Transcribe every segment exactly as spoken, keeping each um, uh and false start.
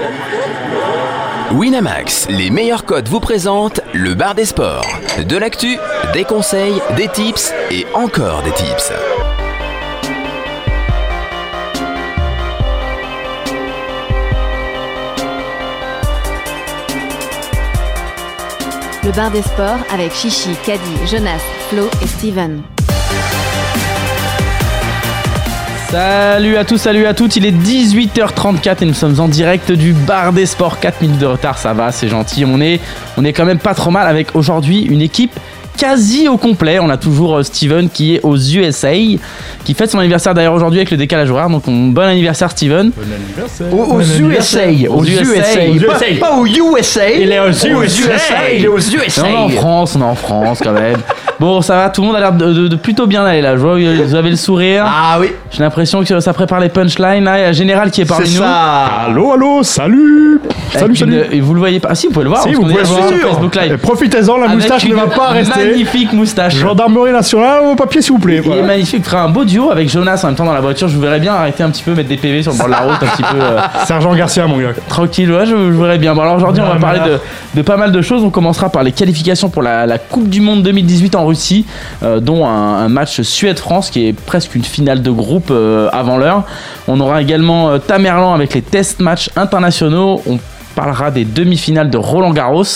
Winamax, les meilleurs codes vous présentent le bar des sports. De l'actu, des conseils, des tips et encore des tips. Le bar des sports avec Chichi, Caddy, Jonas, Flo et Steven. Salut à tous, salut à toutes, il est dix-huit heures trente-quatre et nous sommes en direct du bar des sports. Quatre minutes de retard, ça va, c'est gentil. On est, on est quand même pas trop mal avec aujourd'hui une équipe quasi au complet. On a toujours Steven qui est aux U S A, qui fête son anniversaire d'ailleurs aujourd'hui avec le décalage horaire. Donc on, bon anniversaire Steven. Bon anniversaire. Aux, aux bon U S A, aux U S A, pas, pas aux U S A. Il est aux U S A. Il est aux U S A. On est en France, on est en France quand même. Bon, ça va, tout le monde a l'air de, de, de plutôt bien aller là. Je vois, vous avez le sourire. Ah oui. J'ai l'impression que ça prépare les punchlines. Là, il y a Général qui est parmi C'est nous. ça. Allô, allô, salut. Salut, salut. Une, et vous le voyez pas. Ah si, vous pouvez le voir. Si, parce vous qu'on pouvez est le voir. sur Facebook Live. Et profitez-en, la Avec moustache ne va pas rester. Magnifique moustache. Gendarmerie nationale, au papier s'il vous plaît. Il Voilà. est magnifique. Il fera un beau duo avec Jonas en même temps dans la voiture. Je vous verrais bien arrêter un petit peu, mettre des P V sur le bord de la route, un petit peu euh, Sergent Garcia, mon gars. tranquille. Ouais, je, je verrais bien. Bon, alors aujourd'hui, on va Ouais, parler mais là- de, de pas mal de choses. On commencera par les qualifications pour la, la Coupe du Monde deux mille dix-huit en Russie, euh, dont un, un match Suède-France qui est presque une finale de groupe euh, avant l'heure. On aura également euh, Tamerlan avec les test matchs internationaux. On parlera des demi-finales de Roland-Garros.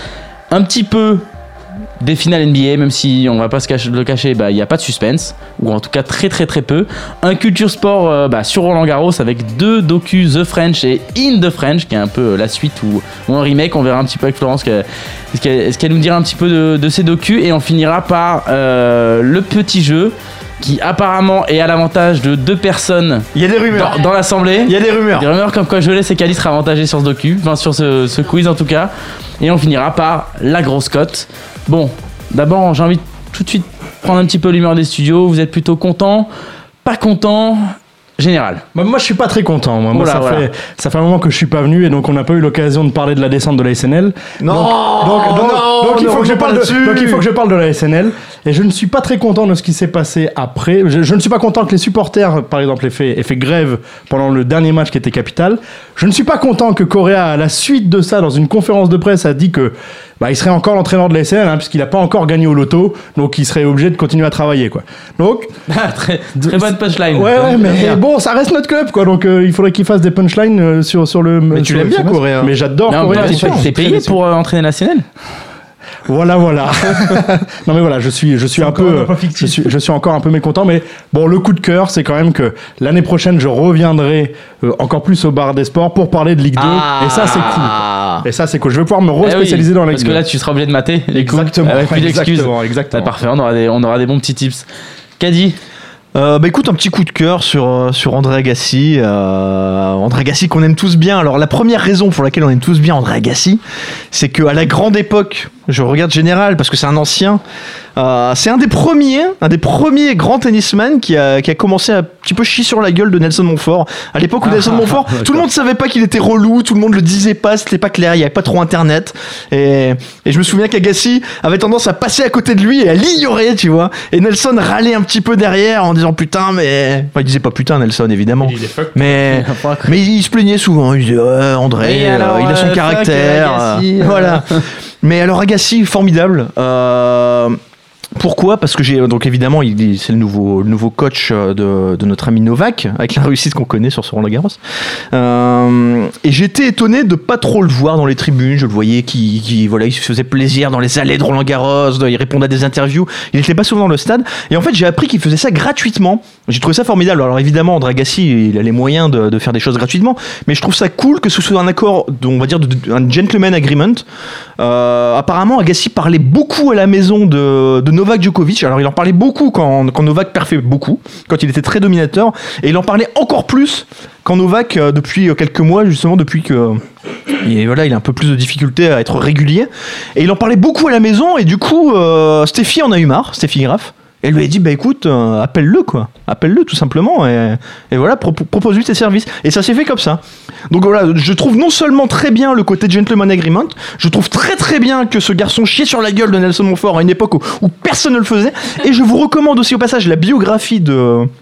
Un petit peu des finales N B A, même si on va pas se cacher, le cacher, il bah, n'y a pas de suspense, ou en tout cas très très très peu. Un culture sport euh, bah, sur Roland Garros avec deux docus, The French et In the French, qui est un peu euh, la suite ou, ou un remake. On verra un petit peu avec Florence que, ce qu'elle, ce qu'elle nous dira un petit peu de, de ces docus. Et on finira par euh, le petit jeu qui apparemment est à l'avantage de deux personnes Il y a des rumeurs. dans, dans l'assemblée. Il y a des rumeurs. Des rumeurs comme quoi je laisse et Cali sera avantagé sur ce docu, enfin sur ce, ce quiz en tout cas. Et on finira par la grosse cote. Bon, d'abord j'ai envie de tout de suite prendre un petit peu l'humeur des studios. Vous êtes plutôt content, pas content? Général. Bah, moi je suis pas très content. Moi, moi Oula, ça, voilà. fait, ça fait un moment que je suis pas venu et donc on n'a pas eu l'occasion de parler de la descente de la S N L. Non, donc, donc, donc, non, donc il ne faut que je reviens pas parle de, là-dessus. donc il faut que je parle de la S N L et je ne suis pas très content de ce qui s'est passé après. Je, je ne suis pas content que les supporters par exemple aient fait, aient fait grève pendant le dernier match qui était capital. Je ne suis pas content que Correa à la suite de ça dans une conférence de presse a dit que bah, il serait encore l'entraîneur de la S N L hein, puisqu'il n'a pas encore gagné au loto, donc il serait obligé de continuer à travailler quoi. Donc très, très bonne punchline. ouais ouais mais bon ça reste notre club quoi, donc euh, il faudrait qu'il fasse des punchlines euh, sur sur le. Mais tu sur l'aimes le- bien, sur- Correa. Mais j'adore Non, Correa. mais c'est t'es très payé décevant. pour euh, entraîner la S N L? Voilà, voilà. Non mais voilà, je suis, je suis un encore peu, un peu fictif. je suis, je suis encore un peu mécontent. Mais bon, le coup de cœur, c'est quand même que l'année prochaine, je reviendrai euh, encore plus au bar des sports pour parler de Ligue deux. Et ça, c'est cool. Et ça, c'est cool. Je vais pouvoir me Eh oui, re-spécialiser dans la Ligue parce que deux. là tu seras obligé de mater les coups. Exactement, Avec plus d'excuses. exactement, Ah, exactement. parfait, on aura, des, on aura des bons petits tips. Caddy? Euh, bah écoute, un petit coup de cœur sur, euh, sur André Agassi. Euh, André Agassi qu'on aime tous bien. Alors la première raison pour laquelle on aime tous bien André Agassi, c'est qu'à la grande époque, je regarde Général parce que c'est un ancien, euh, c'est un des premiers, un des premiers grands tennisman qui a, qui a commencé à un petit peu chier sur la gueule de Nelson Montfort. À l'époque où Ah, Nelson Montfort, tout le monde savait pas qu'il était relou, tout le monde le disait pas, c'était pas clair, il y avait pas trop internet. Et, et je me souviens qu'Agassi avait tendance à passer à côté de lui et à l'ignorer, tu vois. Et Nelson râlait un petit peu derrière en disant putain, mais. Enfin, il disait pas putain, Nelson, évidemment. Il disait fuck. Mais, mais il se plaignait souvent. Il disait ouais, André, Et euh, alors, il a son euh, caractère. fuck, Agassi, euh, euh. Voilà. Mais alors, Agassi, formidable. Euh. Pourquoi ? Parce que j'ai donc évidemment il, c'est le nouveau le nouveau coach de, de notre ami Novak avec la réussite qu'on connaît sur ce Roland-Garros. Euh, et j'étais étonné de pas trop le voir dans les tribunes. Je le voyais qui qui voilà il se faisait plaisir dans les allées de Roland-Garros, il répondait à des interviews. Il était pas souvent dans le stade. Et en fait j'ai appris qu'il faisait ça gratuitement. J'ai trouvé ça formidable. Alors évidemment André Agassi il a les moyens de, de faire des choses gratuitement, mais je trouve ça cool que ce soit un accord, de, on va dire de, de, un gentleman agreement. Euh, apparemment Agassi parlait beaucoup à la maison de, de Novak Djokovic. Alors il en parlait beaucoup quand, quand Novak perfait beaucoup, quand il était très dominateur, et il en parlait encore plus quand Novak euh, depuis quelques mois justement depuis que et voilà, il a un peu plus de difficulté à être régulier, et il en parlait beaucoup à la maison, et du coup euh, Steffi en a eu marre, Steffi Graf. Elle lui a dit bah écoute euh, appelle-le quoi, appelle-le tout simplement et, et voilà pro- propose-lui tes services, et ça s'est fait comme ça. Donc voilà, je trouve non seulement très bien le côté gentleman agreement, je trouve très très bien que ce garçon chiait sur la gueule de Nelson Montfort à une époque où, où personne ne le faisait, et je vous recommande aussi au passage la biographie de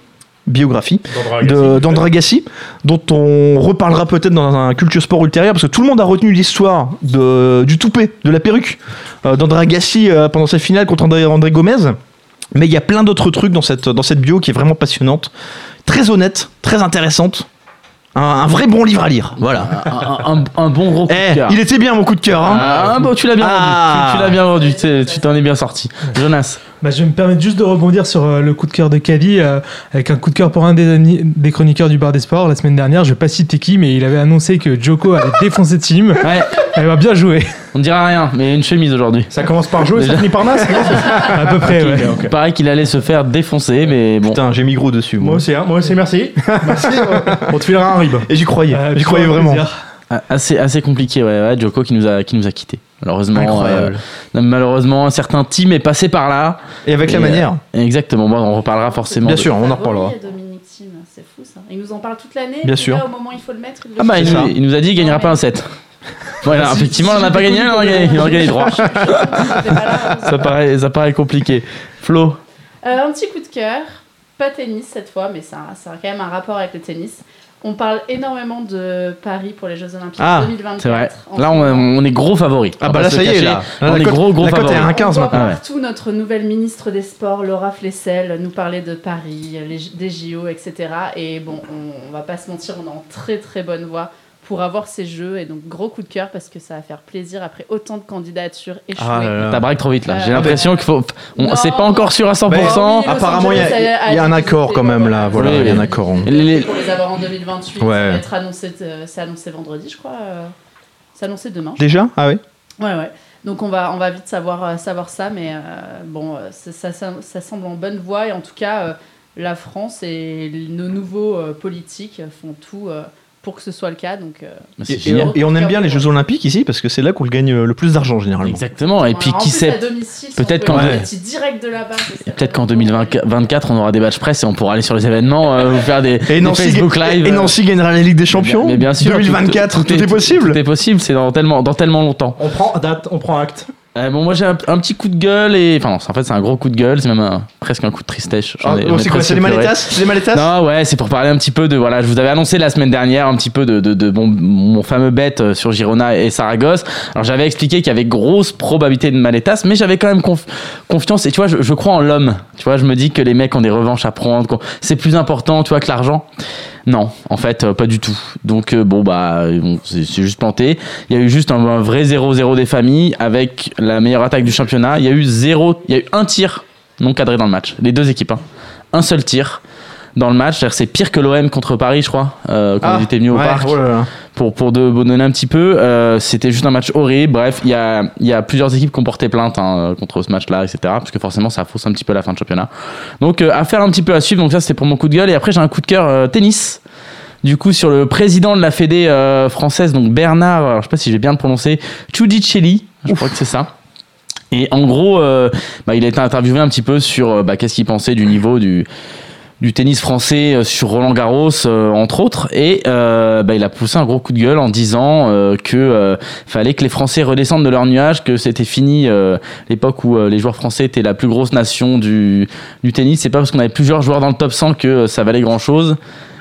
biographie D'André de- Agassi. d'André Agassi, dont on reparlera peut-être dans un culture sport ultérieur, parce que tout le monde a retenu l'histoire de, du toupet, de la perruque euh, d'André Agassi euh, pendant sa finale contre André, André Gomez. Mais il y a plein d'autres trucs dans cette, dans cette bio qui est vraiment passionnante, très honnête, très intéressante. Un, un vrai bon livre à lire. Voilà. Un, un- un bon gros coup Eh, de cœur. il était bien mon coup de cœur. Hein. Ah, bon, tu l'as bien Ah. vendu. Tu, tu l'as bien vendu. Tu tu t'en es bien sorti. Jonas. Bah, je vais me permettre juste de rebondir sur euh, le coup de cœur de Caddy, euh, avec un coup de cœur pour un des, ami- des chroniqueurs du Bar des Sports la semaine dernière. Je vais pas citer qui, mais il avait annoncé que Djoko allait défoncer Team. Ouais, Elle va bien jouer, on ne dira rien, mais une chemise aujourd'hui. Ça commence par jouer, ça Déjà. finit par Nas. non à peu près. ouais. Il paraît qu'il allait se faire défoncer, mais bon. Putain, j'ai mis gros dessus. Moi Moi. aussi, hein, moi aussi, merci. merci. On te filera un rib. Et j'y croyais. Euh, j'y croyais toujours un vraiment. plaisir. Ah, Assez, assez compliqué, ouais, ouais. Djoko qui nous a, qui nous a quittés. Malheureusement, Incroyable. euh, malheureusement, un certain team est passé par là. Et avec la Et, manière. euh, exactement. Bon, on reparlera forcément. Bien de- sûr, on en Ça reparlera. brille, Dominique Thiem, c'est fou ça. Il nous en parle toute l'année. Bien et sûr. Là, au moment où il faut le mettre, il le Ah bah, il C'est nous, ça. il nous a dit qu'il gagnera Non, pas mais- un set. Voilà, Si- effectivement, si on n'a j'ai pas gagné, déconné on en a gagné, on en a gagné trois. C'était pas là, Ça paraît, ça paraît compliqué. Flo. Euh, un petit coup de cœur, pas tennis cette fois, mais ça, ça a quand même un rapport avec le tennis. On parle énormément de Paris pour les Jeux Olympiques Ah, deux mille vingt-quatre. c'est vrai. en Là, ce on, moment. on est gros favoris. Ah On bah va là, se ça y est, cacher. là. On La est cote- gros, gros la cote est favoris. à un quinze On voit maintenant. Ah ouais. partout notre nouvelle ministre des Sports, Laura Flessel, nous parler de Paris, les, des J O, et cetera. Et bon, on, on va pas se mentir, on est en très très bonne voie pour avoir ces Jeux. Et donc, gros coup de cœur parce que ça va faire plaisir après autant de candidatures échouées. Ah là là. T'as braque trop vite là. Euh, J'ai l'impression qu'il faut. on- Non. C'est pas encore sûr à cent pour cent. Bah, oui, Apparemment, il y, Los Angeles a- a- il y a un a accord dit quand que même là. Voilà, Oui, il y a un oui. accord. hein. Les- les- pour les avoir en deux mille vingt-huit, Ouais. ça va être annoncé, euh, c'est annoncé vendredi, je crois. euh, c'est annoncé demain. Déjà Ah oui. Ouais, ouais. Donc on va, on va vite savoir, euh, savoir ça, mais euh, bon, euh, ça, ça, ça, ça semble en bonne voie et en tout cas, euh, la France et nos nouveaux euh, politiques font tout euh, pour que ce soit le cas. Donc, euh, C'est Et, et génial. on, et on aime bien les Jeux Olympiques ici parce que c'est là qu'on gagne le plus d'argent généralement. Exactement. Et puis en qui plus, sait. à domicile, si peut-être on qu'en- pouvait Ouais. avoir des petits directs de là-bas. ce serait Peut-être qu'en pas deux mille vingt-quatre, on aura des matchs presse et on pourra aller sur les événements, euh, vous faire des, Et des Nancy, Facebook Live. et Nancy gagnera la Ligue des Mais Champions. bien- mais bien sûr, deux mille vingt-quatre, tout, est, possible. Tout est possible, c'est dans tellement, dans tellement longtemps. On prend date, on prend acte. Euh, bon, moi j'ai un, un petit coup de gueule et. Enfin, non, c'est- en fait, c'est un gros coup de gueule, c'est même un- presque un coup de tristesse. J'en Ah, ai- oh, j'en ai c'est quoi presque C'est les pleuré. Maletas C'est les Maletas Non, ouais, c'est pour parler un petit peu de. Voilà, je vous avais annoncé la semaine dernière un petit peu de, de, de mon, mon fameux bet euh, sur Girona et Saragosse. Alors, j'avais expliqué qu'il y avait grosse probabilité de Maletas, mais j'avais quand même conf- confiance. Et tu vois, je, je crois en l'homme. Tu vois, je me dis que les mecs ont des revanches à prendre. qu'on- C'est plus important, tu vois, que l'argent. Non, en fait, euh, pas du tout. Donc, euh, bon, bah, bon, c'est c'est juste planté. Il y a eu juste un, un vrai zéro zéro des familles avec la meilleure attaque du championnat. Il y a eu zéro, il y a eu un tir non cadré dans le match. Les deux équipes, hein. Un seul tir dans le match. C'est-à-dire, c'est pire que l'O M contre Paris, je crois, euh, quand Ah, ils étaient venus au ouais, parc. oh là là. Pour, pour de, pour donner un petit peu, euh, c'était juste un match horrible. Bref, il y a, il y a plusieurs équipes qui ont porté plainte hein, contre ce match-là, et cetera. Parce que forcément, ça fausse un petit peu la fin de championnat. Donc, euh, affaire un petit peu à suivre. Donc, ça, c'était pour mon coup de gueule. Et après, j'ai un coup de cœur euh, tennis. Du coup, sur le président de la Fédé euh, française, donc Bernard, alors, je sais pas si je vais bien le prononcer, Ciudicelli, je crois que c'est ça. Et en gros, euh, bah, il a été interviewé un petit peu sur euh, bah, qu'est-ce qu'il pensait du niveau du, du tennis français euh, sur Roland Garros, euh, entre autres. Et euh, bah, il a poussé un gros coup de gueule en disant euh, que euh, fallait que les Français redescendent de leur nuage, que c'était fini euh, l'époque où euh, les joueurs français étaient la plus grosse nation du, du tennis. C'est pas parce qu'on avait plusieurs joueurs dans le top cent que euh, ça valait grand-chose.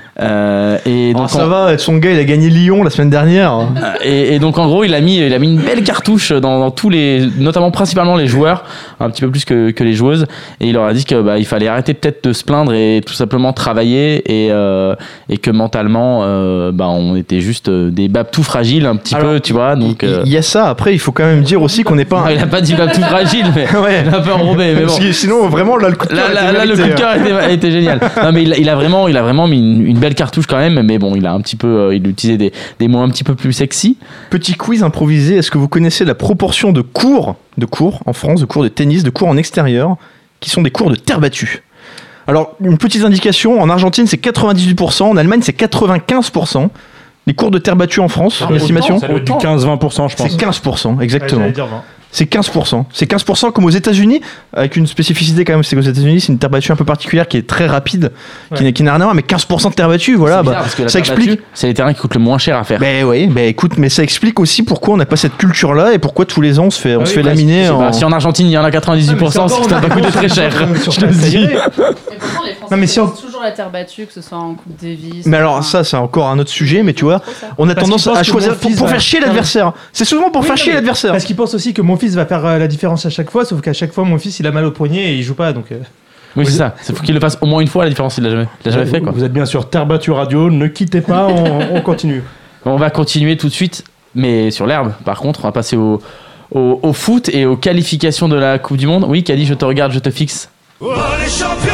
Euh, et Oh, donc ça on- va, son gars il a gagné Lyon la semaine dernière. et, et donc en gros il a mis il a mis une belle cartouche dans, dans tous les notamment principalement les joueurs un petit peu plus que, que les joueuses et il leur a dit que bah, il fallait arrêter peut-être de se plaindre et tout simplement travailler et euh, et que mentalement euh, bah on était juste des babes tout fragiles un petit Alors, peu tu vois donc Il euh, il y a ça, après il faut quand même dire aussi qu'on n'est pas. non, il a pas dit babes tout fragiles mais Ouais. il a un peu enrobé mais bon Parce que sinon vraiment là le coup de Là, cœur là, était là, le coup mérité, de cœur était, était génial. Non, mais il, a- il a vraiment, il a vraiment mis une, une belle cartouche quand même. Mais bon, il a un petit peu, euh, il utilisait des, des mots un petit peu plus sexy. Petit quiz improvisé, est-ce que vous connaissez la proportion de cours, de cours en France, de cours de tennis, de cours en extérieur, qui sont des cours de terre battue? Alors, une petite indication, en Argentine c'est quatre-vingt-dix-huit pour cent, en Allemagne c'est quatre-vingt-quinze pour cent. Les cours de terre battue en France, Ah, l'estimation Ça doit être du quinze à vingt pour cent, je pense. c'est quinze pour cent, Ouais, exactement. j'allais dire vingt. C'est quinze pour cent. C'est quinze pour cent comme aux États-Unis, avec une spécificité quand même, c'est qu'aux États-Unis, c'est une terre battue un peu particulière qui est très rapide, qui Ouais. n'est- qui n'a rien à voir, mais quinze pour cent de terre battue, voilà. C'est Bah, bizarre, parce que la ça terre explique. battue, c'est les terrains qui coûtent le moins cher à faire. Ben oui, ben écoute, mais ça explique aussi pourquoi on n'a pas cette culture-là et pourquoi tous les ans on se fait, on Ah se oui, fait parce que laminer. Je sais en... pas, si en Argentine il y en a quatre-vingt-dix-huit pour cent, c'est que ça n'a pas coûté très cher. Je te le dis. Et pourtant, les Français Non, mais si on- sont toujours toujours la terre battue, que ce soit en Coupe Davis. Mais alors enfin, ça c'est encore un autre sujet, mais tu vois, trop ça. on a Parce tendance qu'il pense à que choisir mon pour, fils pour va- faire chier l'adversaire. C'est souvent pour Oui, faire non, chier mais l'adversaire. Parce qu'il pense aussi que mon fils va faire euh, la différence à chaque fois, sauf qu'à chaque fois, mon fils, il a mal au poignet et il joue pas. Donc, euh, Oui, c'est ça. Il faut qu'il le fasse au moins une fois, la différence, il l'a jamais, il l'a jamais fait, quoi. Vous êtes bien sûr Terre Battue Radio, ne quittez pas, on, on continue. On va continuer tout de suite, mais sur l'herbe. Par contre, on va passer au, au, au foot et aux qualifications de la Coupe du Monde. Oui, Kadi, je te regarde, je te fixe. Oh les champions,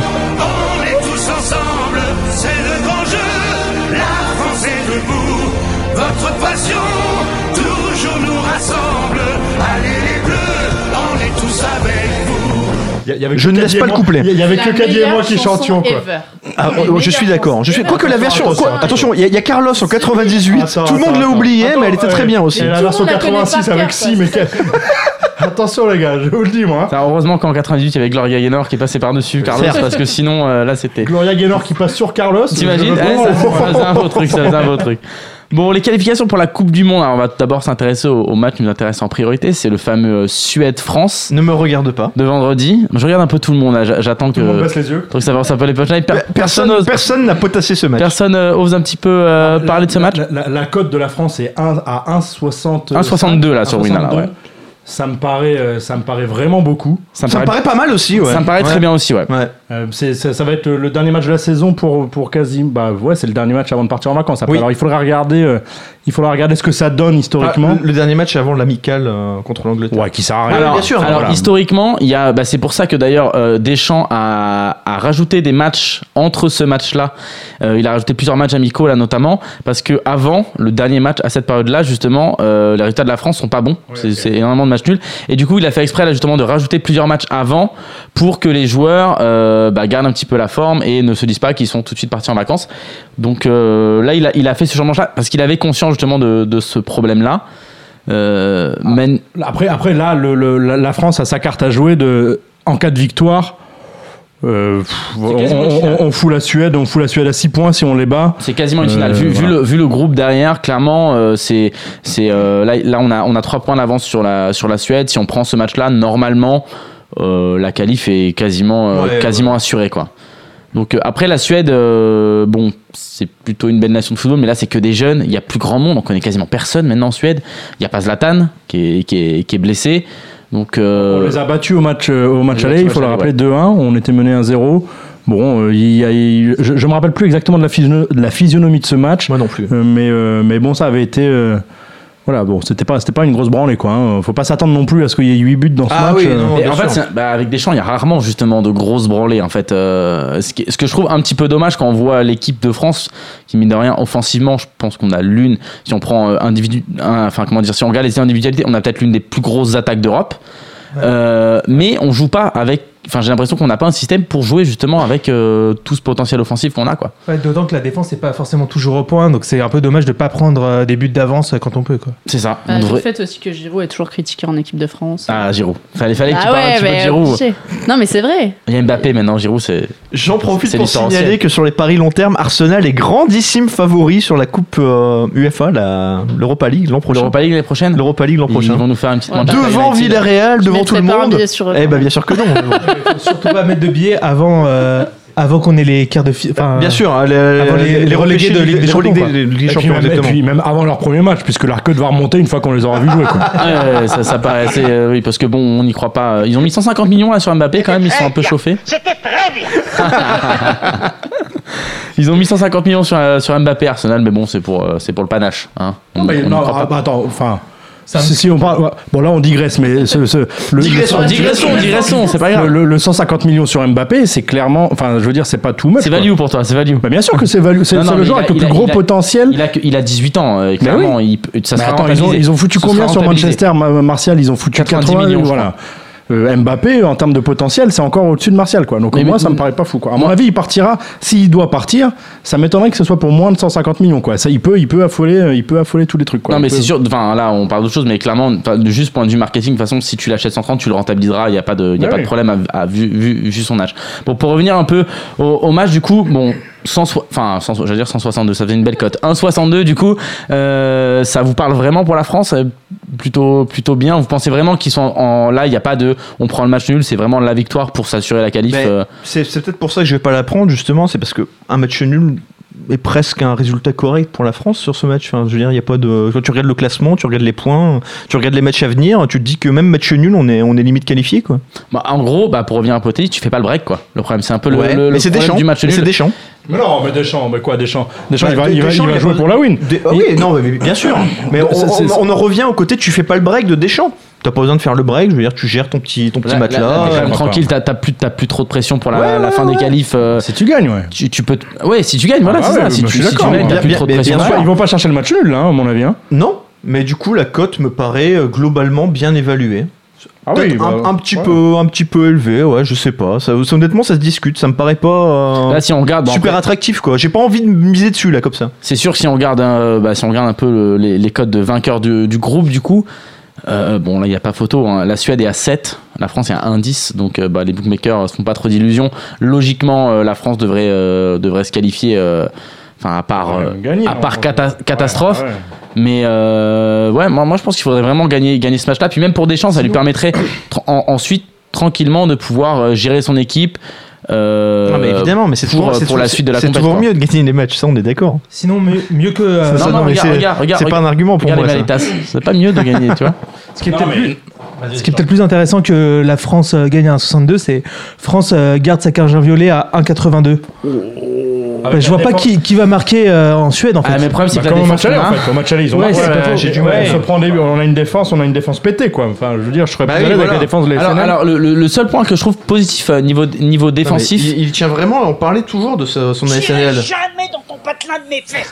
on est tous ensemble, c'est le grand jeu, la France est debout, votre passion toujours nous rassemble, allez les bleus, on est tous avec vous. Y a- y avait Je que ne Caddy laisse et pas le moi- couplet. Il y, y avait La que Caddy et moi meilleure qui chanson chantions, quoi. ever. Ah, Les oh, je suis meilleures d'accord. Je suis... chansons Quoique la ever. version. Attention, quoi- attention. attention, il y, a- il y a Carlos en quatre-vingt-dix-huit. Attends, tout le monde attends, l'a attends. oublié, Attends, mais elle était très ouais. bien aussi. Et la Tout le version monde la connaît quatre-vingt-six par avec cœur, si, quoi. mais attention les gars, je vous le dis moi. Ça, heureusement qu'en quatre-vingt-dix-huit, il y avait Gloria Gaynor qui est passée par-dessus Carlos, Certes. parce que sinon, euh, là, c'était. Gloria Gaynor qui passe sur Carlos. T'imagines je- Ouais, ça, ça faisait un beau truc, ça faisait un beau truc. Bon, les qualifications pour la Coupe du Monde, alors on va d'abord s'intéresser au, au match qui nous intéresse en priorité, c'est le fameux euh, Suède-France Ne me regarde pas. de vendredi. Je regarde un peu tout le monde, là, j'a- j'attends que. Tout le monde baisse les yeux. Truc savoir ça peut les punchlines. Per- Pe- personne Personne ose, personne n'a potassé ce match. personne euh, ose un petit peu euh, La- parler de ce la- match. La, la- la cote de la France est un à un virgule soixante. un virgule soixante-deux là sur Winner, là, ouais. Ça me paraît, euh, ça me paraît vraiment beaucoup. Ça me Ça me paraît, paraît pas mal aussi, ouais. ça me paraît très Ouais. bien aussi, ouais. Ouais. Euh, c'est, ça, ça va être le, le dernier match de la saison pour pour quasi. Bah ouais, c'est le dernier match avant de partir en vacances. Après, Oui. alors il faudra regarder, euh, il faudra regarder ce que ça donne historiquement. Ah, le, le dernier match avant l'amical euh, contre l'Angleterre. Ouais, qui sert à rien. Alors, bien sûr, alors, voilà. historiquement, il y a, bah, c'est pour ça que d'ailleurs euh, Deschamps a, a rajouté des matchs entre ce match-là. Euh, il a rajouté plusieurs matchs amicaux là notamment parce que avant le dernier match à cette période-là, justement, euh, les résultats de la France sont pas bons. c'est, ok. c'est énormément de matchs nuls. Et du coup, il a fait exprès là justement de rajouter plusieurs matchs avant pour que les joueurs euh, bah, gardent un petit peu la forme et ne se disent pas qu'ils sont tout de suite partis en vacances. Donc euh, là, il a, il a fait ce changement-là parce qu'il avait conscience justement de, de ce problème-là. Euh, mais Après, après là, le, le- la, la France a sa carte à jouer de, en cas de victoire. euh, pff, on, quasiment une on- finale. on fout la Suède, on fout la Suède à six points si on les bat. c'est quasiment une finale. Euh, vu, vu voilà. le, vu le groupe derrière, clairement, euh, c'est, c'est, euh, là, là on, a, on a trois points d'avance sur la, sur la Suède. Si on prend ce match-là, normalement, euh, la qualif est quasiment, euh, Ouais, quasiment ouais. assurée, quoi. Donc euh, après la Suède, euh, bon, c'est plutôt une belle nation de football, mais là c'est que des jeunes. Il y a plus grand monde, on connaît quasiment personne maintenant en Suède. Il y a pas Zlatan qui est, qui est, qui est blessé. Donc euh, On les a battus au match, euh, au match les aller, battus il au faut le match rappeler, aller, deux un. On était mené un zéro. Bon, euh, il y a- il- je, je me rappelle plus exactement de la, physiono- de la physionomie de ce match. Moi non plus. Euh, mais, euh, mais bon, ça avait été. euh, voilà, bon, c'était pas, c'était pas une grosse branlée, quoi. Hein. Faut pas s'attendre non plus à ce qu'il y ait huit buts dans ce Ah match. oui, euh. non. Et bien en fait, sûr. c'est- bah, avec Deschamps, il y a rarement justement de grosses branlées. En fait, Euh, ce, qui- ce que je trouve un petit peu dommage quand on voit l'équipe de France, qui mine de rien, offensivement, je pense qu'on a l'une. Si on prend euh, individu, un- enfin comment dire, si on regarde les individualités, on a peut-être l'une des plus grosses attaques d'Europe. Euh, mais on joue pas avec. Enfin, j'ai l'impression qu'on n'a pas un système pour jouer justement avec euh, tout ce potentiel offensif qu'on a, quoi. ouais, d'autant que la défense n'est pas forcément toujours au point, donc c'est un peu dommage de pas prendre euh, des buts d'avance euh, quand on peut, quoi. C'est ça. Bah, On Le devrait- fait aussi que Giroud est toujours critiqué en équipe de France. Ah, Giroud. Fallait, fallait que tu Ah parles un ouais, petit peu de mais Giroud. obligé. Non, mais c'est vrai. Il y a Mbappé maintenant, Giroud, c'est. J'en profite C'est pour l'histoire signaler ancienne. que sur les paris long terme, Arsenal est grandissime favori sur la Coupe euh, UEFA, la, l'Europa League l'an prochain. L'Europa League l'année prochaine. L'Europa League l'an Ils prochain. vont nous faire une petite Ouais, Manchester Devant United. Villarreal, Je devant tout mettrai le pas un monde. billet sur eux, Eh quand ben même. bien sûr que non. mais bon. Faut surtout pas mettre de billets avant, euh, avant qu'on ait les quarts de finale. Bien sûr, hein, les, Avant les- les relégués de Ligue des les Champions, relégués quoi. de Ligue des Et puis, Champions, même, et exactement. puis même avant leur premier match, puisque la cote va remonter une fois qu'on les aura vus jouer, quoi. Ouais, ouais, ça, ça paraît assez. euh, oui, parce que bon, on n'y croit pas. Ils ont mis cent cinquante millions là sur Mbappé quand même, ils sont un peu chauffés. C'était très bien. Ils ont mis cent cinquante millions sur, euh, sur Mbappé Arsenal, mais bon, c'est pour, euh, c'est pour le panache. Hein. On- Mais on n'y non, croit ah, pas. bah, attends, enfin. Ça me- Si, si on parle, ouais, bon là on digresse, mais ce, ce- le, Digressons, le, digressons, digressons, c'est pas le, grave. le- le cent cinquante millions sur Mbappé, c'est clairement, enfin, je veux dire, c'est pas tout much. C'est quoi. value pour toi, c'est value. Bah, bien sûr que c'est value. C'est Non, non, c'est le mais joueur il a- avec le il plus a- gros il a- potentiel. Il a, que- il a dix-huit ans, euh, et clairement, il peut- ça Mais sera attends, ils ont, rentabilisé. ils ont foutu Ce combien sera sur rentabilisé. Manchester, Ma- Martial? Ils ont foutu quatre-vingt-dix quatre-vingts millions, je voilà. Euh, Mbappé, en termes de potentiel, c'est encore au-dessus de Martial, quoi. Donc Mais- moi, mais- ça me paraît pas fou, quoi. À mon Moi- avis, il partira. S'il doit partir, ça m'étonnerait que ce soit pour moins de cent cinquante millions, quoi. Ça, il peut, il peut affoler, euh, il peut affoler tous les trucs, quoi. Non, Il mais peut- c'est sûr, enfin là, on parle d'autre chose, mais clairement, enfin, de juste point de vue marketing, de toute façon, si tu l'achètes cent trente, tu le rentabiliseras, il n'y a pas de, il y a Ouais, pas ouais. de problème à, à vu, vu, vu son âge. Bon, pour revenir un peu au, au match, du coup, bon, cent so- enfin, cent j'allais dire cent soixante-deux, ça faisait une belle cote. un virgule soixante-deux, du coup, euh, ça vous parle vraiment pour la France? Euh, plutôt, plutôt bien. Vous pensez vraiment qu'ils sont en. Là, il n'y a pas de. On prend le match nul, c'est vraiment la victoire pour s'assurer la qualif. Mais euh... c'est, c'est peut-être pour ça que je vais pas la prendre, justement. C'est parce qu'un match nul est presque un résultat correct pour la France sur ce match. Enfin, je veux dire, il y a pas de. Quand tu regardes le classement, tu regardes les points, tu regardes les matchs à venir, tu te dis que même match nul, on est, on est limite qualifié, quoi. Bah, en gros, bah, pour revenir à Poté, tu fais pas le break, quoi. Le problème, c'est un peu le, Ouais, le, mais le c'est problème Deschamps. du match Mais nul. c'est Deschamps. Mais non, mais Deschamps, mais quoi, Deschamps Deschamps, il va, Bah, il va, il Deschamps, va, il va il a jouer pas- pour la win. Des- ah oui, non, mais bien sûr. Mais on, C'est- c'est- on- on en revient au côté, tu fais pas le break de Deschamps. T'as pas besoin de faire le break, je veux dire, tu gères ton petit, ton petit Là, matelas. là, là, t'es quand même je crois tranquille, t'as, t'as plus, t'as plus trop de pression pour la, Ouais, la ouais, fin des ouais. qualifs. euh, Si tu gagnes, ouais. tu, tu peux. t- Ouais, si tu gagnes, voilà, Ah c'est ouais, ça. Si bah, tu, je suis si tu d'accord. gagnes, t'as Bien- plus bien- trop de bien pression. sûr. derrière. Ils vont pas chercher le match nul, là, à mon avis. Hein. Non, mais du coup, la cote me paraît euh, globalement bien évaluée. Ah Peut-être oui, un, bah, un petit ouais. peu, un petit peu élevé, ouais, je sais pas. Ça, ça, honnêtement, ça se discute. Ça me paraît pas euh, Là, si on regarde. bon, super après, attractif, quoi. J'ai pas envie de miser dessus là comme ça. c'est sûr que si on regarde, un, bah, si on regarde un peu le- les, les codes de vainqueurs du, du groupe, du coup. Euh, bon, là, il n'y a pas photo. Hein. La Suède est à sept, la France est à un virgule dix. Donc, euh, bah, les bookmakers ne se font pas trop d'illusions. Logiquement, euh, la France devrait, euh, devrait se qualifier. euh, Enfin, à part, euh, Gagner, à non, part franchement. cata- catastrophe. Ouais, ouais. Mais euh, ouais, moi, moi je pense qu'il faudrait vraiment gagner, gagner ce match-là. Puis même pour Deschamps, ça lui permettrait tra- en- ensuite tranquillement de pouvoir euh, gérer son équipe. euh, non, mais évidemment, mais c'est pour, toujours, c'est pour la toujours- suite de la c'est compétition. toujours mieux de gagner les matchs, ça on est d'accord. Sinon, mieux, mieux que. euh, Ça, Non, non, mais regarde, c'est- regarde, regarde, c'est pas un argument pour regarde moi. les ça. Malitas. C'est pas mieux de gagner, tu vois. ce qui est Non, peut-être mais- plus- Ce qui est peut-être plus intéressant que la France euh, gagne à un virgule soixante-deux, c'est France euh, garde sa cage violet à un virgule quatre-vingt-deux. Bah, je vois pas qui, qui va marquer euh, en Suède en fait. Ah, mais le problème, c'est Bah, que la comme au défense match aller, qu'on en a- fait. Au match aller, ils ont Ouais, marqué. c'est pas faux. J'ai du Ouais. mal. On se prend des- on a une défense, on a une défense pétée, quoi. Enfin, je veux dire, je serais Bah plus oui, à l'aise avec voilà. la défense de l'S N L. Alors, alors le, le- le seul point que je trouve positif euh, niveau, niveau défensif, Non, mais il, il tient vraiment à en parler toujours de sa- son S N L. jamais dans ton patelin de mes fesses.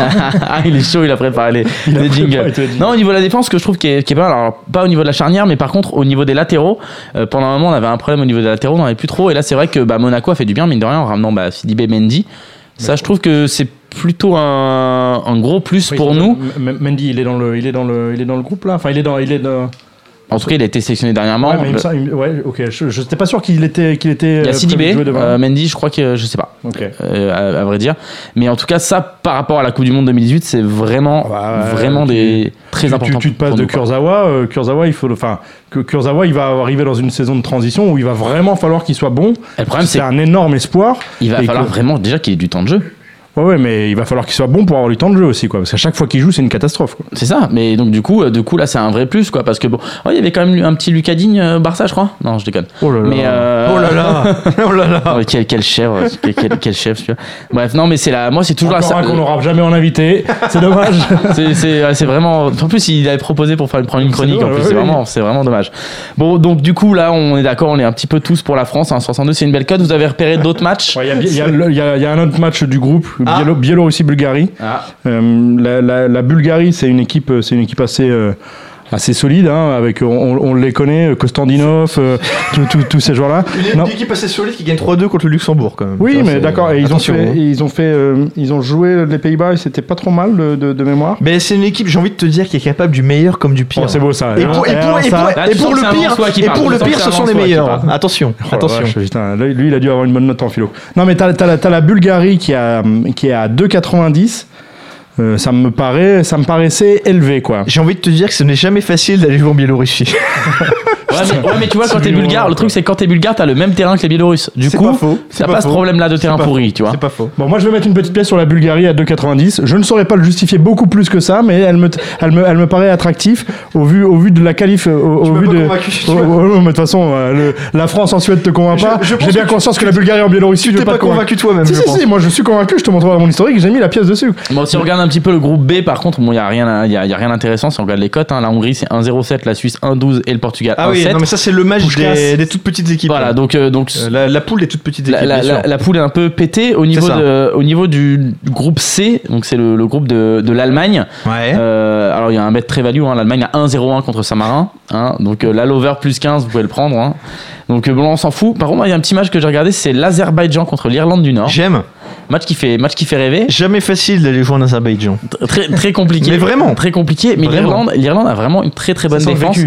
ah, il est chaud, il a préparé les, Il a les jingles. préparé les jingles. Non, au niveau de la défense, que je trouve qui est, qui est pas mal, alors pas au niveau de la charnière, mais par contre au niveau des latéraux, euh, pendant un moment on avait un problème au niveau des latéraux, on n'en avait plus trop, et là c'est vrai que bah, Monaco a fait du bien, mine de rien, en ramenant bah, Sidibé Mendy. Ça, je trouve que c'est plutôt un, un gros plus Oui, pour c'est- nous. M- M- Mendy, il est dans le, il est dans le, il est dans le groupe là. Enfin, il est dans, il est dans. En tout cas, il a été sélectionné dernièrement. Ouais, mais il me Le- semble- il me- ouais, ok. Je, je n'étais pas sûr qu'il était, qu'il était. il y a euh, Sidibé, prévu de jouer demain. euh, Mendy, je crois que je sais pas. Ok. euh, à, à vrai dire. Mais en tout cas, ça, par rapport à la Coupe du Monde deux mille dix-huit, c'est vraiment, Ah bah, vraiment tu- des très tu, important. tu, tu te pour passes de nous, quoi. Kurzawa. euh, Kurzawa, il faut, le- enfin, que Kurzawa, il va arriver dans une saison de transition où il va vraiment falloir qu'il soit bon. Et le problème, C'est c'est un énorme espoir. qu'il va et falloir que- vraiment déjà qu'il ait du temps de jeu. Ouais, ouais, mais il va falloir qu'il soit bon pour avoir du temps de jeu aussi, quoi. Parce qu'à chaque fois qu'il joue, c'est une catastrophe, quoi. C'est ça, mais donc du coup, euh, du coup là c'est un vrai plus quoi, parce que bon, oh, il y avait quand même un petit Lucas Digne euh, Barça, je crois. Non, je déconne. Oh là là. Mais euh... Oh là là. Oh là là. oh, quel, quel chef, euh, quel, quel, quel chef celui-là. Bref, non mais c'est la, moi c'est toujours Encore la, un qu'on n'aura jamais en invité. C'est dommage. c'est, c'est, ouais, c'est vraiment. En plus, il avait proposé pour faire prendre une C'est chronique. En dommage, plus, ouais, c'est oui. vraiment, c'est vraiment dommage. Bon, donc du coup là, on est d'accord, on est un petit peu tous pour la France. Hein, soixante-deux, c'est une belle cote. Vous avez repéré d'autres matchs? Ouais, Il y, a- il y a le- il y a- il y a un autre match du groupe, Ah. Biélo- Biélorussie-Bulgarie. Ah. Euh, la, la- la Bulgarie, c'est une équipe, c'est une équipe assez, euh, assez solide, hein, avec, on, on les connaît, Kostandinov, euh, tous- tous- tous ces joueurs-là. Une Non. équipe assez solide qui gagne trois deux contre le Luxembourg quand même. Oui, Ça, mais c'est- d'accord. Et ils ont Attention, fait, hein. ils ont fait, euh, ils ont joué les Pays-Bas et c'était pas trop mal de, de- de mémoire. Mais c'est une équipe, j'ai envie de te dire, qui est capable du meilleur comme du pire. Oh, c'est beau ça. Et pour, et pour- et pour- Là, et tu pour sens que le c'est un pire, Lensois qui et parle. pour Tu le sens que pire, c'est ce un sont les Lensois qui meilleurs. parle. Attention, Oh la attention. vache, putain, lui, lui, il a dû avoir une bonne note en philo. Non, mais t'as, t'as la- t'as la Bulgarie qui, a, qui est à deux virgule quatre-vingt-dix. Euh, ça me paraît, ça me paraissait élevé, quoi. J'ai envie de te dire que ce n'est jamais facile d'aller jouer en Biélorussie. Ouais mais, ouais, mais tu vois, quand C'est t'es violent, bulgare, le quoi. truc c'est que quand t'es bulgare, t'as le même terrain que les Biélorusses. Du C'est coup, pas faux, c'est t'as pas pas ce faux. problème-là de terrain pas pourri, faux, tu vois. C'est pas faux. Bon, moi je vais mettre une petite pièce sur la Bulgarie à deux virgule quatre-vingt-dix. Je ne saurais pas le justifier beaucoup plus que ça, mais elle me, elle me, elle me paraît attractif au vu, au vu de la qualif. Au, au Tu m'as vu pas de. convaincu, tu Oh, vois. oh, oh, mais de toute façon, euh, le- la France en Suède te convainc Je- pas. je pense J'ai bien que conscience que la Bulgarie en Biélorussie, Tu je t'es vais pas pas te convaincre. convaincu toi-même, Si, je si, pense. si, moi je suis convaincu, je te montrerai mon historique, j'ai mis la pièce dessus. Bon, si on regarde un petit peu le groupe B, par contre, bon, il y a rien, il y a, y a rien d'intéressant. Si on regarde les cotes, hein, la Hongrie c'est un virgule zéro sept, la Suisse un virgule douze et le Portugal Ah un oui, virgule sept. non mais ça c'est le match Puskás. des, des toutes petites équipes. Voilà, là. donc, euh, donc Euh, la, la poule des toutes petites équipes. la, la, bien sûr. la- la poule est un peu pétée au niveau, ça. de, au niveau du groupe C, donc c'est le, le groupe de, de l'Allemagne. Ouais. Euh, alors il y a un bet très value, hein, l'Allemagne a un virgule zéro un contre Saint-Marin, hein, donc euh, là l'over plus quinze, vous pouvez le prendre. Hein. Donc euh, bon, on s'en fout. Par contre, il y a un petit match que j'ai regardé, c'est l'Azerbaïdjan contre l'Irlande du Nord. J'aime. Match qui fait, match qui fait rêver. Jamais facile d'aller jouer en Azerbaïdjan. Très, très compliqué. Mais vraiment. Très compliqué. Mais Vraiment. l'Irlande, l'Irlande a vraiment une très très bonne Ça sent le défense. vécu.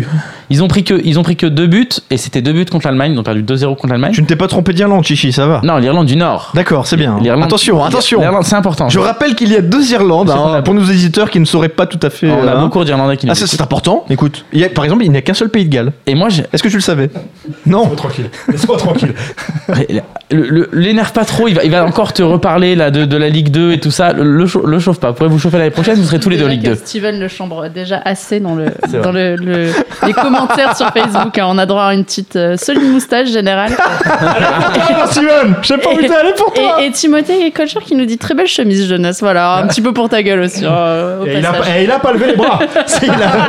Ils ont pris que, ils ont pris que deux buts et c'était deux buts contre l'Allemagne. Ils ont perdu deux zéro contre l'Allemagne. Tu ne t'es pas trompé d'Irlande, Chichi, ça va. Non, l'Irlande du Nord. D'accord, c'est bien. L'Irlande- Attention, attention. L'Irlande, c'est important. Je rappelle qu'il y a deux Irlandes, C'est qu'on hein, a- pour nos éditeurs qui ne sauraient pas tout à fait. On a hein. beaucoup d'Irlandais qui nous Ah, ça écoutent. c'est important. Écoute, il y a, par exemple, il n'y a qu'un seul pays de Galles. Et moi, j'ai- Est-ce que tu le savais? Non. Laisse-moi tranquille. Laisse-moi tranquille. le, le- l'énerve pas trop. Il va, il va encore te reparler là de, de la Ligue deux et tout ça. Le, le, chau- le chauffe pas. Vous pourrez vous chauffer l'année prochaine. Vous serez tous les deux en Déjà Ligue que deux. Steven le chambre déjà assez dans, le, C'est dans le, le- les commentaires sur Facebook. hein. On a droit à une petite euh, solide moustache générale. Ah, Steven, j'ai pas envie d'aller pour toi. Et, et Timothée Colcher qui nous dit très belle chemise jeunesse. Voilà, un petit peu pour ta gueule aussi. hein, au Et il, a, passage. et il a pas levé les bras. C'est- il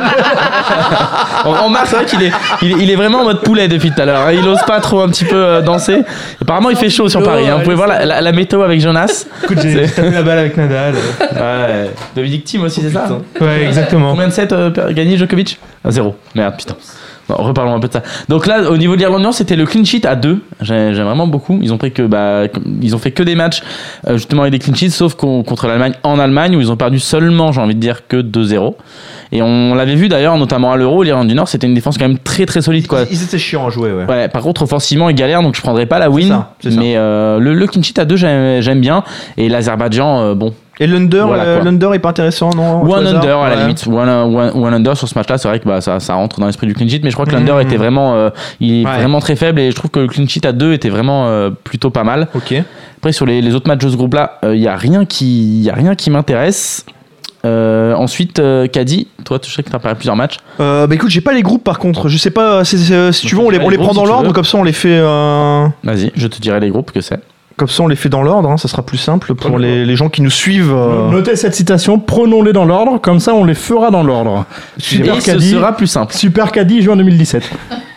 a- On, on remarque, c'est vrai qu'il est, il, est- il est vraiment en mode poulet depuis tout à l'heure. hein. Il ose pas trop un petit peu euh, danser. Apparemment, il fait chaud sur Paris. hein. Vous pouvez voir la, la- la météo avec Jonas. Écoute, j'ai tapé la balle avec Nadal. Ouais. Dominique Thiem aussi, c'est ça? Ouais, exactement. Combien de sets euh, gagné Djokovic? À zéro. Merde, putain. Bon, reparlons un peu de ça. Donc là, au niveau de l'Irlande du Nord, c'était le clean sheet à deux. J'ai- J'aime vraiment beaucoup. Ils ont pris que, bah, ils ont fait que des matchs euh, justement avec des clean sheets, sauf qu'on- contre l'Allemagne en Allemagne où ils ont perdu seulement, j'ai envie de dire, que deux zéro. Et on l'avait vu d'ailleurs, notamment à l'Euro, l'Irlande du Nord, c'était une défense quand même très très solide, quoi. Ils, ils étaient chiants à jouer, ouais. Ouais, par contre, offensivement, ils galèrent, donc je prendrais pas la win. C'est ça, c'est ça. Mais euh, le, le clean sheet à deux, j'aime j'aime bien. Et l'Azerbaïdjan, euh, bon. Et l'under, Voilà, euh, quoi. l'under est pas intéressant, non? Ou au un hasard under à la Ouais. limite, ou un, ou un- ou un under sur ce match-là, c'est vrai que bah, ça, ça rentre dans l'esprit du clean sheet, mais je crois que l'under Mhm. était vraiment, euh, il est Ouais. vraiment très faible et je trouve que le clean sheet à deux était vraiment euh, plutôt pas mal. Ok. Après sur les, les autres matchs de ce groupe-là, il y a rien qui, y a rien qui m'intéresse. Euh, ensuite, euh, Caddy, toi, tu sais que t'as préparé plusieurs matchs. Euh, bah écoute, j'ai pas les groupes par contre. Je sais pas. c'est- c'est- si tu veux, on les, on les groupes, prend si dans tu l'ordre, veux. comme ça on les fait. euh, Vas-y, je te dirai les groupes que c'est. Comme ça on les fait dans l'ordre. hein, ça sera plus simple pour D'accord. les, les gens qui nous suivent. euh, Notez cette citation, prenons-les dans l'ordre, comme ça on les fera dans l'ordre. Super Et ce caddie, sera plus simple. Super caddie, juin deux mille dix-sept.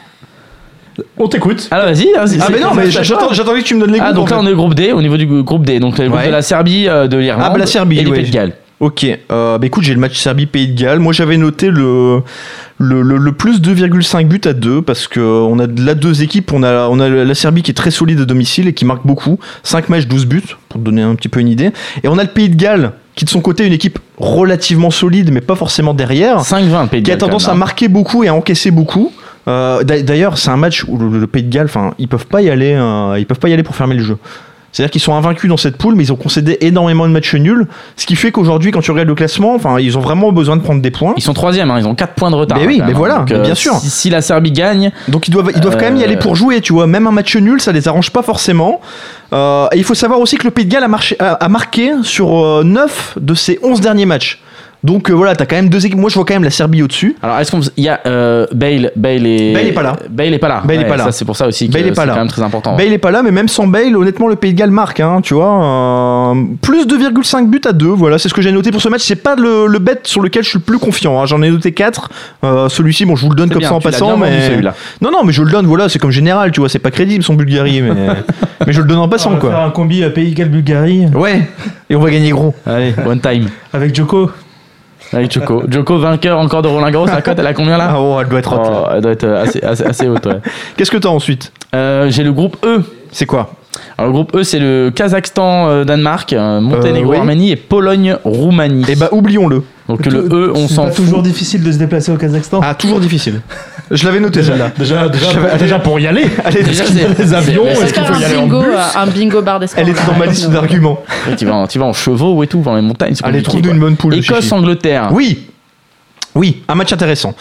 On t'écoute. Alors vas-y. hein, c'est- Ah mais c'est- non, c'est- mais c'est- j'attends- j'attendais que tu me donnes les groupes. Ah, donc en là, fait. on est au groupe D, au niveau du groupe D. Donc le groupe Ouais. de la Serbie, euh, de l'Irlande Ah, bah, la Serbie, et du ouais. Pays de Galles. Ok, euh, bah écoute, j'ai le match Serbie-Pays de Galles. Moi, j'avais noté le, le, le, le plus deux virgule cinq buts à deux parce que on a de là deux équipes. On a, on a la Serbie qui est très solide à domicile et qui marque beaucoup. cinq matchs, douze buts, pour te donner un petit peu une idée. Et on a le Pays de Galles qui, de son côté, est une équipe relativement solide, mais pas forcément derrière. cinq vingt, le Pays de Qui a Galles. quand tendance même, à hein. marquer beaucoup et à encaisser beaucoup. Euh, d'a- D'ailleurs, c'est un match où le, le Pays de Galles, enfin, ils peuvent pas y aller. euh, ils peuvent pas y aller pour fermer le jeu. C'est-à-dire qu'ils sont invaincus dans cette poule, mais ils ont concédé énormément de matchs nuls. Ce qui fait qu'aujourd'hui, quand tu regardes le classement, enfin, ils ont vraiment besoin de prendre des points. Ils sont troisième, hein, ils ont quatre points de retard. Mais oui, hein, quand mais même, voilà, donc, mais euh, bien sûr. Si, si la Serbie gagne, Donc ils doivent, ils doivent quand même y Euh, aller pour jouer, tu vois. Même un match nul, ça les arrange pas forcément. Euh, et il faut savoir aussi que le Pays de Galles a, marché, a, a marqué sur euh, neuf de ses onze derniers matchs. Donc euh, voilà, t'as quand même deux équipes. Moi, je vois quand même la Serbie au-dessus. alors est-ce qu'on il y a euh, Bale, Bale est Bale est pas là. Bale est pas là. Bale est pas là. Ça c'est pour ça aussi que Bale est c'est pas là. quand même très important. Bale est pas là, mais même sans Bale, honnêtement, le Pays de Galles marque, hein, tu vois. Euh, plus deux virgule cinq buts à deux, voilà, c'est ce que j'ai noté pour ce match. C'est pas le, le bet sur lequel je suis le plus confiant. hein. J'en ai noté quatre. Euh, celui-ci, bon, je vous le donne C'est comme bien, ça en tu l'as passant, bien vendu, mais celui-là. non, non, mais je le donne. Voilà, c'est comme général, tu vois. C'est pas crédible son Bulgarie, mais mais je le donne en On passant, va faire quoi. un combi à Pays de Galles-Bulgarie Ouais. Et on va gagner gros. Allez, one time. avec Joko. Avec Joko. Joko vainqueur encore de Roland Garros. La cote, elle a combien là Ah oh, elle doit être haute. Oh, là. elle doit être euh, assez, assez, assez haute. Ouais. Qu'est-ce que t'as ensuite? Euh, J'ai le groupe E. C'est quoi? Alors le groupe E, c'est le Kazakhstan, euh, Danemark, euh, Monténégro, Euh, oui. Arménie et Pologne, Roumanie. Eh bah oublions-le. Donc le E, on C'est s'en pas fout. toujours difficile de se déplacer au Kazakhstan. Ah, toujours difficile. Je l'avais noté celle-là. Déjà, déjà, J'avais- pour, déjà pour y aller. Allez, Déjà, est-ce qu'il y a c'est- des avions? c'est- Est-ce c'est qu'il faut y un aller en bingo, bus? euh, un bingo bar d'espoir. Elle était dans ma liste Avec nos- d'arguments. Ouais, tu, vas en, tu vas en chevaux et tout, dans les montagnes. c'est Allez, compliqué, trouve-nous quoi. une bonne poule. Écosse, Chichi. Angleterre. Oui. Oui, un match intéressant.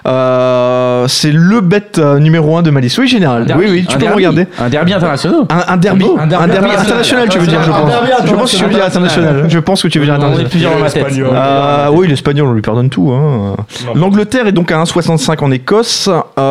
Euh, c'est le bet euh, numéro un de ma liste. Oui, général. Un derby, oui, oui, tu un peux me derby, regarder. Un derby international. Un, un derby, Un un derby derby, international. international, tu veux dire, je Un pense. derby Je pense que tu veux dire international. Je pense que tu veux dire On est international. plusieurs dans ma tête. Espagnol. Euh, oui, l'espagnol, on lui pardonne tout. hein. L'Angleterre est donc à un virgule soixante-cinq en Écosse.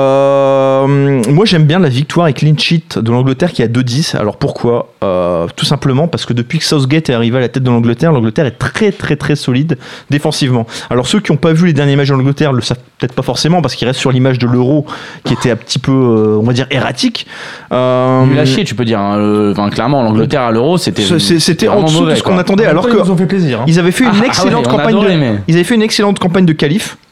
Euh, moi, j'aime bien la victoire et clean sheet de l'Angleterre qui est à deux dix. Alors pourquoi Euh, Tout simplement parce que depuis que Southgate est arrivé à la tête de l'Angleterre, l'Angleterre est très très très solide défensivement. Alors ceux qui n'ont pas vu les derniers matchs de l'Angleterre le savent peut-être pas forcément parce qu'ils restent sur l'image de l'Euro qui était un petit peu, euh, on va dire, erratique. Euh, Nul à chier, tu peux dire. hein. Le- Enfin, clairement, l'Angleterre à l'Euro, c'était. c'est- c'est- C'était en vraiment dessous mauvais, de ce qu'on quoi. attendait. Alors Ils que nous ont fait plaisir. hein. ils avaient fait une Ah, ah excellente ouais, on a campagne adoré, de, mais- ils avaient fait une excellente campagne de qualif.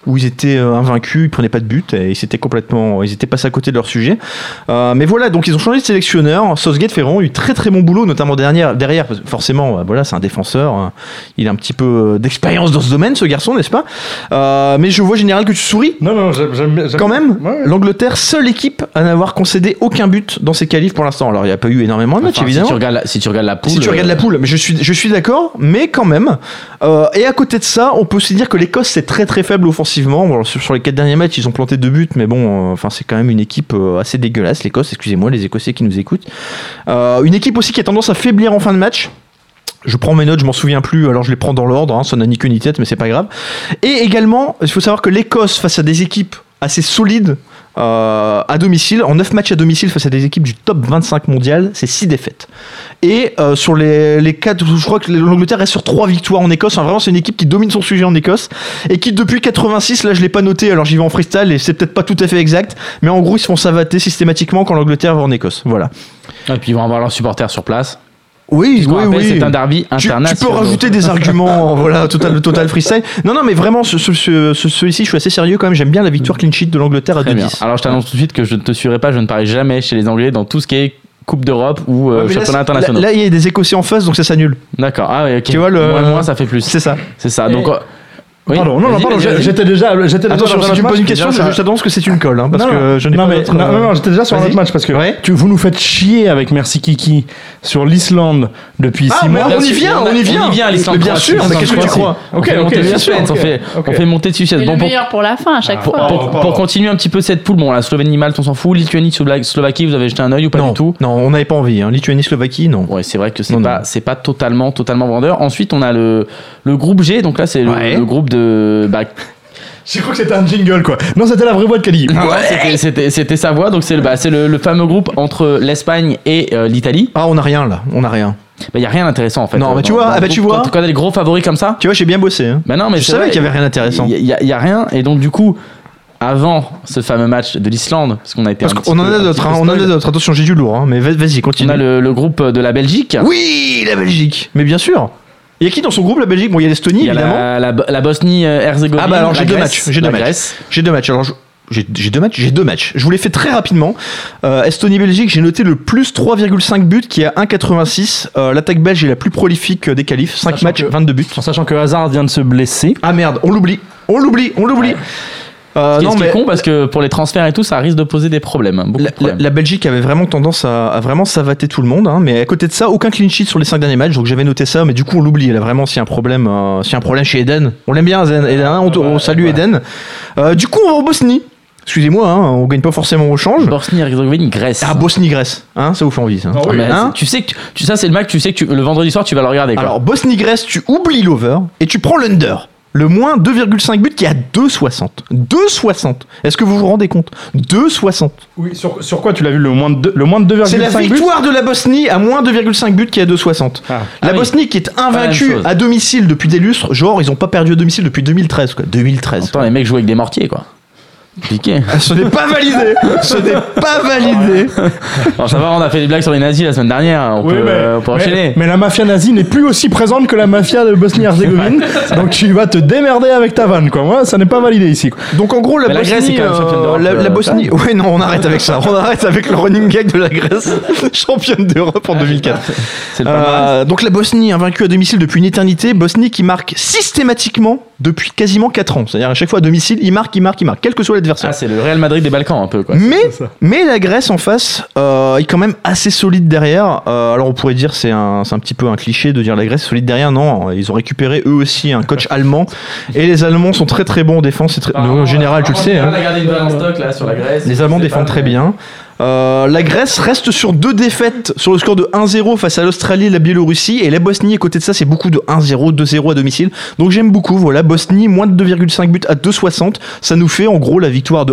où ils étaient euh, invaincus, ils prenaient pas de but et ils étaient complètement, ils étaient passés à côté de leur sujet. Euh, mais voilà, donc ils ont changé de sélectionneur. Southgate fait vraiment eu très très bon boulot, notamment derrière, derrière parce que forcément, euh, voilà, c'est un défenseur, hein. Il a un petit peu d'expérience dans ce domaine, ce garçon, n'est-ce pas? euh, Mais je vois général que tu souris. Non, non, j'aime, j'aime, j'aime quand même. Ouais. L'Angleterre, seule équipe à n'avoir concédé aucun but dans ses qualifs pour l'instant. Alors il n'y a pas eu énormément de matchs, Enfin, évidemment. Si tu regardes la, si tu regardes la poule. Si tu regardes la poule, mais je suis, je suis d'accord, mais quand même. Euh, et à côté de ça, on peut aussi dire que l'Écosse c'est très très faible offensivement. Bon, sur, sur les quatre derniers matchs, ils ont planté deux buts, mais bon, enfin euh, c'est quand même une équipe euh, assez dégueulasse. L'Écosse, excusez-moi, les Écossais qui nous écoutent. Euh, une équipe aussi qui a tendance à faiblir en fin de match. Je prends mes notes, je m'en souviens plus, alors je les prends dans l'ordre, hein, ça n'a ni queue ni tête, mais c'est pas grave. Et également, il faut savoir que l'Écosse, face à des équipes assez solides euh, à domicile, en neuf matchs à domicile face à des équipes du top vingt-cinq mondial, c'est six défaites. Et euh, sur les, les quatre, je crois que l'Angleterre reste sur trois victoires en Écosse. Enfin, vraiment, c'est une équipe qui domine son sujet en Écosse et qui, depuis quatre-vingt-six, là je l'ai pas noté, alors j'y vais en freestyle et c'est peut-être pas tout à fait exact, mais en gros, ils se font savater systématiquement quand l'Angleterre va en Écosse. Voilà. Et puis ils vont avoir leurs supporters sur place. Oui, oui, rappelle, oui. C'est un derby international. Tu, tu peux rajouter des arguments, voilà, total, total freestyle. Non, non, mais vraiment, ce, ce, ce, celui-ci, je suis assez sérieux quand même. J'aime bien la victoire clean sheet de l'Angleterre à deux dix. Alors, je t'annonce tout de suite que je ne te suivrai pas. Je ne parie jamais chez les Anglais dans tout ce qui est Coupe d'Europe ou euh, ouais, championnat là, international. Là, il y a des Écossais en face, donc ça s'annule. D'accord. Ah, ouais, ok. Tu vois, le... moins, moins, ça fait plus. C'est ça. C'est ça. Donc. Et... Euh... Oui. Pardon, non, non, pardon, vas-y, vas-y. j'étais déjà, j'étais déjà Attention, dans si un tu me poses match, une question, déjà, je, je t'annonce que c'est une colle, hein, parce non, que je n'ai non, pas mais, d'autre, non, euh... non, non, j'étais déjà sur un Vas-y. autre match parce que ouais. tu, vous nous faites chier avec Merci Kiki sur l'Islande depuis ah, six mais mois. on y vient, on y vient. On y vient à l'Islande. Mais bien sûr, mais qu'est-ce que tu crois? On fait monter le suspense, on fait, on fait monter dessus. Et Bon, le pour, meilleur pour la fin à chaque pour, fois. pour, pour continuer un petit peu cette poule, bon, la Slovénie, Malte, on s'en fout. Lituanie, Slovaquie, vous avez jeté un œil ou pas non, du tout? Non, on n'avait pas envie. Hein. Lituanie, Slovaquie, non. Ouais, c'est vrai que c'est Non, pas, non. c'est pas totalement, totalement vendeur. Ensuite, on a le, le groupe G. Donc là, c'est le, Ouais. le groupe de. Bah, J'ai cru que c'était un jingle quoi. Non, c'était la vraie voix de Kali. Ouais, c'était, c'était, c'était sa voix. Donc c'est, le, bah, c'est le, le fameux groupe entre l'Espagne et euh, l'Italie. Ah, on n'a rien là. On n'a rien. Bah, y a rien d'intéressant en fait. Non, euh, mais tu dans- vois, dans ah le bah, groupe. tu vois. Quand, quand t'as des gros favoris comme ça. Tu vois, j'ai bien bossé. Hein. Bah non, mais je c'est savais vrai, qu'il y avait rien d'intéressant. Il y, a- y a rien. Et donc du coup, avant ce fameux match de l'Islande, parce qu'on a été. Parce un qu'on petit en peu- a un petit d'autres. peu Hein, on en a spoil. d'autres. Attention, j'ai du lourd. Hein, mais vas- vas-y, On continue. a le, le groupe de la Belgique. Oui, la Belgique. Mais bien sûr. Il y a qui dans son groupe, la Belgique? Bon, il y a l'Estonie, Il y a évidemment. la, la, la Bosnie-Herzégovine. Ah bah alors la j'ai deux Grèce, matchs. J'ai deux la matchs. Grèce. J'ai deux matchs. Alors je- j'ai j'ai deux matchs. J'ai deux matchs. Je vous les fais très rapidement. Euh, Estonie-Belgique, j'ai noté le plus trois virgule cinq buts qui est à un virgule quatre-vingt-six. Euh, L'attaque belge est la plus prolifique des qualifs. cinq Sachant matchs, que- vingt-deux buts. En sachant que Hazard vient de se blesser. Ah merde, on l'oublie. On l'oublie. On l'oublie. Euh, Ce qui est- non ce qui est mais con parce que pour les transferts et tout, ça risque de poser des problèmes. Beaucoup la, de problèmes. la- la Belgique avait vraiment tendance à, à vraiment savater tout le monde, hein, mais à côté de ça, aucun clean sheet sur les cinq derniers matchs, donc j'avais noté ça, mais du coup on l'oublie. Elle a vraiment s'il y a un problème, euh, s'il y a un problème chez Eden, on l'aime bien Eden, Eden, hein, on, on salue Eden. Euh, du coup on va en Bosnie. Excusez-moi, hein, on gagne pas forcément au change. Bosnie-Herzégovine, Grèce. Ah Bosnie-Grèce, hein, ça vous fait envie ça. Ah oui. Mais Hein c'est- tu sais que tu, ça c'est le match, tu sais que tu- le vendredi soir tu vas le regarder. Quoi. Alors Bosnie-Grèce, tu oublies l'over et tu prends l'under. Le moins deux virgule cinq buts qui est à deux virgule soixante. deux virgule soixante. Est-ce que vous vous rendez compte? deux virgule soixante. Oui, sur, sur quoi tu l'as vu le moins de deux- le moins de C'est la deux virgule cinq buts? victoire de la Bosnie à moins deux virgule cinq buts qui est à deux virgule soixante. Ah. La Ah oui. Bosnie qui est la même invaincue chose. à domicile depuis des lustres, genre ils ont pas perdu à domicile depuis deux mille treize quoi. deux mille treize. Attends, les mecs jouent avec des mortiers quoi. Piqué. Ah, ce n'est pas validé. Ce n'est pas validé. Alors ça va, on a fait des blagues sur les nazis la semaine dernière. On Oui, peut, mais, euh, on peut mais- enchaîner. mais la mafia nazie n'est plus aussi présente que la mafia de Bosnie-Herzégovine. Donc tu vas te démerder avec ta vanne, quoi. Moi, ça n'est pas validé ici. quoi. Donc en gros la Mais la Bosnie, Grèce est quand même championne euh, d'Europe, la, la euh, Bosnie. Ouais non, on arrête avec ça. On arrête avec le running gag de la Grèce, championne d'Europe en deux mille quatre. C'est le palmarès. Euh, donc la Bosnie invaincue à domicile depuis une éternité, Bosnie qui marque systématiquement depuis quasiment quatre ans. C'est-à-dire à chaque fois à domicile, il marque, il marque, il marque, quel que soit l'adversaire. Ah, c'est le Real Madrid des Balkans un peu quoi. Mais, c'est ça. mais la Grèce en face euh, est quand même assez solide derrière. Euh, alors on pourrait dire c'est un, c'est un petit peu un cliché de dire la Grèce est solide derrière. Non, ils ont récupéré eux aussi un coach allemand et les Allemands sont très très bons en défense. C'est très- en général, tu le sais. hein. On a gardé une balle en stock là sur la Grèce. Les Allemands défendent très bien. Euh, la Grèce reste sur deux défaites sur le score de un zéro face à l'Australie et la Biélorussie. Et la Bosnie, à côté de ça, c'est beaucoup de un zéro, deux zéro à domicile. Donc j'aime beaucoup. Voilà, Bosnie, moins de deux virgule cinq buts à deux virgule soixante. Ça nous fait en gros la victoire de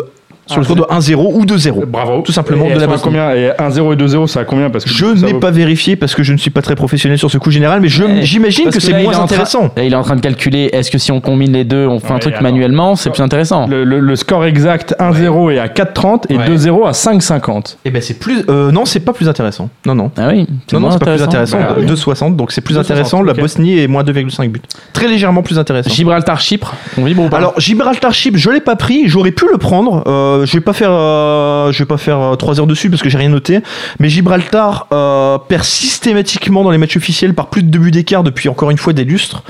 sur le score de un zéro ou deux zéro. Bravo. Tout simplement Et de la elles sont à Bosnie. combien Et un zéro et deux zéro, ça a combien parce que Je ça n'ai vaut- pas vérifié parce que je ne suis pas très professionnel sur ce coup général, mais je- Ouais, j'imagine parce que c'est là, il moins est en train- intéressant. Là, il est en train de calculer, est-ce que si on combine les deux, on fait un Ouais, truc attends. manuellement, c'est plus intéressant. Le, le- le score exact un zéro est à quatre trente et Ouais. deux zéro à cinq cinquante. Eh ben c'est plus. euh, non, c'est pas plus intéressant. Non, non. Ah oui, Non, non, moins c'est pas plus intéressant. Bah, oui. deux soixante, donc c'est plus deux soixante, intéressant. La ok. Bosnie est moins deux virgule cinq buts. Très légèrement plus intéressant. Gibraltar-Chypre, on vibre ou pas? Alors Gibraltar Chypre, je l'ai pas pris, j'aurais pu le prendre. Euh, je vais pas faire, euh, je vais pas faire euh, trois heures dessus parce que j'ai rien noté. Mais Gibraltar euh, perd systématiquement dans les matchs officiels par plus de deux buts d'écart depuis encore une fois des lustres.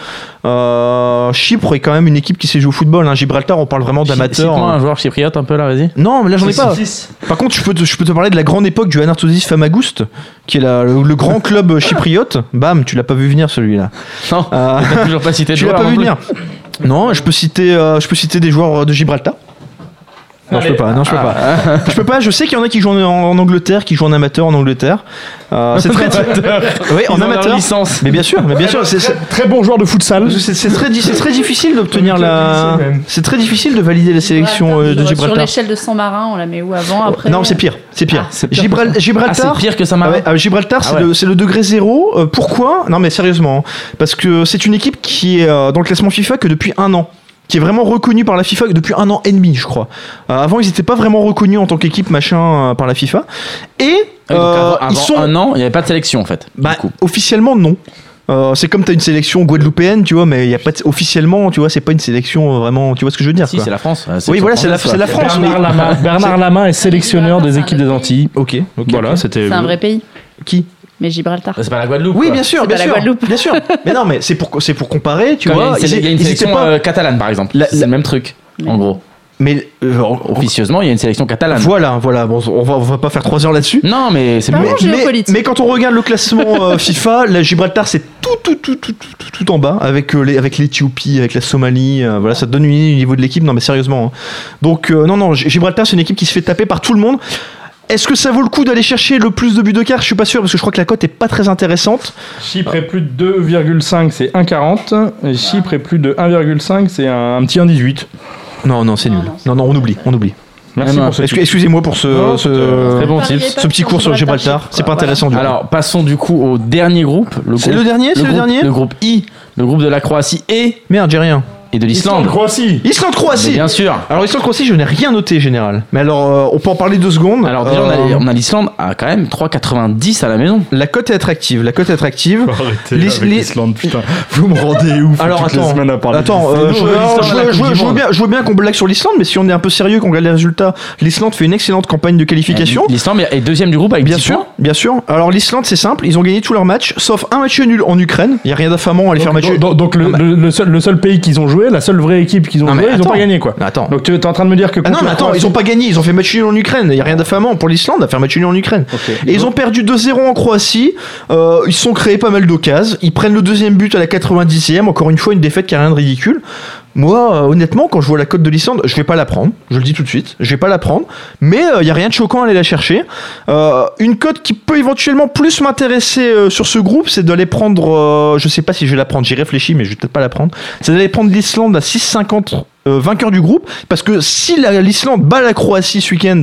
Euh, Chypre est quand même une équipe qui sait jouer au football. Hein. Gibraltar, on parle vraiment d'amateurs. Cite-moi un joueur chypriote un peu là, vas-y. Non, mais là j'en ai pas. Par contre, je peux, te, je peux te parler de la grande époque du Anartosis Famagoust, qui est la- le, le grand club chypriote. Bam, tu l'as pas vu venir celui-là. Non, Euh, t'as toujours pas cité de tu l'as joueur pas non vu plus. venir. Non, je peux citer, euh, je peux citer des joueurs de Gibraltar. Non, je peux pas. Non, je peux pas. Je peux pas. Je sais qu'il y en a qui jouent en, en Angleterre, qui jouent en amateur en Angleterre. Euh, c'est très. Oui, Ils en ont leur amateur. licence. Mais bien sûr, mais bien sûr, c'est c'est- Très bon joueur de futsal. c'est- c'est très, di- c'est très difficile d'obtenir Comme le la. lycée, même. C'est très difficile de valider la sélection euh, de Sur Gibraltar. l'échelle de San Marin, on la met où avant, après Non, c'est pire. C'est pire. c'est pire Gibral- que ça. Ah, Gibraltar. c'est pire que ça Ah m'a. ouais, ah, Gibraltar, Ah c'est ouais. le, c'est le degré zéro. Euh, pourquoi? Non, mais sérieusement. hein. Parce que c'est une équipe qui est euh, dans le classement FIFA que depuis un an. Qui est vraiment reconnue par la FIFA depuis un an et demi, je crois. Euh, avant, ils n'étaient pas vraiment reconnus en tant qu'équipe machin euh, par la FIFA. Et Ah oui, donc euh, avant, avant ils sont. un an, il n'y avait pas de sélection en fait. Bah, du coup. officiellement, non. Euh, c'est comme tu as une sélection guadeloupéenne, tu vois, mais il y a pas de- officiellement, tu vois, c'est pas une sélection euh, vraiment, tu vois ce que je veux dire. Si, quoi. c'est la France. Oui, voilà, c'est la, c'est la France. Bernard mais- Lama, Bernard Lama est sélectionneur des équipes des Antilles. Ok, ok. Voilà, c'était. C'est un vrai pays. Qui? Mais Gibraltar. C'est pas la Guadeloupe. Oui, quoi. bien sûr, C'est bien pas la sûr, Guadeloupe. bien sûr. Mais non, mais c'est pour, c'est pour comparer, tu Comme vois. il y a une, sé- il y a une ils étaient sélection pas- euh, catalane par exemple. La- c'est la- le même truc, Mais- en gros. Mais euh, en- Officieusement, il y a une sélection catalane. voilà, voilà. Bon, on va, on va pas faire trois heures là-dessus. Non, mais c'est Pardon, bon. j'ai- Mais, géopolitique. mais quand on regarde le classement euh, FIFA, la Gibraltar c'est tout, tout, tout, tout, tout, tout, tout en bas avec euh, les, avec l'Éthiopie, avec la Somalie. euh, voilà, ça te donne une idée du niveau de l'équipe. Non, mais sérieusement. hein. Donc euh, non, non, G- Gibraltar c'est une équipe qui se fait taper par tout le monde. Est-ce que ça vaut le coup d'aller chercher le plus de buts de quart? Je suis pas sûr parce que je crois que la cote est pas très intéressante. Chypre est plus de deux virgule cinq, c'est un virgule quarante. Et Chypre est plus de un virgule cinq, c'est un, un petit un virgule dix-huit. Non, non, c'est Non, nul. non, Non, non, on oublie, on oublie. Merci Emma, pour ce Excu- Excusez-moi pour ce, Non, ce, c'était très bon Pariez tips. pas ce petit cours sur Gibraltar. Chypre, C'est pas quoi. intéressant du tout. Alors, passons du coup au dernier groupe. Le C'est groupe- le dernier, c'est le groupe- dernier Le groupe I, le groupe de la Croatie et, Merde, j'ai rien. et de l'Islande. Croatie. Mais Islande-Croatie. bien sûr. Alors Islande-Croatie, je n'ai rien noté général. Mais alors, euh, on peut en parler deux secondes. Alors déjà, on a, Euh, on a l'Islande à quand même trois virgule quatre-vingt-dix à la maison. La cote est attractive. La cote est attractive. Arrêtez Les- avec les- l'Islande, putain. Vous me rendez ouf Alors toutes les attends, semaines à parler attends, de euh, l'Islande. je, Nous, alors, l'Islande je- à la Coupe je- du je veux Monde. bien, je veux bien qu'on blague sur l'Islande, mais si on est un peu sérieux, qu'on regarde les résultats, l'Islande fait une excellente campagne de qualification. L'Islande est deuxième du groupe avec Bien dix sûr, points. bien sûr. Alors l'Islande, c'est simple, ils ont gagné tous leurs matchs, sauf un match nul en Ukraine. Il y a rien d'affamant à aller faire match Donc, nul. donc- donc le, Non, mais- le- le seul, le seul pays qu'ils ont joué, la seule vraie équipe qu'ils ont Non, mais joué, ils n'ont attends. pas gagné quoi. Attends. Donc tu es en train de me dire que Ah non, contre mais la attends, Croatie- ils ont pas gagné, ils ont fait match nul en Ukraine. Il y a rien d'affamant pour l'Islande à faire match nul en Ukraine. Ok. Et ils ont perdu deux zéro en Croatie. Euh, ils se sont créés pas mal d'occasions. Ils prennent le deuxième but à la quatre-vingt-dixième. Encore une fois, une défaite qui a rien de ridicule. Moi, euh, honnêtement, quand je vois la cote de l'Islande, je vais pas la prendre. Je le dis tout de suite. Je vais pas la prendre. Mais il y a rien de choquant à aller la chercher. Euh, une cote qui peut éventuellement plus m'intéresser euh, sur ce groupe, c'est d'aller prendre. Euh, je sais pas si je vais la prendre. J'y réfléchis, mais je vais peut-être pas la prendre. C'est d'aller prendre l'Islande à six cinquante. Euh, vainqueur du groupe, parce que si la- l'Islande bat la Croatie ce week-end,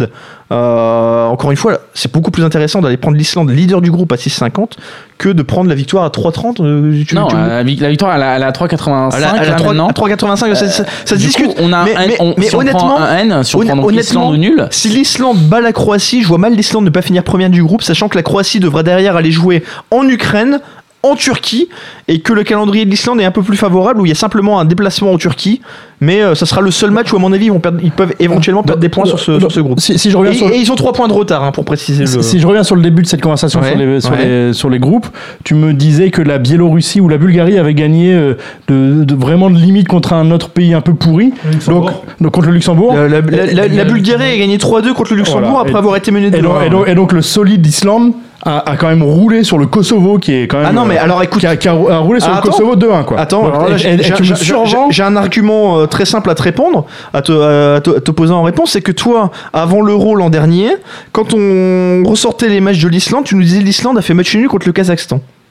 euh, encore une fois, c'est beaucoup plus intéressant d'aller prendre l'Islande leader du groupe à six cinquante que de prendre la victoire à trois trente. euh, tu- Non, tu- euh, la, vi- la victoire elle a, elle a trois virgule quatre-vingt-cinq à la- à la là, trois- maintenant. à trois virgule quatre-vingt-cinq, ça, ça- ça se Du discute. coup, on a mais, un N, mais- on, mais si on honnêtement, prend un N, si on honn- prend donc honnêtement, l'Islande ou nul, si l'Islande bat la Croatie, je vois mal l'Islande ne pas finir première du groupe, sachant que la Croatie devra derrière aller jouer en Ukraine, en Turquie, et que le calendrier de l'Islande est un peu plus favorable, où il y a simplement un déplacement en Turquie, mais euh, ça sera le seul match où, à mon avis, ils, vont perdre- ils peuvent éventuellement perdre des points sur ce, sur ce groupe. Si, si je reviens Et, sur le- et ils ont trois points de retard, hein, pour préciser le... Si, si je reviens sur le début de cette conversation Ouais, sur, les, sur, ouais. les, sur les groupes, tu me disais que la Biélorussie ou la Bulgarie avait gagné euh, de, de- vraiment de limite contre un autre pays un peu pourri, donc, donc contre le Luxembourg. La, la- la- la- la Bulgarie a gagné trois deux contre le Luxembourg Voilà. après Et- avoir été menée de Et donc, loin. et donc- et donc le solide d'Islande a, a quand même roulé sur le Kosovo qui est quand même. Ah non, mais euh, alors écoute. qui a, qui a rou- a roulé sur Ah, le attends. Kosovo deux un quoi. Attends, Donc, alors là, et- j'ai- et- et j'ai- tu me j'ai- survends. j'ai un argument euh, très simple à te répondre, à te, à te- à te poser en réponse, c'est que toi, avant l'Euro l'an dernier, quand on ressortait les matchs de l'Islande, tu nous disais l'Islande a fait match nul contre le Kazakhstan.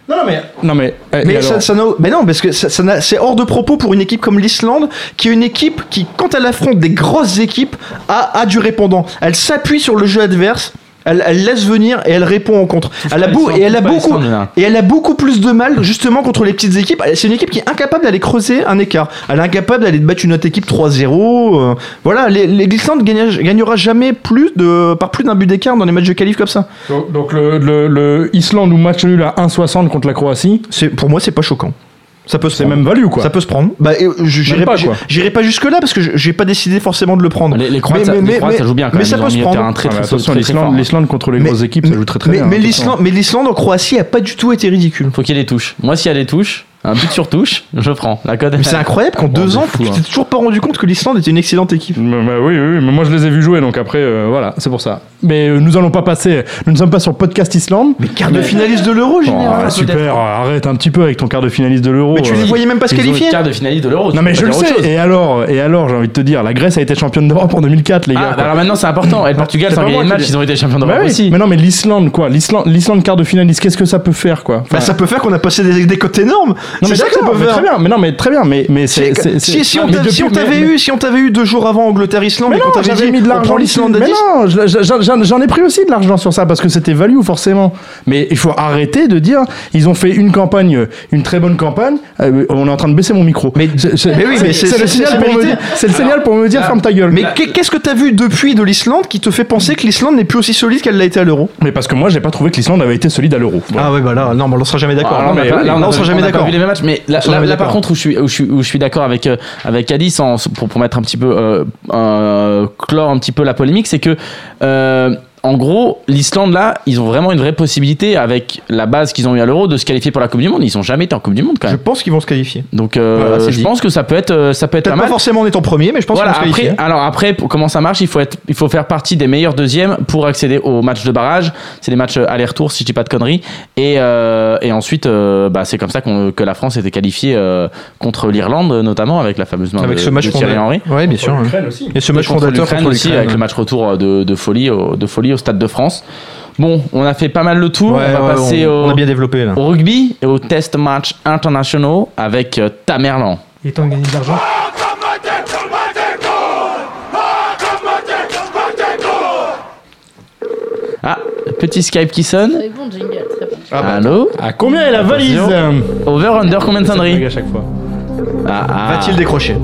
Non, non, mais. Non, mais. euh, et Mais, alors ça, ça n'a- mais non, parce que ça, ça n'a- c'est hors de propos pour une équipe comme l'Islande, qui est une équipe qui, quand elle affronte des grosses équipes, a, a du répondant. Elle s'appuie sur le jeu adverse. Elle, elle laisse venir et elle répond en contre. Elle a, beau, et elle a Pas beaucoup l'Islande, là. et elle a beaucoup plus de mal justement contre les petites équipes. C'est une équipe qui est incapable d'aller creuser un écart. Elle est incapable d'aller battre une autre équipe trois zéro. euh, voilà, les- les- l'Islande gagne- gagnera jamais plus de par plus d'un but d'écart dans les matchs de qualif comme ça. Donc, donc le, le, le Islande ou match nul à un soixante contre la Croatie, C'est pour moi c'est pas choquant. Ça peut se c'est prendre. même value quoi. Ça peut se prendre. Bah, et, euh, je- j'irai pas, pas, quoi. j'irai pas jusque là parce que je- j'ai pas décidé forcément de le prendre. Les, les Croates, Mais- ça, mais- les mais- Croates, ça mais- joue bien quand mais même. ça Ils peut ont se mis un prendre. terrain très Ah, mais très, attention, très, très l'Islande, fort. l'Islande contre les Mais- grosses équipes, ça joue très très mais, bien. mais attention. l'Islande, mais l'Islande en Croatie a pas du tout été ridicule. Faut qu'il y ait des touches. Moi, s'il y a des touches, un but sur touche, je prends. La cote. Mais c'est incroyable qu'en Bon, deux c'est ans, fou, tu hein. t'es toujours pas rendu compte que l'Islande était une excellente équipe. Bah, bah oui, oui, mais moi je les ai vus jouer, donc après, euh, voilà, c'est pour ça. Mais euh, nous allons pas passer, nous ne sommes pas sur le podcast Islande. Mais quart de finaliste de l'Euro, Oh, général. super, arrête un petit peu avec ton quart de finaliste de l'Euro. Mais tu euh. les voyais même pas se Ils ont qualifier. une quart de finaliste de l'Euro. Non tu mais peux je pas le dire autre sais. chose. Et alors, et alors, j'ai envie de te dire, la Grèce a été championne d'Europe en deux mille quatre, les gars. Ah, quoi. alors maintenant c'est important. Et le Portugal, c'est sans pas gagner moi le qui match, dis- ils ont été champions Bah d'Europe oui, aussi. mais non, mais l'Islande, quoi. L'Islande, l'Islande quart de finaliste, qu'est-ce que ça peut faire, quoi? Bah, Enfin, ça peut faire qu'on a passé des, des cotes énormes. non, C'est mais ça que ça d'accord, peut mais faire. très bien. Mais non, mais très bien. Mais mais c'est C'est- c'est- si, c'est- si on mais t'a- depuis- si on t'avait mais- eu, si on t'avait eu deux jours avant Angleterre-Islande, Mais et qu'on non, t'avait j'avais dit mis de on l'argent prend dessus. l'Islande à Mais dix, non, je- je- j'en j'en ai pris aussi de l'argent sur ça parce que c'était value forcément. Mais il faut arrêter de dire ils ont fait une campagne, une très bonne campagne. Euh, on est en train de baisser mon micro. Mais- c'est c'est- mais oui, mais c'est- c'est- c'est le c'est- signal c'est pour me mérité. dire, c'est le signal pour me dire ferme ta gueule. Mais Mais, qu'est- qu'est-ce que t'as vu depuis de l'Islande qui te fait penser que l'Islande n'est plus aussi solide qu'elle l'a été à l'Euro? mais parce que moi j'ai pas trouvé que l'Islande avait été solide à l'Euro. Voilà. Ah ouais, bah là, non, mais on sera jamais d'accord. Alors, Non, on a mais pas- oui, là, on là, a on sera pas- jamais on a pas d'accord. vu les mêmes matchs, mais là, On sera là- jamais là, par d'accord. contre où je suis, où je suis, où je suis d'accord avec euh, avec Adi, sans pour, pour mettre un petit peu euh, euh, clore un petit peu la polémique, c'est que euh, en gros, l'Islande là, ils ont vraiment une vraie possibilité avec la base qu'ils ont eu à l'Euro de se qualifier pour la Coupe du Monde. Ils ont jamais été en Coupe du Monde quand Je même. pense qu'ils vont se qualifier. Donc euh, Voilà, c'est je dit. pense que ça peut être euh, ça peut être pas Peut-être pas mal. forcément en étant premier, mais je pense Voilà, qu'ils vont se après, qualifier. alors après, pour comment ça marche, il faut, être, il faut faire partie des meilleurs deuxièmes pour accéder au match de barrage. C'est des matchs aller-retour, si je dis pas de conneries. Et, euh, et ensuite, euh, bah, c'est comme ça qu'on- que la France était qualifiée euh, contre l'Irlande, notamment, avec la fameuse main Avec de, ce match de Thierry fondateur. Henry. Ouais, bien sûr. hein. L'Ukraine aussi. Et ce Et match contre fondateur l'Ukraine contre aussi, l'Ukraine. avec le match retour de, de, folie au, de folie au Stade de France. Bon, on a fait pas mal le tour. Ouais, on va ouais, passer on, au, on a bien développé là. au rugby et aux test matchs internationaux avec euh, Tamerlan. Il est temps de gagner de l'argent. Ah, petit Skype qui sonne. Très bon jingle, très bon. Ah bah, Allô. À combien est la valise? Attention. Over, under, combien de Ça blague sonneries à chaque fois. ah, ah. Va-t-il décrocher?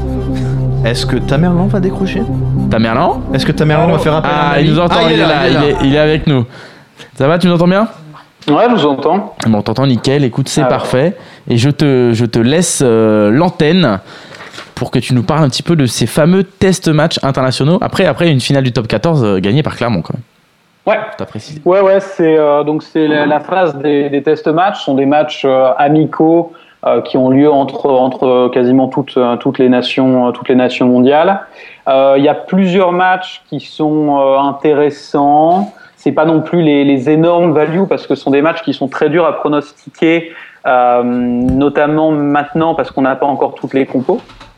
Est-ce que Tamerlan va décrocher? Tamerlan. Est-ce que Tamerlan va faire appel à un Ah, il ami? nous entend, Ah, il, est là, il est, il est avec nous. Ça va, tu nous entends bien? Ouais, je vous entends. Bon, on t'entend nickel, écoute, c'est Ah, parfait. Et je te, je te laisse euh, l'antenne pour que tu nous parles un petit peu de ces fameux test matchs internationaux. Après, après une finale du top quatorze euh, gagnée par Clermont, quand même. Ouais. T'as précisé. Ouais, ouais, c'est euh, donc c'est la, la phase des, des test matchs, sont des matchs euh, amicaux euh, qui ont lieu entre entre quasiment toutes euh, toutes les nations euh, toutes les nations mondiales. Euh, Il y a plusieurs matchs qui sont euh, intéressants. C'est pas non plus les, les énormes values parce que ce sont des matchs qui sont très durs à pronostiquer, euh, notamment maintenant parce qu'on n'a pas encore toutes les compos.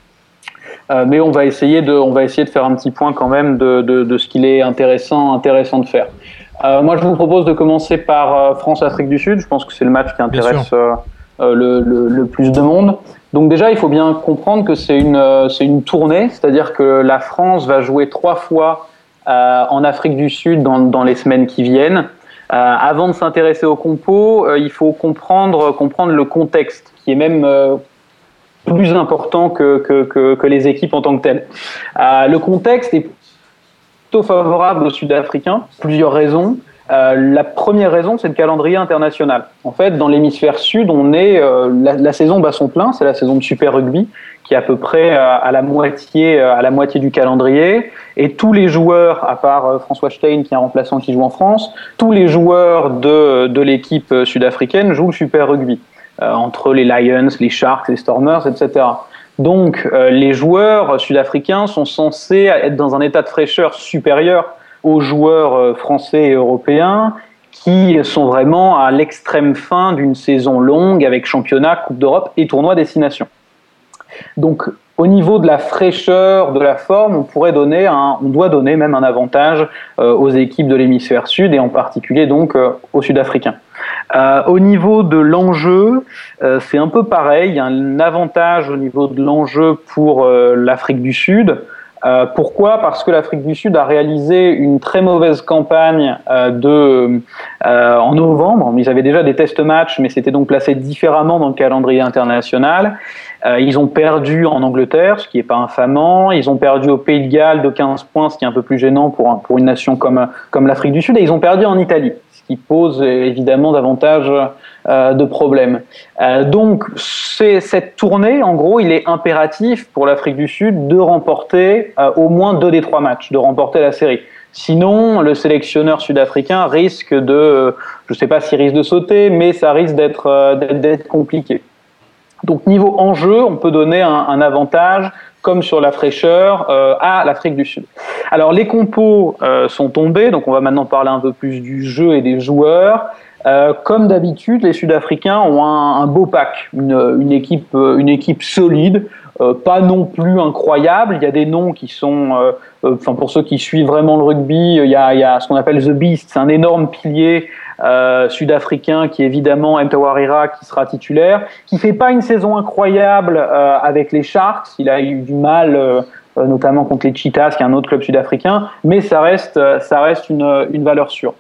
Euh, mais on va essayer de, on va essayer de faire un petit point quand même de, de, de ce qu'il est intéressant, intéressant de faire. Euh, moi, je vous propose de commencer par euh, France-Afrique du Sud. Je pense que c'est le match qui intéresse euh, euh, le, le, le plus de monde. Donc déjà, il faut bien comprendre que c'est une, euh, c'est une tournée, c'est-à-dire que la France va jouer trois fois euh, en Afrique du Sud dans, dans les semaines qui viennent. Euh, avant de s'intéresser aux compos, euh, il faut comprendre, comprendre le contexte, qui est même euh, plus important que, que, que, que les équipes en tant que telles. Euh, le contexte est plutôt favorable aux Sud-Africains, plusieurs raisons. Euh, la première raison, c'est le calendrier international. En fait, dans l'hémisphère sud, on est euh, la, la saison bat son plein, c'est la saison de Super Rugby qui est à peu près euh, à la moitié euh, à la moitié du calendrier, et tous les joueurs, à part euh, François Stein qui est un remplaçant qui joue en France, tous les joueurs de de l'équipe sud-africaine jouent le Super Rugby. Euh, entre les Lions, les Sharks, les Stormers, et cetera. Donc, euh, les joueurs sud-africains sont censés être dans un état de fraîcheur supérieur aux joueurs euh, français et européens qui sont vraiment à l'extrême fin d'une saison longue avec championnat, Coupe d'Europe et tournoi destination. Donc, au niveau de la fraîcheur, de la forme, on pourrait donner un, on doit donner même un avantage euh, aux équipes de l'hémisphère sud et en particulier donc euh, aux Sud-Africains. Euh, au niveau de l'enjeu, euh, c'est un peu pareil. Il y a un avantage au niveau de l'enjeu pour euh, l'Afrique du Sud. Euh, pourquoi ? Parce que l'Afrique du Sud a réalisé une très mauvaise campagne euh, de, euh, en novembre. Ils avaient déjà des test matchs, mais c'était donc placé différemment dans le calendrier international. Euh, ils ont perdu en Angleterre, ce qui n'est pas infamant. Ils ont perdu au Pays de Galles de quinze points, ce qui est un peu plus gênant pour, un, pour une nation comme, comme l'Afrique du Sud. Et ils ont perdu en Italie, ce qui pose évidemment davantage euh, de problèmes. Euh, donc, c'est, cette tournée, en gros, il est impératif pour l'Afrique du Sud de remporter euh, au moins deux des trois matchs, de remporter la série. Sinon, le sélectionneur sud-africain risque de, je ne sais pas s'il risque de sauter, mais ça risque d'être, euh, d'être, d'être compliqué. Donc, niveau enjeu, on peut donner un, un avantage, comme sur la fraîcheur, euh, à l'Afrique du Sud. Alors, les compos euh, sont tombés, donc on va maintenant parler un peu plus du jeu et des joueurs. Euh, comme d'habitude, les Sud-Africains ont un, un beau pack, une, une, équipe, une équipe solide, euh, pas non plus incroyable. Il y a des noms qui sont, euh, euh, enfin pour ceux qui suivent vraiment le rugby, il y a, il y a ce qu'on appelle The Beast, c'est un énorme pilier euh, sud-africain qui est évidemment M. Tawarira qui sera titulaire, qui fait pas une saison incroyable euh, avec les Sharks. Il a eu du mal. Euh, notamment contre les Cheetahs, qui est un autre club sud-africain, mais ça reste, ça reste une, une valeur sûre.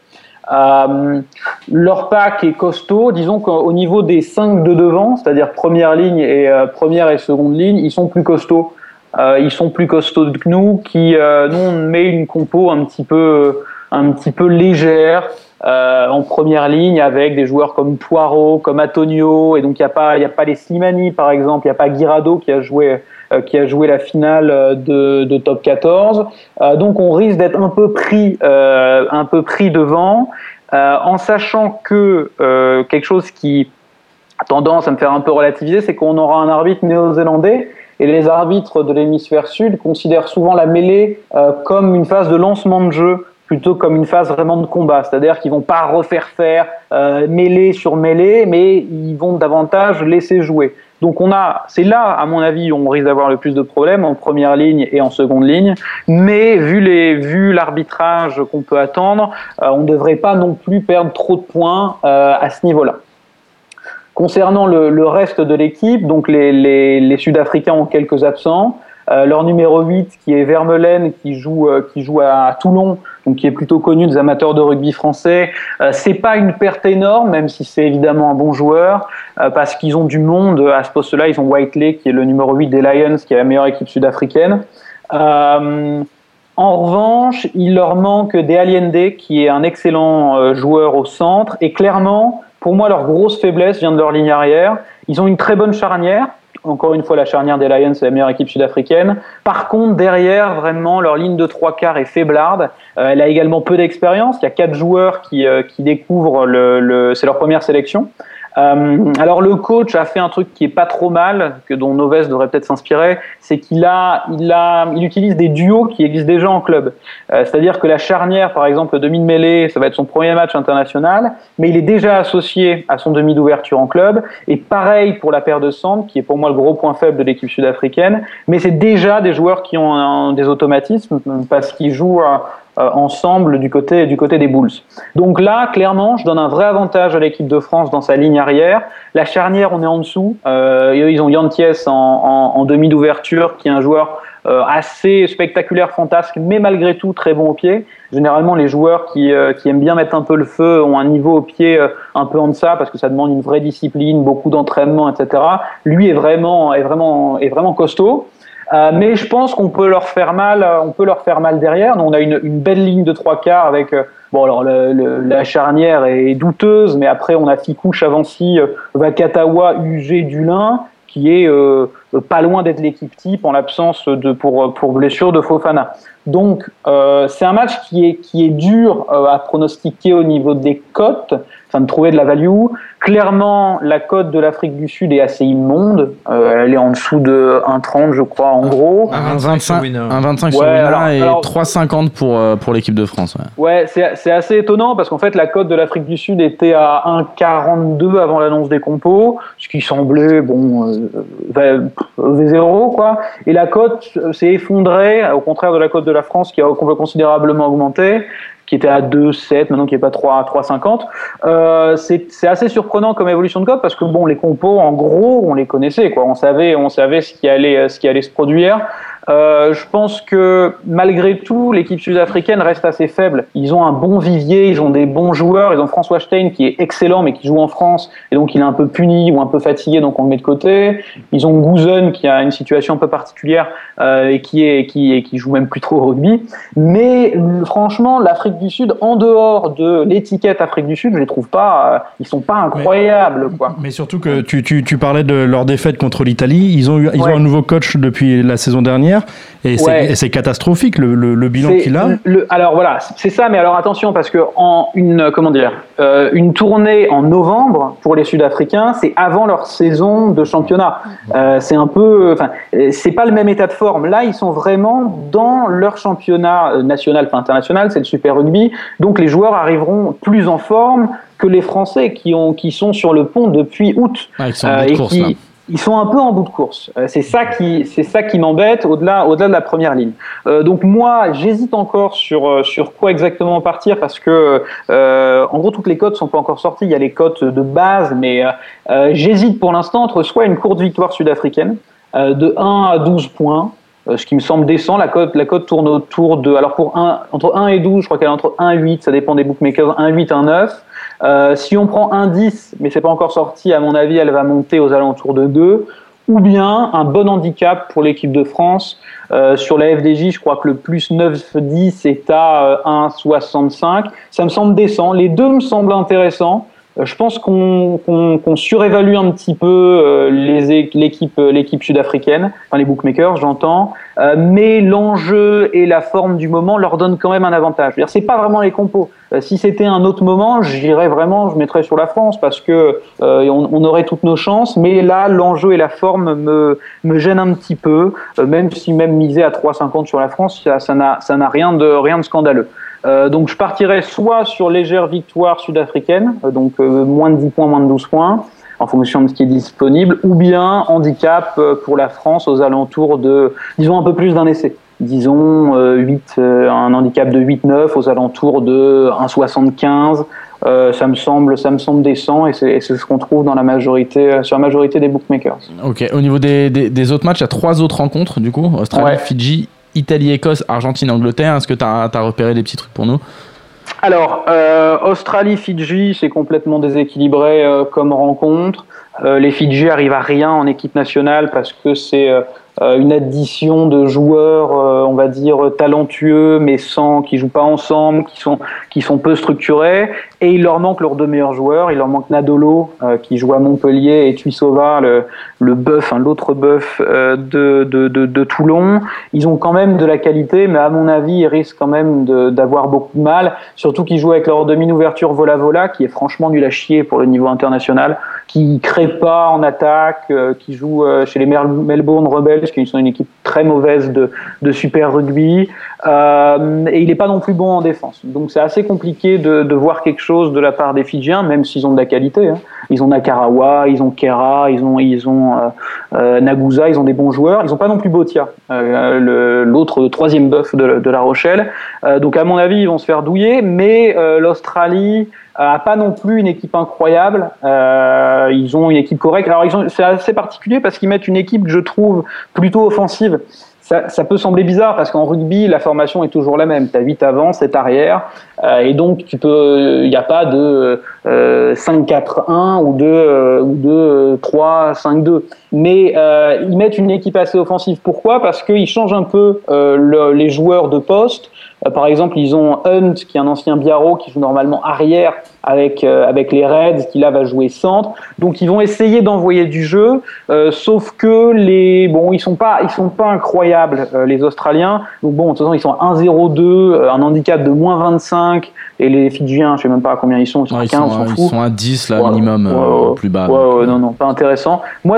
Euh, leur pack est costaud, disons qu'au niveau des cinq de devant, c'est-à-dire première ligne et euh, première et seconde ligne, ils sont plus costauds. Euh, ils sont plus costauds que nous, qui euh, nous on met une compo un petit peu, un petit peu légère. Euh, en première ligne avec des joueurs comme Poirot, comme Antonio, et donc il n'y a pas, il y a pas les Slimani par exemple, il n'y a pas Guirado qui a joué, euh, qui a joué la finale de, de Top quatorze. Euh, donc on risque d'être un peu pris, euh, un peu pris devant, euh, en sachant que euh, quelque chose qui a tendance à me faire un peu relativiser, c'est qu'on aura un arbitre néo-zélandais. Et les arbitres de l'hémisphère sud considèrent souvent la mêlée euh, comme une phase de lancement de jeu, plutôt comme une phase vraiment de combat, c'est-à-dire qu'ils vont pas refaire faire euh, mêlée sur mêlée, mais ils vont davantage laisser jouer. Donc on a, c'est là, à mon avis, où on risque d'avoir le plus de problèmes en première ligne et en seconde ligne. Mais vu les, vu l'arbitrage qu'on peut attendre, euh, on ne devrait pas non plus perdre trop de points euh, à ce niveau-là. Concernant le, le reste de l'équipe, donc les, les, les Sud-Africains ont quelques absents. Euh, leur numéro huit, qui est Vermeulen, qui joue, euh, qui joue à Toulon, donc qui est plutôt connu des amateurs de rugby français. Euh, c'est pas une perte énorme, même si c'est évidemment un bon joueur, euh, parce qu'ils ont du monde à ce poste-là. Ils ont Whiteley, qui est le numéro huit des Lions, qui est la meilleure équipe sud-africaine. Euh, en revanche, il leur manque De Allende, qui est un excellent euh, joueur au centre, et clairement, pour moi, leur grosse faiblesse vient de leur ligne arrière. Ils ont une très bonne charnière. Encore une fois, la charnière des Lions, c'est la meilleure équipe sud-africaine. Par contre, derrière, vraiment, leur ligne de trois quarts est faiblarde. Euh, elle a également peu d'expérience. Il y a quatre joueurs qui, euh, qui découvrent le, le, c'est leur première sélection. Euh, alors le coach a fait un truc qui est pas trop mal, que dont Noves devrait peut-être s'inspirer, c'est qu'il a, il a, il utilise des duos qui existent déjà en club. Euh, c'est-à-dire que la charnière, par exemple, le demi de mêlée, ça va être son premier match international, mais il est déjà associé à son demi d'ouverture en club. Et pareil pour la paire de centre, qui est pour moi le gros point faible de l'équipe sud-africaine. Mais c'est déjà des joueurs qui ont un, des automatismes parce qu'ils jouent à, Euh, ensemble du côté, du côté des Bulls. Donc là, clairement, je donne un vrai avantage à l'équipe de France dans sa ligne arrière. La charnière, on est en dessous. Euh, ils ont Yanties en, en, en demi d'ouverture, qui est un joueur euh, assez spectaculaire, fantasque, mais malgré tout très bon au pied. Généralement, les joueurs qui, euh, qui aiment bien mettre un peu le feu ont un niveau au pied euh, un peu en deçà, parce que ça demande une vraie discipline, beaucoup d'entraînement, et cetera. Lui est vraiment, est vraiment, est vraiment costaud. Euh, mais je pense qu'on peut leur faire mal, on peut leur faire mal derrière. Nous, on a une, une belle ligne de trois quarts avec, euh, bon alors le, le, la charnière est douteuse, mais après on a Fikou, Chavancy, euh, Vakatawa, U G, Dulin, qui est euh, pas loin d'être l'équipe type en l'absence de pour pour blessure de Fofana. Donc euh, c'est un match qui est qui est dur euh, à pronostiquer au niveau des cotes, enfin de trouver de la value. Clairement, la cote de l'Afrique du Sud est assez immonde. Euh, elle est en dessous de un virgule trente, je crois, en gros. un virgule vingt-cinq un vingt-cinq sur ouais, Winner alors, et alors, trois virgule cinquante pour, pour l'équipe de France. Ouais, ouais c'est, c'est assez étonnant parce qu'en fait, la cote de l'Afrique du Sud était à un virgule quarante-deux avant l'annonce des compos, ce qui semblait, bon, euh, V zéro, quoi. Et la cote s'est effondrée, au contraire de la cote de la France qui a considérablement augmenté. qui était à deux sept, maintenant qui est pas trois cinquante. Euh, c'est, c'est assez surprenant comme évolution de cote parce que bon, les compos, en gros, on les connaissait, quoi. On savait, on savait ce qui allait, ce qui allait se produire. Euh, je pense que malgré tout, l'équipe sud-africaine reste assez faible. Ils ont un bon vivier, ils ont des bons joueurs. Ils ont François Steyn qui est excellent mais qui joue en France et donc il est un peu puni ou un peu fatigué, donc on le met de côté. Ils ont Gouzen qui a une situation un peu particulière euh, et qui est qui et qui joue même plus trop au rugby. Mais franchement, l'Afrique du Sud, en dehors de l'étiquette Afrique du Sud, je les trouve pas. Euh, ils sont pas incroyables, mais, quoi. Mais surtout que tu tu tu parlais de leur défaite contre l'Italie. Ils ont eu ils ouais. ont un nouveau coach depuis la saison dernière. Et c'est, ouais. et c'est catastrophique le, le, le bilan c'est qu'il a. Le, alors voilà, c'est ça, mais alors attention parce que en une comment dire, euh, une tournée en novembre pour les Sud-Africains, c'est avant leur saison de championnat. Euh, c'est un peu, enfin, c'est pas le même état de forme. Là, ils sont vraiment dans leur championnat national, enfin international, c'est le Super Rugby. Donc les joueurs arriveront plus en forme que les Français qui ont, qui sont sur le pont depuis août. Ah, ils sont en bout de euh, course qui, là. Ils sont un peu en bout de course. Euh, c'est ça qui, c'est ça qui m'embête au-delà, au-delà de la première ligne. Euh, donc moi, j'hésite encore sur euh, sur quoi exactement partir parce que euh, en gros toutes les cotes sont pas encore sorties. Il y a les cotes de base, mais euh, euh, j'hésite pour l'instant entre soit une courte victoire sud-africaine euh, de un à douze points. Euh, ce qui me semble décent. La cote, la cote tourne autour de, alors pour un, entre un et douze, je crois qu'elle est entre un et huit, ça dépend des bookmakers, un huit, un neuf. Euh, si on prend un dix, mais c'est pas encore sorti, à mon avis, elle va monter aux alentours de deux. Ou bien un bon handicap pour l'équipe de France. Euh, sur la F D J, je crois que le plus neuf dix est à euh, un soixante-cinq. Ça me semble décent. Les deux me semblent intéressants. Je pense qu'on, qu'on, qu'on surévalue un petit peu euh, les, l'équipe, l'équipe sud-africaine, enfin les bookmakers, j'entends, euh, mais l'enjeu et la forme du moment leur donnent quand même un avantage. C'est-à-dire, c'est pas vraiment les compos. Euh, si c'était un autre moment, j'irais vraiment, je mettrais sur la France parce que euh, on, on aurait toutes nos chances. Mais là, l'enjeu et la forme me, me gênent un petit peu, euh, même si même miser à trois cinquante sur la France, ça, ça n'a, ça n'a rien de, rien de scandaleux. Euh, donc je partirais soit sur légère victoire sud-africaine, euh, donc euh, moins de dix points, moins de douze points, en fonction de ce qui est disponible, ou bien handicap euh, pour la France aux alentours de, disons un peu plus d'un essai. Disons euh, huit, euh, un handicap de huit neuf aux alentours de un soixante-quinze. Euh, ça me semble, ça me semble décent et c'est, et c'est ce qu'on trouve dans la majorité, sur la majorité des bookmakers. Ok. Au niveau des, des, des autres matchs, il y a trois autres rencontres du coup. Australie, ouais. Fidji, Italie, Écosse, Argentine, Angleterre. Est-ce que tu as repéré des petits trucs pour nous ? Alors, euh, Australie, Fidji, c'est complètement déséquilibré euh, comme rencontre. Euh, les Fidji arrivent à rien en équipe nationale parce que c'est euh, une addition de joueurs, euh, on va dire talentueux, mais sans, qui jouent pas ensemble, qui sont, qui sont peu structurés. Et il leur manque leurs deux meilleurs joueurs. Il leur manque Nadolo, euh, qui joue à Montpellier, et Tuisova, le, le bœuf, hein, l'autre bœuf euh, de, de, de, de Toulon. Ils ont quand même de la qualité, mais à mon avis, ils risquent quand même de, d'avoir beaucoup de mal. Surtout qu'ils jouent avec leur demi-ouverture Vola-Vola, qui est franchement nul à chier pour le niveau international, qui crée pas en attaque, euh, qui joue euh, chez les Melbourne Rebels, qui sont une équipe très mauvaise de, de Super Rugby, euh, et il n'est pas non plus bon en défense. Donc c'est assez compliqué de, de voir quelque chose de la part des Fidjiens, même s'ils ont de la qualité. Hein. Ils ont Nakarawa, ils ont Kera, ils ont, ils ont euh, euh, Nagusa, ils ont des bons joueurs. Ils n'ont pas non plus Botia, euh, le, l'autre, le troisième bœuf de, de La Rochelle. Euh, donc à mon avis, ils vont se faire douiller, mais euh, l'Australie a pas non plus une équipe incroyable. Euh, ils ont une équipe correcte. Alors ils ont, c'est assez particulier parce qu'ils mettent une équipe que je trouve plutôt offensive. Ça, ça peut sembler bizarre parce qu'en rugby, la formation est toujours la même. Tu as huit avant, sept arrière, euh, et donc tu peux, il n'y a pas de euh, cinq quatre un ou de euh, ou de trois cinq deux. Mais euh, ils mettent une équipe assez offensive. Pourquoi ? Parce qu'ils changent un peu euh, le, les joueurs de poste. Euh, par exemple, ils ont Hunt, qui est un ancien Biarro, qui joue normalement arrière avec euh, avec les Reds, qui là va jouer centre. Donc ils vont essayer d'envoyer du jeu, euh, sauf que les bon, ils sont pas ils sont pas incroyables euh, les Australiens. Donc bon, de toute façon, ils sont à un zéro deux, euh, un handicap de moins vingt-cinq, et les Fidjiens, je sais même pas à combien ils sont, ils sont ouais, à quinze, ils sont, on s'en fout. Ils sont à dix là, ouais, minimum, ouais, euh, ouais, plus bas. Ouais, donc, ouais, non non, pas intéressant. Moi, ce qui va m'intéresser,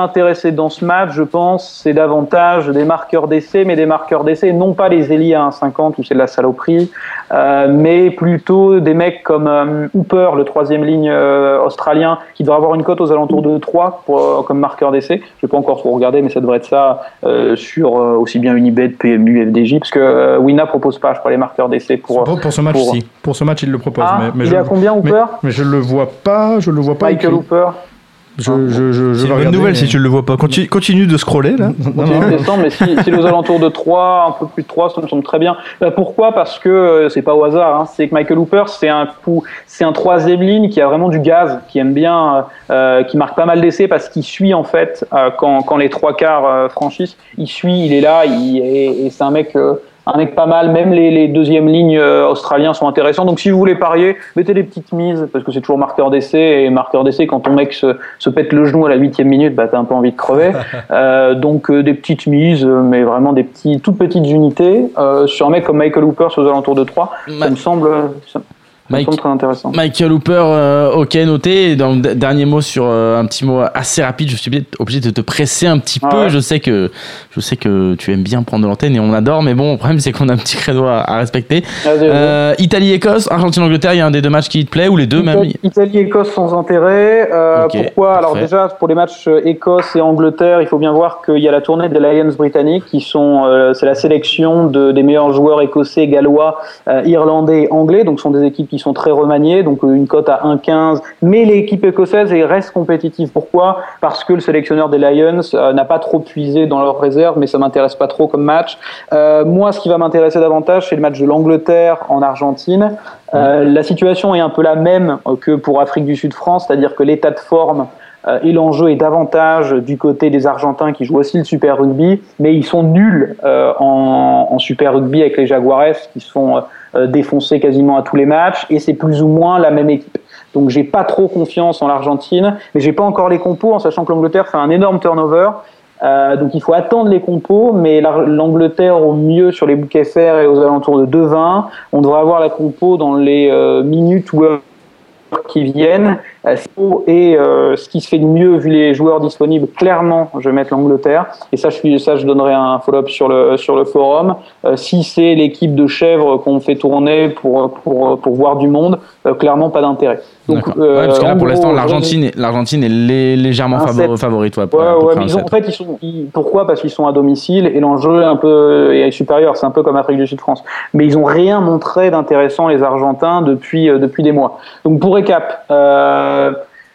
intéresser dans ce match, je pense, c'est davantage des marqueurs d'essai, mais des marqueurs d'essai, non pas les Eli à un cinquante où c'est de la saloperie, euh, mais plutôt des mecs comme euh, Hooper, le troisième ligne euh, australien, qui devrait avoir une cote aux alentours de trois pour, euh, comme marqueur d'essai. Je vais pas encore trop regarder, mais ça devrait être ça euh, sur euh, aussi bien Unibet, P M U, F D J, parce que euh, Wina propose pas, je crois, les marqueurs d'essai pour, pour, pour ce match pour... si. Pour ce match, il le propose. Ah, mais, mais il je, est à combien, Hooper? mais, mais je le vois pas, je le vois pas. Michael écrit. Hooper. Je, je, je, je C'est vais une bonne regarder, nouvelle mais... si tu le vois pas. Continue, continue de scroller là. Non, Continue non. de descendre, mais si, si aux alentours de trois, un peu plus de trois, ça me semble très bien. Euh, pourquoi? Parce que euh, c'est pas au hasard. Hein. C'est que Michael Hooper, c'est un coup, c'est un troisième ligne qui a vraiment du gaz, qui aime bien, euh, qui marque pas mal d'essais parce qu'il suit en fait euh, quand, quand les trois quarts euh, franchissent. Il suit, il est là, il, et, et c'est un mec. Euh, Un mec pas mal, même les, les deuxièmes lignes euh, australiens sont intéressants. Donc si vous voulez parier, mettez des petites mises, parce que c'est toujours marqueur d'essai, et marqueur d'essai, quand ton mec se, se pète le genou à la huitième minute, bah t'as un peu envie de crever. euh, donc euh, des petites mises, mais vraiment des petits, toutes petites unités. Euh, sur un mec comme Michael Hooper, sur aux alentours de trois, Ma- ça me semble... Ça... Mike- Ça me semble très intéressant. Michael Hooper, euh, ok, noté. Et dans le d- dernier mot sur euh, un petit mot assez rapide, je suis obligé- obligé de te presser un petit Ah peu. ouais. Je sais que je sais que tu aimes bien prendre de l'antenne et on adore, mais bon, le problème c'est qu'on a un petit créneau à, à respecter. Vas-y, vas-y. Euh, Italie-Écosse, Argentine-Angleterre, il y a un des deux matchs qui te plaît ou les deux même. Italie- Italie-Écosse sans intérêt. Euh, Ok, pourquoi? Alors parfait. déjà, pour les matchs euh, Écosse et Angleterre, il faut bien voir qu'il y a la tournée des Lions britanniques, qui sont, euh, c'est la sélection de, des meilleurs joueurs écossais, gallois, euh, irlandais et anglais. Donc, ce sont des équipes qui sont très remaniées. Donc, euh, une cote à un quinze. Mais l'équipe écossaise elle reste compétitive. Pourquoi? Parce que le sélectionneur des Lions euh, n'a pas trop puisé dans leurs réserves, mais ça m'intéresse pas trop comme match. Euh, moi, ce qui va m'intéresser davantage, c'est le match de l'Angleterre en Argentine. Euh, la situation est un peu la même que pour Afrique du Sud-France, c'est-à-dire que l'état de forme euh, et l'enjeu est davantage du côté des Argentins qui jouent aussi le Super Rugby, mais ils sont nuls euh, en, en Super Rugby avec les Jaguares qui se font euh, défoncer quasiment à tous les matchs, et c'est plus ou moins la même équipe. Donc j'ai pas trop confiance en l'Argentine, mais j'ai pas encore les compos, en sachant que l'Angleterre fait un énorme turnover. Euh, donc il faut attendre les compos, mais la- l'Angleterre au mieux sur les bouquets F R et aux alentours de deux vingt. On devrait avoir la compo dans les euh, minutes ou heures qui viennent. Euh, et euh, ce qui se fait de mieux vu les joueurs disponibles, clairement, je vais mettre l'Angleterre. Et ça, je suis, ça, je donnerai un follow-up sur le sur le forum. Euh, si c'est l'équipe de chèvres qu'on fait tourner pour pour pour voir du monde, euh, clairement pas d'intérêt. Donc, D'accord. euh, Ouais, parce que là, en pour gros, l'instant, je- l'Argentine est, l'Argentine est lé- légèrement Un favori, sept. favorite. Ouais, pour- Ouais, à peu ouais, près mais un ils ont, sept. en fait, ils sont, ils- pourquoi? Parce qu'ils sont à domicile et l'enjeu est un peu est supérieur. C'est un peu comme Afrique du Sud-France. Mais ils ont rien montré d'intéressant, les Argentins, depuis, euh, depuis des mois. Donc, pour récap, euh,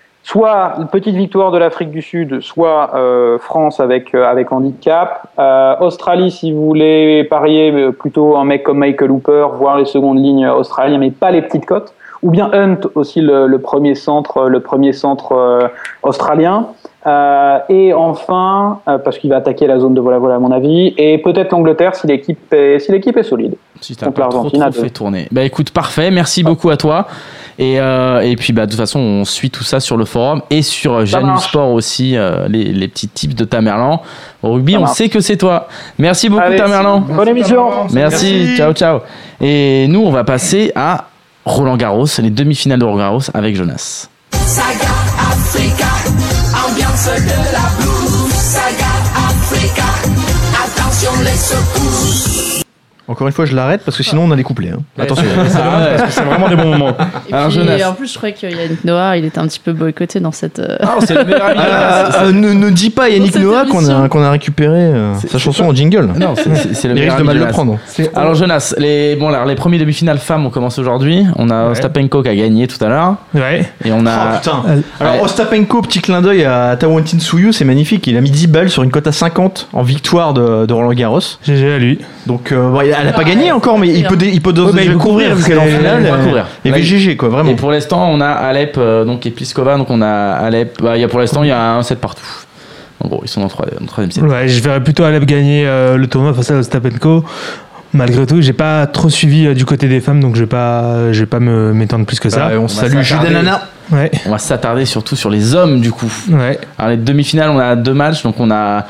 soit une petite victoire de l'Afrique du Sud, soit euh, France avec, euh, avec handicap. Euh, Australie, si vous voulez parier, euh, plutôt un mec comme Michael Hooper, voire les secondes lignes australiennes, mais pas les petites cotes. Ou bien Hunt aussi, le, le premier centre, le premier centre euh, australien. Euh, et enfin, euh, parce qu'il va attaquer la zone de vola-vola à mon avis, et peut-être l'Angleterre si l'équipe est, si l'équipe est solide. Si t'as Donc pas trop, l'Argentine trop a deux. fait tourner. Bah écoute, parfait. Merci beaucoup à toi. Et, euh, et puis bah de toute façon, on suit tout ça sur le forum et sur euh, Janus marche. Sport aussi, euh, les, les petits tips de Tamerlan. Au rugby, Ça on marche. sait que c'est toi. Merci beaucoup Allez, Tamerlan. bonne émission. Merci. Merci. Ciao, ciao. Et nous, on va passer à Roland Garros, les demi-finales de Roland Garros avec Jonas. Saga Africa, ambiance de la blues. Saga Africa, attention les secousses. Encore une fois, je l'arrête parce que sinon on a des couplets. hein. Attention. Ah ouais. C'est vraiment des bons moments. Et Alors, puis, Jonas. en plus, je crois que Yannick Noah, il était un petit peu boycotté dans cette. euh, Ah, c'est le meilleur ami de Ah, Jonas. ah, ne, ne dis pas Yannick Dans cette Noah qu'on a, émission. qu'on a récupéré euh, C'est- sa c'est chanson pas- en jingle. Non, c'est- c'est c'est le Il meilleur risque de ami mal de le Jonas. prendre. Alors Jonas, les, bon, alors, les premiers demi-finales femmes ont commencé aujourd'hui. On a Ouais. Ostapenko qui a gagné tout à l'heure. Ouais. Et on a... Oh putain. Euh, Alors Ouais. Ostapenko, petit clin d'œil à Tawantin Suyu, c'est magnifique. Il a mis dix balles sur une cote à cinquante en victoire de, de Roland Garros. G G à lui. Donc euh, bon, elle a pas Ouais, gagné encore, mais il peut, dé- il peut Ouais, bah, il déjà peut couvrir couvrir, vu qu'elle est en c'est- finale. il va euh, couvrir. Et Là, V G G quoi, vraiment. Et pour l'instant, on a Alep euh, donc, et Pliskova. Donc on a Alep. Bah, il y a, pour l'instant, il y a un set partout. En gros, ils sont dans le troisième set. Ouais, je verrais plutôt Alep gagner euh, le tournoi face à Ostapenko. Malgré tout, j'ai pas trop suivi euh, du côté des femmes, donc je vais pas, je vais pas me m'étendre plus que ça. Bah, on va salue s'attarder. Jules Nana. Ouais, On va s'attarder surtout sur les hommes du coup. ouais. Alors les demi-finales, on a deux matchs. Donc on a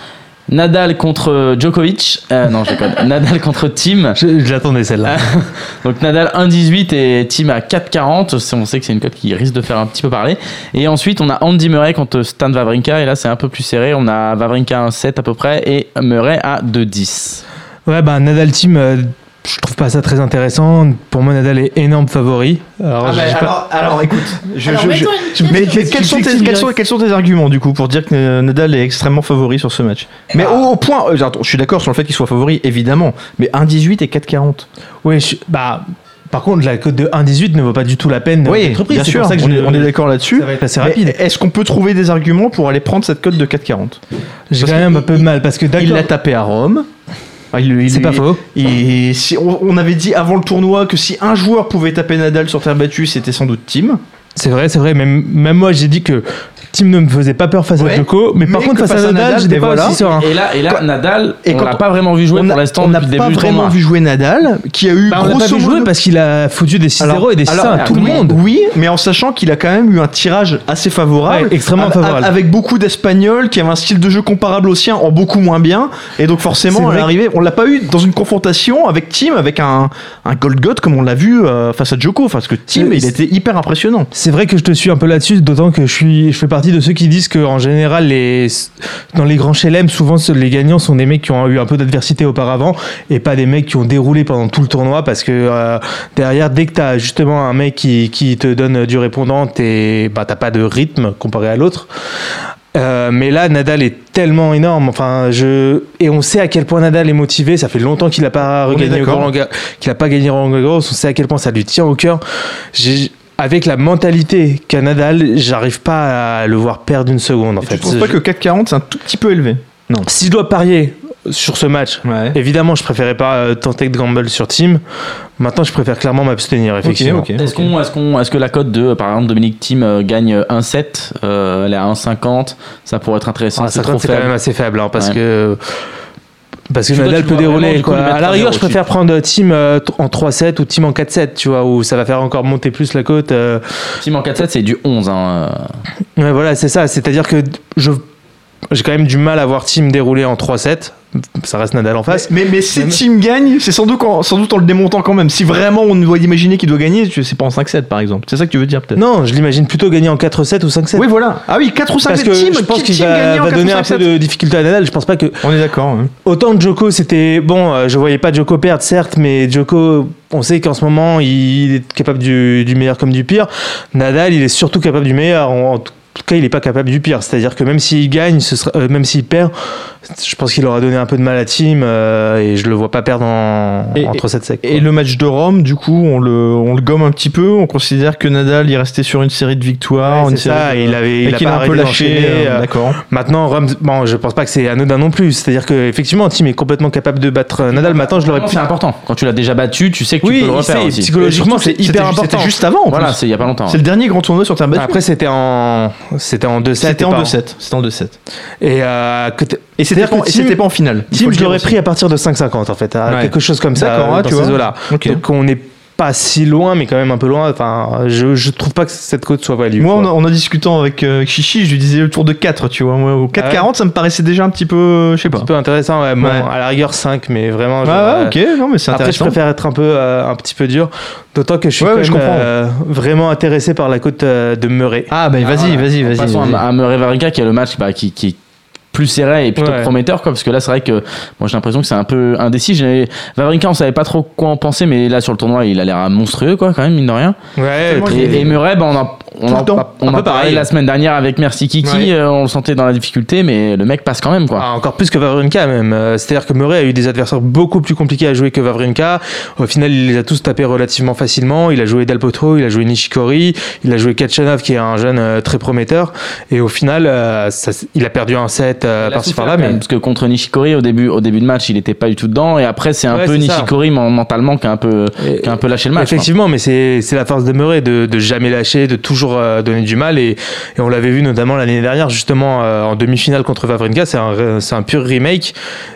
Nadal contre Djokovic. Euh, non, je déconne. Nadal contre Thiem. Je, je l'attendais celle-là. Donc Nadal un dix-huit et Thiem à quatre quarante. On sait que c'est une cote qui risque de faire un petit peu parler. Et ensuite, on a Andy Murray contre Stan Wawrinka. Et là, c'est un peu plus serré. On a Wawrinka à un sept à peu près et Murray à deux dix. Ouais, bah Nadal Thiem, euh, je trouve pas ça très intéressant. Pour moi, Nadal est énorme favori. Alors, Ah je- bah, j'ai pas- alors, alors, écoute, je, Alors, je- je- mettons une mais question. quels, quels sont tes, Explique-moi. quels, sont, quels sont tes arguments du coup pour dire que euh, Nadal est extrêmement favori sur ce match? Mais au, au point, euh, attends, je suis d'accord sur le fait qu'il soit favori, évidemment, mais un dix-huit et quatre quarante. Ouais, je- bah. Par contre, la cote de un dix-huit ne vaut pas du tout la peine Oui, d'être prise. bien C'est sûr, pour ça que on, je- est, on est d'accord là-dessus. Ça va être assez Mais rapide. est-ce qu'on peut trouver des arguments pour aller prendre cette cote de quatre quarante? J'ai parce quand même que un peu de mal parce que Il d'accord. l'a tapé à Rome. Ah, il- il- C'est pas il- faux. Et si on, on avait dit avant le tournoi que si un joueur pouvait taper Nadal sur terre battue, c'était sans doute Thiem. C'est vrai, c'est vrai. Même, même moi, j'ai dit que Thiem ne me faisait pas peur face Ouais. à Djoko, mais, par Mais contre que face à Nadal, j'étais et pas voilà. aussi serein. Et là, et là Quand- Nadal, et on quand l'a on- pas vraiment vu jouer On pour a- l'instant on n'a depuis le pas début du vraiment tournoi. vu jouer Nadal, qui a eu Bah, on l'a pas grosso vu jouer modo- parce qu'il a foutu des six zéro Alors- et des six un à alors, tout le oui, monde. Oui, mais en sachant qu'il a quand même eu un tirage assez favorable. Ouais, extrêmement Av- favorable. Avec beaucoup d'Espagnols qui avaient un style de jeu comparable au sien, en beaucoup moins bien. Et donc C'est forcément, à vrai l'arrivée, on l'a pas eu dans une confrontation avec Thiem, avec un, un Gold God comme on l'a vu euh, face à Djoko. Parce que Thiem, C'est- il était hyper impressionnant. C'est vrai que je te suis un peu là-dessus, d'autant que je suis, je fais partie de ceux qui disent qu'en général, les, dans les grands chelem, souvent ce- les gagnants sont des mecs qui ont eu un peu d'adversité auparavant et pas des mecs qui ont déroulé pendant tout le tournoi parce que euh, derrière, dès que tu as justement un mec qui, qui te donne du répondant, t'es- bah, t'as pas de rythme comparé à l'autre. Euh, mais là, Nadal est tellement énorme. Enfin, je et on sait à quel point Nadal est motivé. Ça fait longtemps qu'il n'a pas On est regagné d'accord. Roland Gar- qu'il a pas gagné Roland Garros. On sait à quel point ça lui tient au cœur. J'ai- Avec la mentalité qu'a Nadal, j'arrive pas à le voir perdre une seconde. En Et fait, tu trouves pas Je- que quatre quarante, c'est un tout petit peu élevé? Non. si je dois parier sur ce match, Ouais. évidemment, je préférais pas euh, tenter de gamble sur Thiem. Maintenant, je préfère clairement m'abstenir. Effectivement. ok. Est-ce qu'on, est-ce qu'on, est-ce que la cote de, par exemple, Dominique Thiem euh, gagne un sept, euh, elle est à un cinquante, ça pourrait être intéressant. Ah, c'est ça trop compte, c'est quand faible. même assez faible, hein, parce Ouais. que parce que Tu vois, Nadal tu peut vois vraiment, dérouler. du coup, Quoi. le mettre À la trois rigueur, zéro je préfère prendre Thiem euh, en trois sept ou Thiem en quatre sept, tu vois, où ça va faire encore monter plus la cote. euh. Thiem en quatre sept, c'est du onze. Hein. Ouais, voilà, c'est ça. C'est-à-dire que je j'ai quand même du mal à voir Thiem dérouler en trois sept. Ça reste Nadal en face. Mais, mais si Même- Thiem gagne, c'est sans doute, en, sans doute en le démontant quand même. Si vraiment on doit imaginer qu'il doit gagner, tu- c'est pas en cinq sept par exemple. C'est ça que tu veux dire peut-être? Non, je l'imagine plutôt gagner en quatre sept ou cinq sept. Oui, voilà. Ah oui, quatre ou cinq Parce sept que Thiem, je pense qui- qu'il Thiem va, gagner en va quatre ou donner un cinq peu sept. de difficulté à Nadal. Je pense pas que On est d'accord. hein. autant Djoko c'était bon. euh, Je voyais pas Djoko perdre certes, mais Djoko, on sait qu'en ce moment il est capable du, du meilleur comme du pire. Nadal, il est surtout capable du meilleur. En, en tout cas, il est pas capable du pire. C'est-à-dire que même s'il gagne, ce sera, euh, même s'il perd, je pense qu'il aura donné un peu de mal à Thiem euh, et je le vois pas perdre en, Et- entre sept secs. Et le match de Rome, du coup, on le, on le gomme un petit peu. On considère que Nadal, il restait sur une série de victoires. Ouais, une c'est ça, série de- il avait- et il a qu'il pas a un peu arrêté lâché. d'enchaîner, euh, euh, D'accord. Maintenant, Rome, bon, je pense pas que c'est anodin non plus. C'est-à-dire que effectivement, Thiem est complètement capable de battre euh, Nadal. Maintenant, je l'aurais C'est important. Quand tu l'as déjà battu, tu sais que Oui, tu peux le il refaire sait, aussi. psychologiquement, Et surtout, c'est hyper c'était- important. C'était juste avant. en Voilà, plus. c'est il y a pas longtemps. C'est le dernier grand tournoi sur terre battue. Après, c'était en, c'était en deux sept. C'était et en pas deux sept. C'était en deux sept. Et, euh, que t'es- Et c'était C'est-à-dire pas, que et Thiem- c'était pas en finale. il faut Thiem, le je dire l'aurais aussi. pris à partir de cinq cinquante en fait, à Ouais. quelque chose comme ça, D'accord, euh, ah, dans tu ces vois. eaux-là. Ok. Donc on n'est pas si loin, mais quand même un peu loin. Enfin, je, je trouve pas que cette côte soit value. Moi, quoi. en, en en discutant avec euh, Chichi, je lui disais le tour de quatre, tu vois. Moi, au quatre quarante, ça me paraissait déjà un petit peu, je sais pas. un peu intéressant, ouais. Bon, Ouais. à la rigueur cinq, mais vraiment. Ouais, genre, ouais, ok, non, mais c'est Après, je intéressant. préfère être un peu, euh, un petit peu dur, d'autant que je suis Ouais, quand ouais, je même, comprends. euh, vraiment intéressé par la côte euh, de Murray. Ah, bah vas-y, vas-y, vas-y. Passons vas-y. à, à Murray Wawrinka qui est le match bah, qui, qui est plus serré et plutôt Ouais. prometteur quoi, parce que là c'est vrai que moi j'ai l'impression que c'est un peu indécis. J'ai- Wawrinka on savait pas trop quoi en penser, mais là sur le tournoi il a l'air monstrueux quoi quand même mine de rien. Ouais, Tellement très- Et, et Murray bah, on en, on Tout en, le temps. on Un en peu parlait pareil. la semaine dernière avec Merci Kiki, Ouais. euh, on le sentait dans la difficulté, mais le mec passe quand même quoi. Ah, encore plus que Wawrinka même. Euh, C'est-à-dire que Murray a eu des adversaires beaucoup plus compliqués à jouer que Wawrinka. Au final, il les a tous tapés relativement facilement. Il a joué Del Potro, il a joué Nishikori, il a joué Kachanov qui est un jeune euh, très prometteur. Et au final, euh, ça- il a perdu un set euh, Il a par-ci souffert par-là. quand Mais même, parce que contre Nishikori au début, au début de match il était pas du tout dedans, et après c'est un Ouais, peu c'est ça. Nishikori men- mentalement qui a un peu, Et- qui a un peu lâché le match. quoi. Effectivement, mais c'est c'est la force de Murray de, de jamais lâcher, de toujours euh, donner du mal. Et, et on l'avait vu notamment l'année dernière, justement, euh, en demi-finale contre Wawrinka. C'est un, c'est un pur remake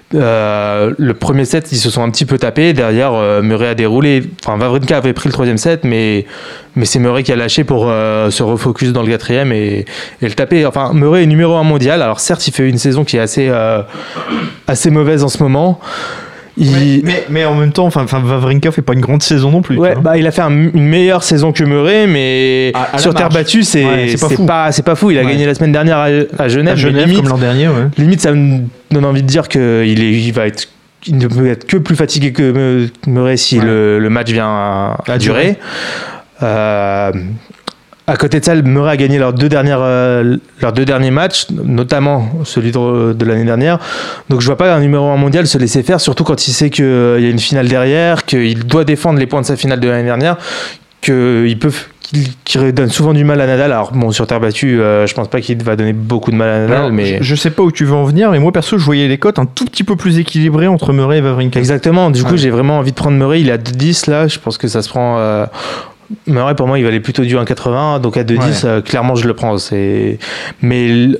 Euh, le premier set, ils se sont un petit peu tapés. Derrière, euh, Murray a déroulé. Enfin, Wawrinka avait pris le troisième set, mais, mais c'est Murray qui a lâché pour euh, se refocus dans le quatrième et, et le taper. Enfin, Murray est numéro un mondial. Alors certes, il fait une saison qui est assez, euh, assez mauvaise en ce moment. Il... Mais, mais, mais en même temps, enfin, Wawrinka fait pas une grande saison non plus. Ouais, bah, il a fait un, une meilleure saison que Murray, mais à, à sur terre battue, c'est, ouais, c'est, pas, c'est, pas, c'est pas fou. Il a ouais. gagné la semaine dernière à, à Genève. À Genève, limite, comme l'an dernier. Ouais. Limite, ça me donne envie de dire qu'il est, il va être, il ne peut être que plus fatigué que Murray si ouais. le, le match vient à, à durer. Euh, À côté de ça, Murray a gagné leurs deux, dernières, euh, leurs deux derniers matchs, notamment celui de, de l'année dernière. Donc je vois pas un numéro un mondial se laisser faire, surtout quand il sait qu'il euh, y a une finale derrière, qu'il doit défendre les points de sa finale de l'année dernière, qu'il peut, qu'il, qu'il donne souvent du mal à Nadal. Alors bon, sur terre battue, euh, je pense pas qu'il va donner beaucoup de mal à Nadal. Alors, mais... je, je sais pas où tu veux en venir, mais moi perso, je voyais les cotes un tout petit peu plus équilibrées entre Murray et Wawrinka. Exactement, du coup ouais. j'ai vraiment envie de prendre Murray. Il est à deux dix là, je pense que ça se prend... Euh, Murray pour moi il valait plutôt du un quatre-vingts, donc à deux dix ouais. euh, clairement je le prends. C'est... Mais l...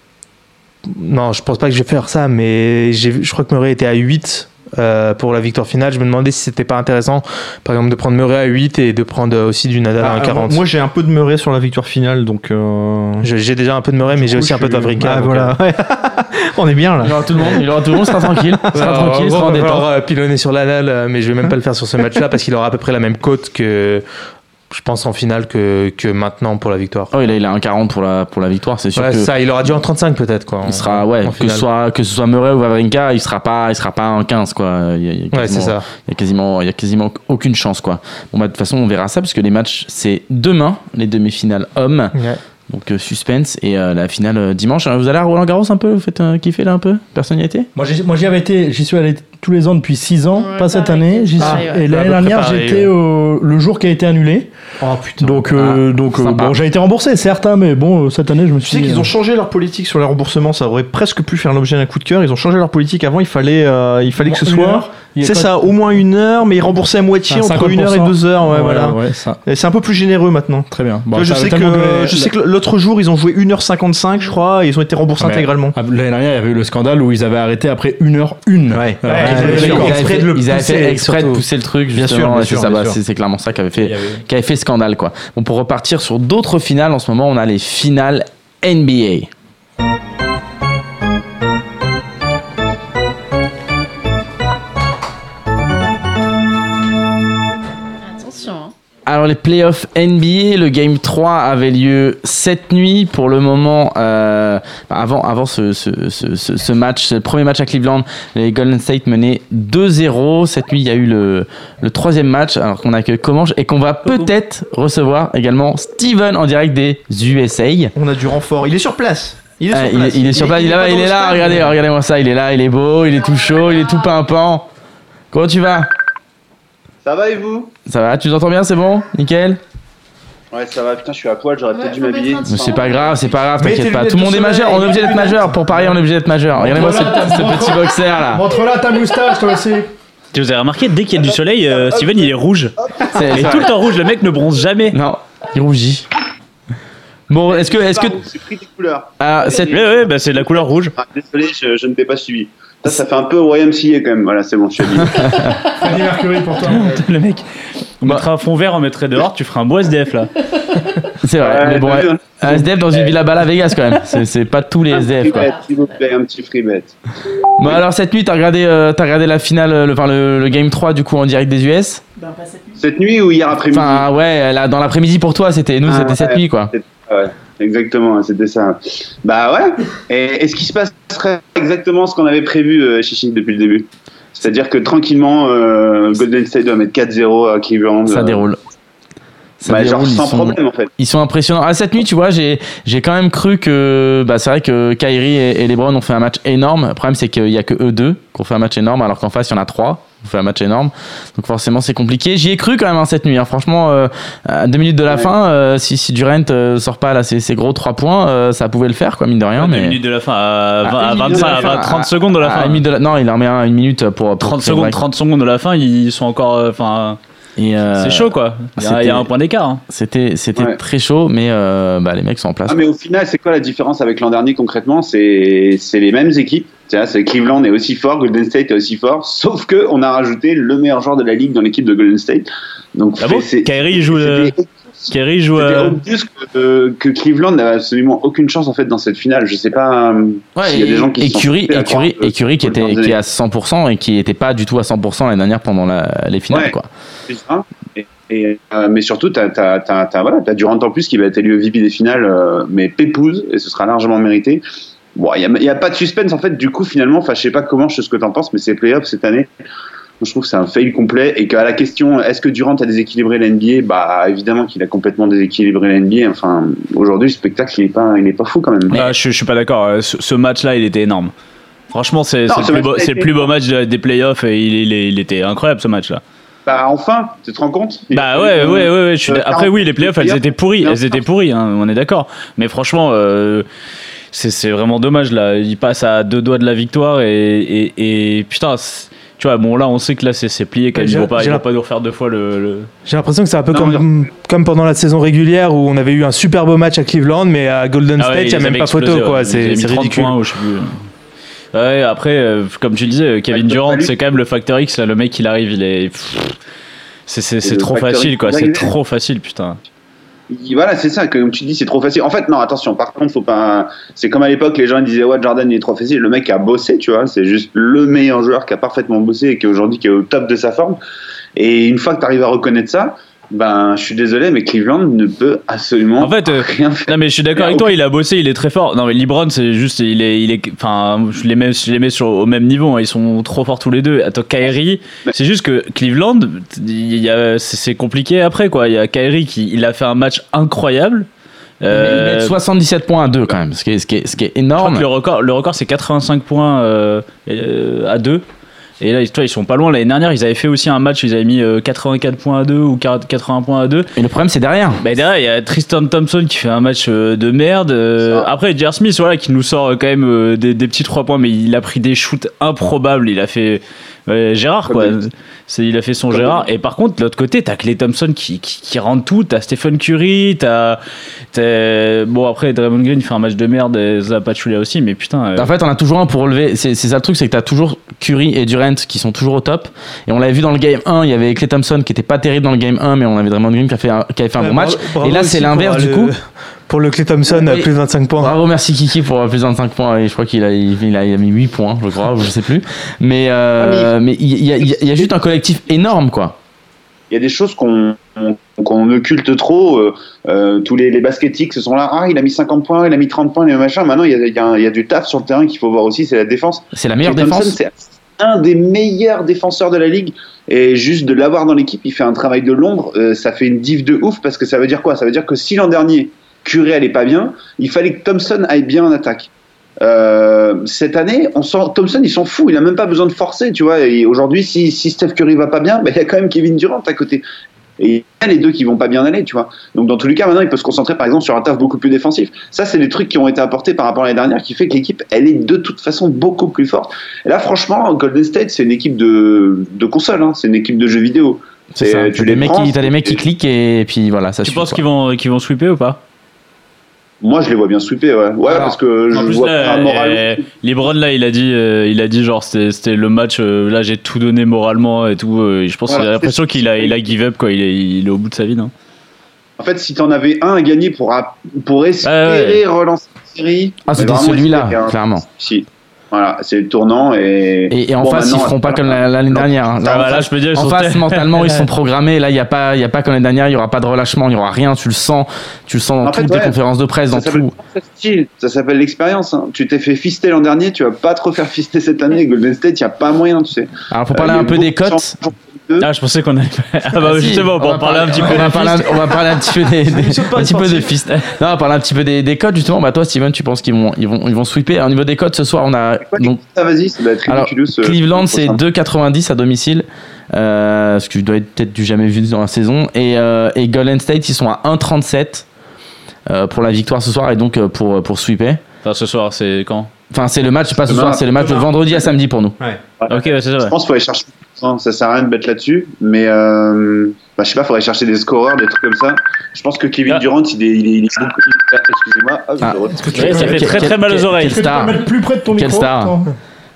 non, je pense pas que je vais faire ça, mais j'ai... je crois que Murray était à huit euh, pour la victoire finale. Je me demandais si c'était pas intéressant par exemple de prendre Murray à huit et de prendre aussi du Nadal ah, à un quarante. Moi j'ai un peu de Murray sur la victoire finale, donc euh... j'ai déjà un peu de Murray, mais j'ai aussi un peu de Wawrinka. Ah, voilà. euh... On est bien là. Il y aura tout le monde, il y aura tout le monde, sera tranquille, sera alors, tranquille, bon, sera en détente. On va pilonner sur Nadal, mais je vais même pas le faire sur ce match-là parce qu'il aura à peu près la même cote que je pense en finale que, que maintenant pour la victoire. Oh, il a, il a un quarante pour la, pour la victoire, c'est sûr. Ouais, que ça, il aura dû en trente-cinq peut-être. Quoi, il sera, ouais, que ce, soit, que ce soit Murray ou Wawrinka, il sera pas, il sera pas en quinze. Quoi. Il y a, il y a ouais, c'est ça. Il y a quasiment, il y a quasiment aucune chance. Quoi. Bon, bah, de toute façon, on verra ça parce que les matchs, c'est demain, les demi-finales hommes. Ouais. Donc euh, suspense et euh, la finale euh, dimanche. Alors, vous allez à Roland Garros un peu? Vous faites euh, kiffer là un peu? Personne n'y a été? Moi, j'ai, moi j'y avais été, j'y suis allé tous les ans depuis six ans, ouais, pas cette année. J'y ah, suis, ouais. Et l'année dernière, pareil, j'étais ouais. au, le jour qui a été annulé. Oh putain. Donc, euh, ah, donc euh, bon, j'ai été remboursé, certes, hein, mais bon, cette année, je me suis. Tu sais qu'ils ont changé leur politique sur les remboursements. Ça aurait presque pu faire l'objet d'un coup de cœur. Ils ont changé leur politique. Avant, il fallait, euh, il fallait que ce soit. C'est ça, au moins une heure, mais ils remboursaient à moitié enfin, entre une heure et deux heures. Ouais, voilà. Ouais, ça. Et c'est un peu plus généreux maintenant. Très bien. Bon, je sais que, je sais que l'autre jour, ils ont joué une heure cinquante-cinq, je crois, et ils ont été remboursés mais intégralement. L'année dernière, il y avait eu le scandale où ils avaient arrêté après une heure une. Ouais. Ouais, ils avaient fait, de ils avaient fait exprès de pousser le truc, justement. Bien sûr, bien sûr, c'est, ça, bien bah, sûr. C'est, c'est clairement ça qui avait fait, qui avait fait scandale, quoi. Bon, pour repartir sur d'autres finales, en ce moment, on a les finales N B A. Alors les playoffs N B A, le Game trois avait lieu cette nuit. Pour le moment, euh, avant, avant ce, ce, ce, ce match, ce premier match à Cleveland, les Golden State menaient deux zéro. Cette nuit, il y a eu le, le troisième match, alors qu'on accueille Comanche et qu'on va peut-être recevoir également Steven en direct des U S A. On a du renfort, il est sur place. Il est sur euh, place. Il est, il est sur place, il est, là, il est là, regardez, regardez-moi ça, il est là, il est beau, il est tout chaud, il est tout pimpant. Comment tu vas ? Ça va et vous? Ça va, tu nous entends bien, c'est bon? Nickel? Ouais, ça va, putain, je suis à poil, j'aurais ouais, peut-être dû m'habiller. Mais c'est pas grave, c'est pas grave, t'inquiète pas. Tout le monde est majeur, on est obligé d'être majeur. Pour parier, on est obligé d'être majeur. Regardez-moi ce, ce petit boxer là. Montre-là ta moustache, toi aussi. Vous avez remarqué, dès qu'il y a du soleil, euh, Steven il est rouge. C'est, il est tout le temps rouge, le mec ne bronze jamais. Non, il rougit. Bon, est-ce que. Est-ce que... C'est pris des couleurs. Ah, cette... Ouais, ouais, bah c'est de la couleur rouge. Ah, désolé, je, je ne t'ai pas suivi. Ça, ça fait un peu Y M C A quand même. Voilà, c'est bon, je suis habillé. Freddie Mercury pour toi. Le mec, on bah. mettrait un fond vert, on mettrait dehors, tu ferais un beau S D F là. C'est vrai, ouais, mais bon, ouais, un S D F dans une villa Bala Vegas quand même. C'est, c'est pas tous les un S D F. Quoi. Bet, s'il vous plaît, un petit free bet. Bon, alors cette nuit, t'as regardé, euh, t'as regardé la finale, le, enfin, le, le Game trois du coup en direct des U S? Ben, pas cette nuit. Cette nuit ou hier après-midi? Enfin, ouais, là, dans l'après-midi pour toi, c'était nous, ah, c'était ouais, cette nuit quoi. Ouais. Exactement, c'était ça. Bah ouais. Et, et ce qui se passerait exactement ce qu'on avait prévu, euh, Chichi, depuis le début. C'est-à-dire que tranquillement, euh, Golden State doit mettre quatre zéro à Cleveland. Ça euh, déroule. Ça bah, déroule, genre sans sont, problème en fait. Ils sont impressionnants. À cette nuit, tu vois, j'ai, j'ai quand même cru que. Bah, c'est vrai que Kyrie et, et LeBron ont fait un match énorme. Le problème, c'est qu'il n'y a que eux deux qui ont fait un match énorme, alors qu'en face, il y en a trois. On fait un match énorme, donc forcément c'est compliqué. J'y ai cru quand même hein, cette nuit. Hein. Franchement, euh, à deux minutes de la ouais. fin, euh, si, si Durant euh, sort pas là ces, ces gros trois points, euh, ça pouvait le faire quoi, mine de rien. Ouais, mais... deux minutes de la fin, à, vingt, à vingt-cinq, à vingt, trente secondes de la fin. À de la... Non, il en met un, une minute pour. pour trente secondes, trente secondes de la fin, ils sont encore. Enfin. Euh, c'est chaud quoi. Il y, a, il y a un point d'écart. Hein. C'était, c'était ouais. très chaud, mais euh, bah, les mecs sont en place. Ah, mais au final, c'est quoi la différence avec l'an dernier concrètement? C'est, c'est les mêmes équipes. C'est, c'est Cleveland est aussi fort, Golden State est aussi fort, sauf que on a rajouté le meilleur joueur de la ligue dans l'équipe de Golden State. Donc, ah bon c'est, Kyrie joue. Le... Kyrie joue. C'était euh... obvious que, euh, que Cleveland n'a absolument aucune chance en fait dans cette finale. Je sais pas. Euh, ouais, s'il y a des gens qui et sont Curry, et Curry, euh, et Curry qui était qui est à cent pour cent et qui était pas du tout à cent pour cent l'année dernière pendant la, les finales, ouais, quoi. C'est ça. Et, et, euh, mais surtout, t'as, t'as, t'as, t'as, voilà, t'as Durant en plus qui va être élu V P des finales, euh, mais pépouze, et ce sera largement mérité. Bon, il n'y a, a pas de suspense en fait, du coup, finalement, enfin, je sais pas comment, je sais ce que t'en penses, mais ces playoffs cette année, je trouve que c'est un fail complet, et qu'à la question, est-ce que Durant a déséquilibré la N B A? Bah, évidemment qu'il a complètement déséquilibré la N B A. Enfin, aujourd'hui, le spectacle, il est pas, il est pas fou quand même. Ah, je, je suis pas d'accord. Ce, ce match-là, il était énorme. Franchement, c'est, non, c'est, le, plus beau, c'est le plus beau match de, des playoffs, et il, il, il était incroyable ce match-là. Bah enfin, tu te rends compte? Bah ouais, ouais, ouais, ouais. Je suis... Après, oui, les playoffs, elles étaient pourries, elles étaient pourries, hein, on est d'accord. Mais franchement, euh, c'est, c'est vraiment dommage là. Il passe à deux doigts de la victoire et, et, et putain. Tu vois, bon là, on sait que là, c'est, c'est plié. Quand même, ils vont pas, ils vont pas nous refaire deux fois le. le... J'ai l'impression que c'est un peu non, comme, non. comme pendant la saison régulière où on avait eu un super beau match à Cleveland, mais à Golden State, il ah ouais, n'y a même pas photo, quoi. Ouais, c'est, c'est ridicule. Points, je sais plus. Ouais, après, euh, comme tu disais, Kevin Durant, c'est quand même le facteur X. Là, le mec, il arrive, il est. Pff, c'est c'est, c'est, c'est trop facile, quoi. C'est trop facile, putain. Voilà, c'est ça, comme tu dis, c'est trop facile. En fait, non, attention, par contre, faut pas. C'est comme à l'époque, les gens disaient, ouais, Jordan, il est trop facile. Le mec a bossé, tu vois, c'est juste le meilleur joueur qui a parfaitement bossé et qui aujourd'hui qui est au top de sa forme. Et une fois que tu arrives à reconnaître ça, ben, je suis désolé, mais Cleveland ne peut absolument en fait, euh, rien faire. Non, mais je suis d'accord avec toi, il a bossé, il est très fort. Non, mais LeBron, c'est juste, il est, il est, enfin, je les mets, je les mets sur, au même niveau, hein, ils sont trop forts tous les deux. Attends, Kyrie, mais... c'est juste que Cleveland, il y a, c'est, c'est compliqué après, quoi. Il y a Kyrie qui, il a fait un match incroyable. Euh... Il met soixante-dix-sept points à deux quand même, ce qui est, ce qui est, ce qui est énorme. Je crois que le record, le record c'est quatre-vingt-cinq points euh, euh, à deux. Et là, toi, ils sont pas loin. L'année dernière, ils avaient fait aussi un match, ils avaient mis quatre-vingt-quatre points à deux ou quatre-vingts points à deux. Et le problème, c'est derrière. Bah, derrière, il y a Tristan Thompson qui fait un match de merde. Après, J R. Smith, voilà, qui nous sort quand même des, des petits trois points, mais il a pris des shoots improbables. Il a fait ouais, Gérard, quoi. C'est, il a fait son Gérard. Et par contre, de l'autre côté, t'as Klay Thompson qui, qui, qui rentre tout. T'as Stephen Curry. T'as, t'as... Bon, après, Draymond Green fait un match de merde. Et Zapatula aussi. Mais putain. Euh... En fait, on a toujours un pour relever. C'est, c'est ça le truc, c'est que t'as toujours Curry et Durant qui sont toujours au top. Et on l'avait vu dans le game un. Il y avait Klay Thompson qui était pas terrible dans le game un. Mais on avait Draymond Green qui, a fait un, qui avait fait un ouais, bon match. Bravo, et là, c'est l'inverse du le... coup. Pour le Klay Thompson, oui. plus vingt-cinq points. Bravo, merci Kiki pour plus vingt-cinq points. Et je crois qu'il a, il, il a, il a mis huit points, je crois, je sais plus. Mais euh, mais il y, y, y a juste un collectif énorme, quoi. Il y a des choses qu'on, qu'on occulte trop. Euh, euh, tous les, les baskettiques se sont là. Ah, il a mis cinquante points, il a mis trente points, et machin. Maintenant, il y a, il y a, il y a du taf sur le terrain qu'il faut voir aussi, c'est la défense. C'est la meilleure Klay défense. Thompson, c'est un des meilleurs défenseurs de la ligue. Et juste de l'avoir dans l'équipe, il fait un travail de l'ombre. Euh, ça fait une diff de ouf parce que ça veut dire quoi? Ça veut dire que si l'an dernier, Curry allait pas bien, il fallait que Thompson aille bien en attaque. Euh, cette année, on sent, Thompson, il s'en fout, il a même pas besoin de forcer, tu vois. Et aujourd'hui, si, si Steph Curry va pas bien, ben, il y a quand même Kevin Durant à côté. Et il y a les deux qui vont pas bien aller, tu vois. Donc dans tous les cas, maintenant, il peut se concentrer par exemple sur un taf beaucoup plus défensif. Ça, c'est des trucs qui ont été apportés par rapport à l'année dernière, qui fait que l'équipe, elle est de toute façon beaucoup plus forte. Et là, franchement, Golden State, c'est une équipe de, de console, hein. C'est une équipe de jeux vidéo. C'est, c'est ça. Tu les mecs qui, t'as des mecs qui cliquent et puis voilà, ça. Tu suit, penses quoi. qu'ils vont, qu'ils vont sweeper ou pas? Moi, je les vois bien sweeper, ouais. Ouais, alors, parce que je vois là, pas moralement. LeBron, là, il a dit, euh, il a dit genre, c'était, c'était le match, euh, là, j'ai tout donné moralement et tout. Euh, je pense voilà, qu'il a l'impression qu'il a, il a give up, quoi. Il est, il est au bout de sa vie, non? En fait, si t'en avais un à gagner pour, pour espérer ah, ouais. relancer la série. Ah, c'était celui-là, hein, clairement. Si. Voilà, c'est le tournant et. Et, et en bon, face, ils feront pas comme l'année dernière. Hein. Là, ah, bah, là, je peux dire, en face, mentalement, ils sont programmés. Là, il y a pas, il y a pas comme l'année dernière. Il y aura pas de relâchement, il y aura rien. Tu le sens, tu le sens dans en toutes fait, les ouais, conférences de presse, dans tout. Ça s'appelle l'expérience. Hein. Tu t'es fait fister l'an dernier, tu vas pas trop faire fister cette année. Golden State, il y a pas moyen, tu sais. Alors, pour parler euh, un peu des cotes. Ah, je pensais qu'on allait. Ah bah justement, pour parler un petit peu. On va parler, on va parler un petit peu des, des un petit peu de fist. Non, on va parler un petit peu des, des codes justement. Bah toi, Steven, tu penses qu'ils vont, ils vont, ils vont sweeper. Au niveau des codes, ce soir, on a. Donc, ça, vas-y, ça va être ridiculeux. Cleveland, c'est deux quatre-vingt-dix à domicile. Euh, ce qui doit être peut-être du jamais vu dans la saison. Et, euh, et Golden State, ils sont à un trente-sept euh, pour la victoire ce soir et donc pour pour sweeper. Enfin, ce soir, c'est quand? Enfin, c'est le match, pas ce soir, c'est le match de vendredi à samedi pour nous. Ouais. Ok, ouais, c'est ça. Ouais. Je pense qu'il faut aller chercher. Ça sert à rien de mettre là-dessus, mais euh, bah, je sais pas, il faudrait chercher des scoreurs, des trucs comme ça. Je pense que Kevin ah. Durant, il est, il est, il est beaucoup. Excusez-moi. Ah, ah. Ouais, ça fait très très mal aux oreilles. Est-ce que tu peux mettre plus près de ton Quelle micro? star.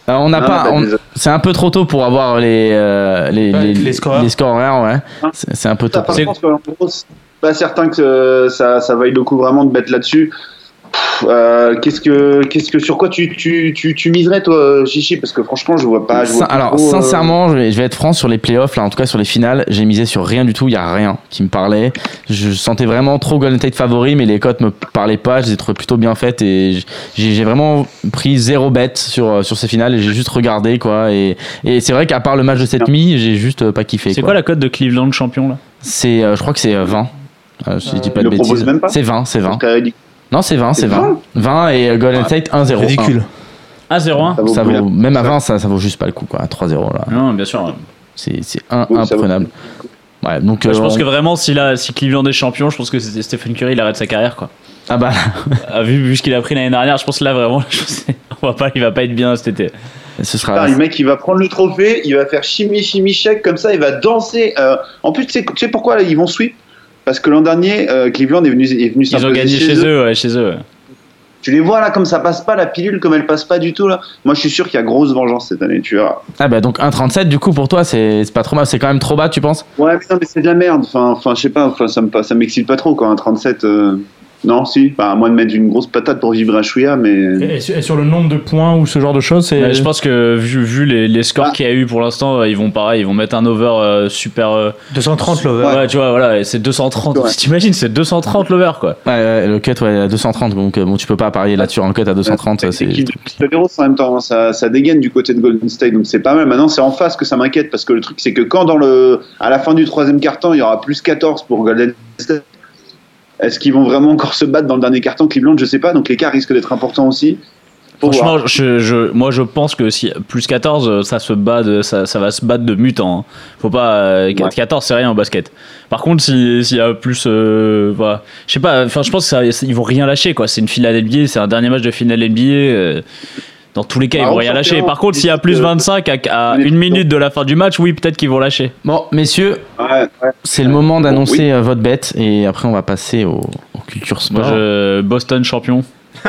Alors, on n'a Non, pas, bah, on- désolé. c'est un peu trop tôt pour avoir les euh, les, Ouais, les, les scores. les scores horaires, ouais. C'est, c'est un peu tôt. Ça, par C'est- contre, en gros, c'est pas certain que euh, ça, ça vaille le coup vraiment de mettre là-dessus. Pff, euh, qu'est-ce que, qu'est-ce que, sur quoi tu, tu, tu, tu miserais, toi, Chichi? Parce que franchement, je vois pas. Je vois Sin- plus Alors, trop, euh, sincèrement, je vais, je vais être franc sur les playoffs, là, en tout cas sur les finales, j'ai misé sur rien du tout, il y a rien qui me parlait. Je sentais vraiment trop Golden State favori, mais les cotes me parlaient pas, je les ai trouvées plutôt bien faites et j'ai, j'ai vraiment pris zéro bet sur, sur ces finales et j'ai juste regardé, quoi. Et, et c'est vrai qu'à part le match de cette nuit, j'ai juste pas kiffé. C'est quoi. quoi la cote de Cleveland champion là? C'est, euh, je crois que c'est euh, vingt. Euh, si je dis pas il de le propose bêtises. même pas C'est vingt, c'est vingt. c'est très ridicule. Non, c'est vingt, c'est C'est vingt. vingt et euh, Golden State un zéro. Ridicule. un zéro un. Ça vaut Ça plus vaut, la- même à vingt, ça, ça vaut juste pas le coup, quoi. trois zéro, là. Non, bien sûr. C'est, c'est un, Oui, ça vaut- imprenable. Ouais, donc, Moi, je euh, pense on- que vraiment, si, là, si Cleveland est champion, je pense que c'était Stephen Curry, il arrête sa carrière, quoi. Ah bah, Ah, vu, vu ce qu'il a pris l'année dernière, je pense que là, vraiment, je sais- on va pas, il va pas être bien cet été. ce Putain, sera. le mec, il va prendre le trophée, il va faire chimie, chimie, chèque, comme ça, il va danser. Euh, en plus, tu sais, tu sais pourquoi là, ils vont sweep? Parce que l'an dernier, euh, Cleveland est venu, est venu Ils ont s'imposer gagné chez eux, ouais, chez eux. ouais. Tu les vois là, comme ça passe pas, la pilule, comme elle passe pas du tout là. Moi, je suis sûr qu'il y a grosse vengeance cette année, tu verras. Ah bah, donc un trente-sept, du coup, pour toi, c'est, c'est pas trop mal. C'est quand même trop bas, tu penses? Ouais, mais non, mais c'est de la merde. Enfin, enfin, je sais pas, enfin, ça me, ça m'excite pas trop, quoi. Un trente-sept, euh, non, si. Enfin, à moins de mettre une grosse patate pour vivre à chouïa, mais. Et sur, et sur le nombre de points ou ce genre de choses, c'est. Ouais, je pense que vu, vu les, les scores Ah. qu'il y a eu pour l'instant, euh, ils vont pareil, ils vont mettre un over euh, super. euh, deux cent trente l'over. ouais. tu vois, voilà, et c'est deux cent trente. Ouais. T'imagines, c'est deux cent trente l'over, quoi. Ouais, ouais, le cut, ouais, à deux cent trente. Donc, euh, bon, tu peux pas parier là-dessus. Un cut à deux cent trente, C'est c'est. l'équipe de Cleveland en même temps, hein. ça, ça dégaine du côté de Golden State, donc c'est pas mal. Maintenant, c'est en face que ça m'inquiète parce que le truc, c'est que quand dans le, à la fin du troisième quart-temps, il y aura plus quatorze pour Golden State. Est-ce qu'ils vont vraiment encore se battre dans le dernier quart-temps? Cleveland, je sais pas, donc l'écart risque d'être important aussi. Faut Franchement, voir. je, je, moi je pense que si plus quatorze, ça se bat de, ça, ça va se battre de mutant. hein. Faut pas euh, Ouais. quatorze, c'est rien au basket. Par contre, si- s'il y a plus, euh, voilà, je sais pas. Enfin, je pense que ça, ils vont rien lâcher, quoi. C'est une finale N B A, c'est un dernier match de finale N B A. euh, Dans tous les cas, Bah, ils vont on rien s'en lâcher. tient, Par contre, s'il y a on plus dit que- vingt-cinq à, à on est une tout minute de la fin du match, oui, peut-être qu'ils vont lâcher. Bon, messieurs, Ouais, ouais. c'est le moment d'annoncer oui. euh, votre bet et après, on va passer au, au culture sport. Moi, je, Boston champion.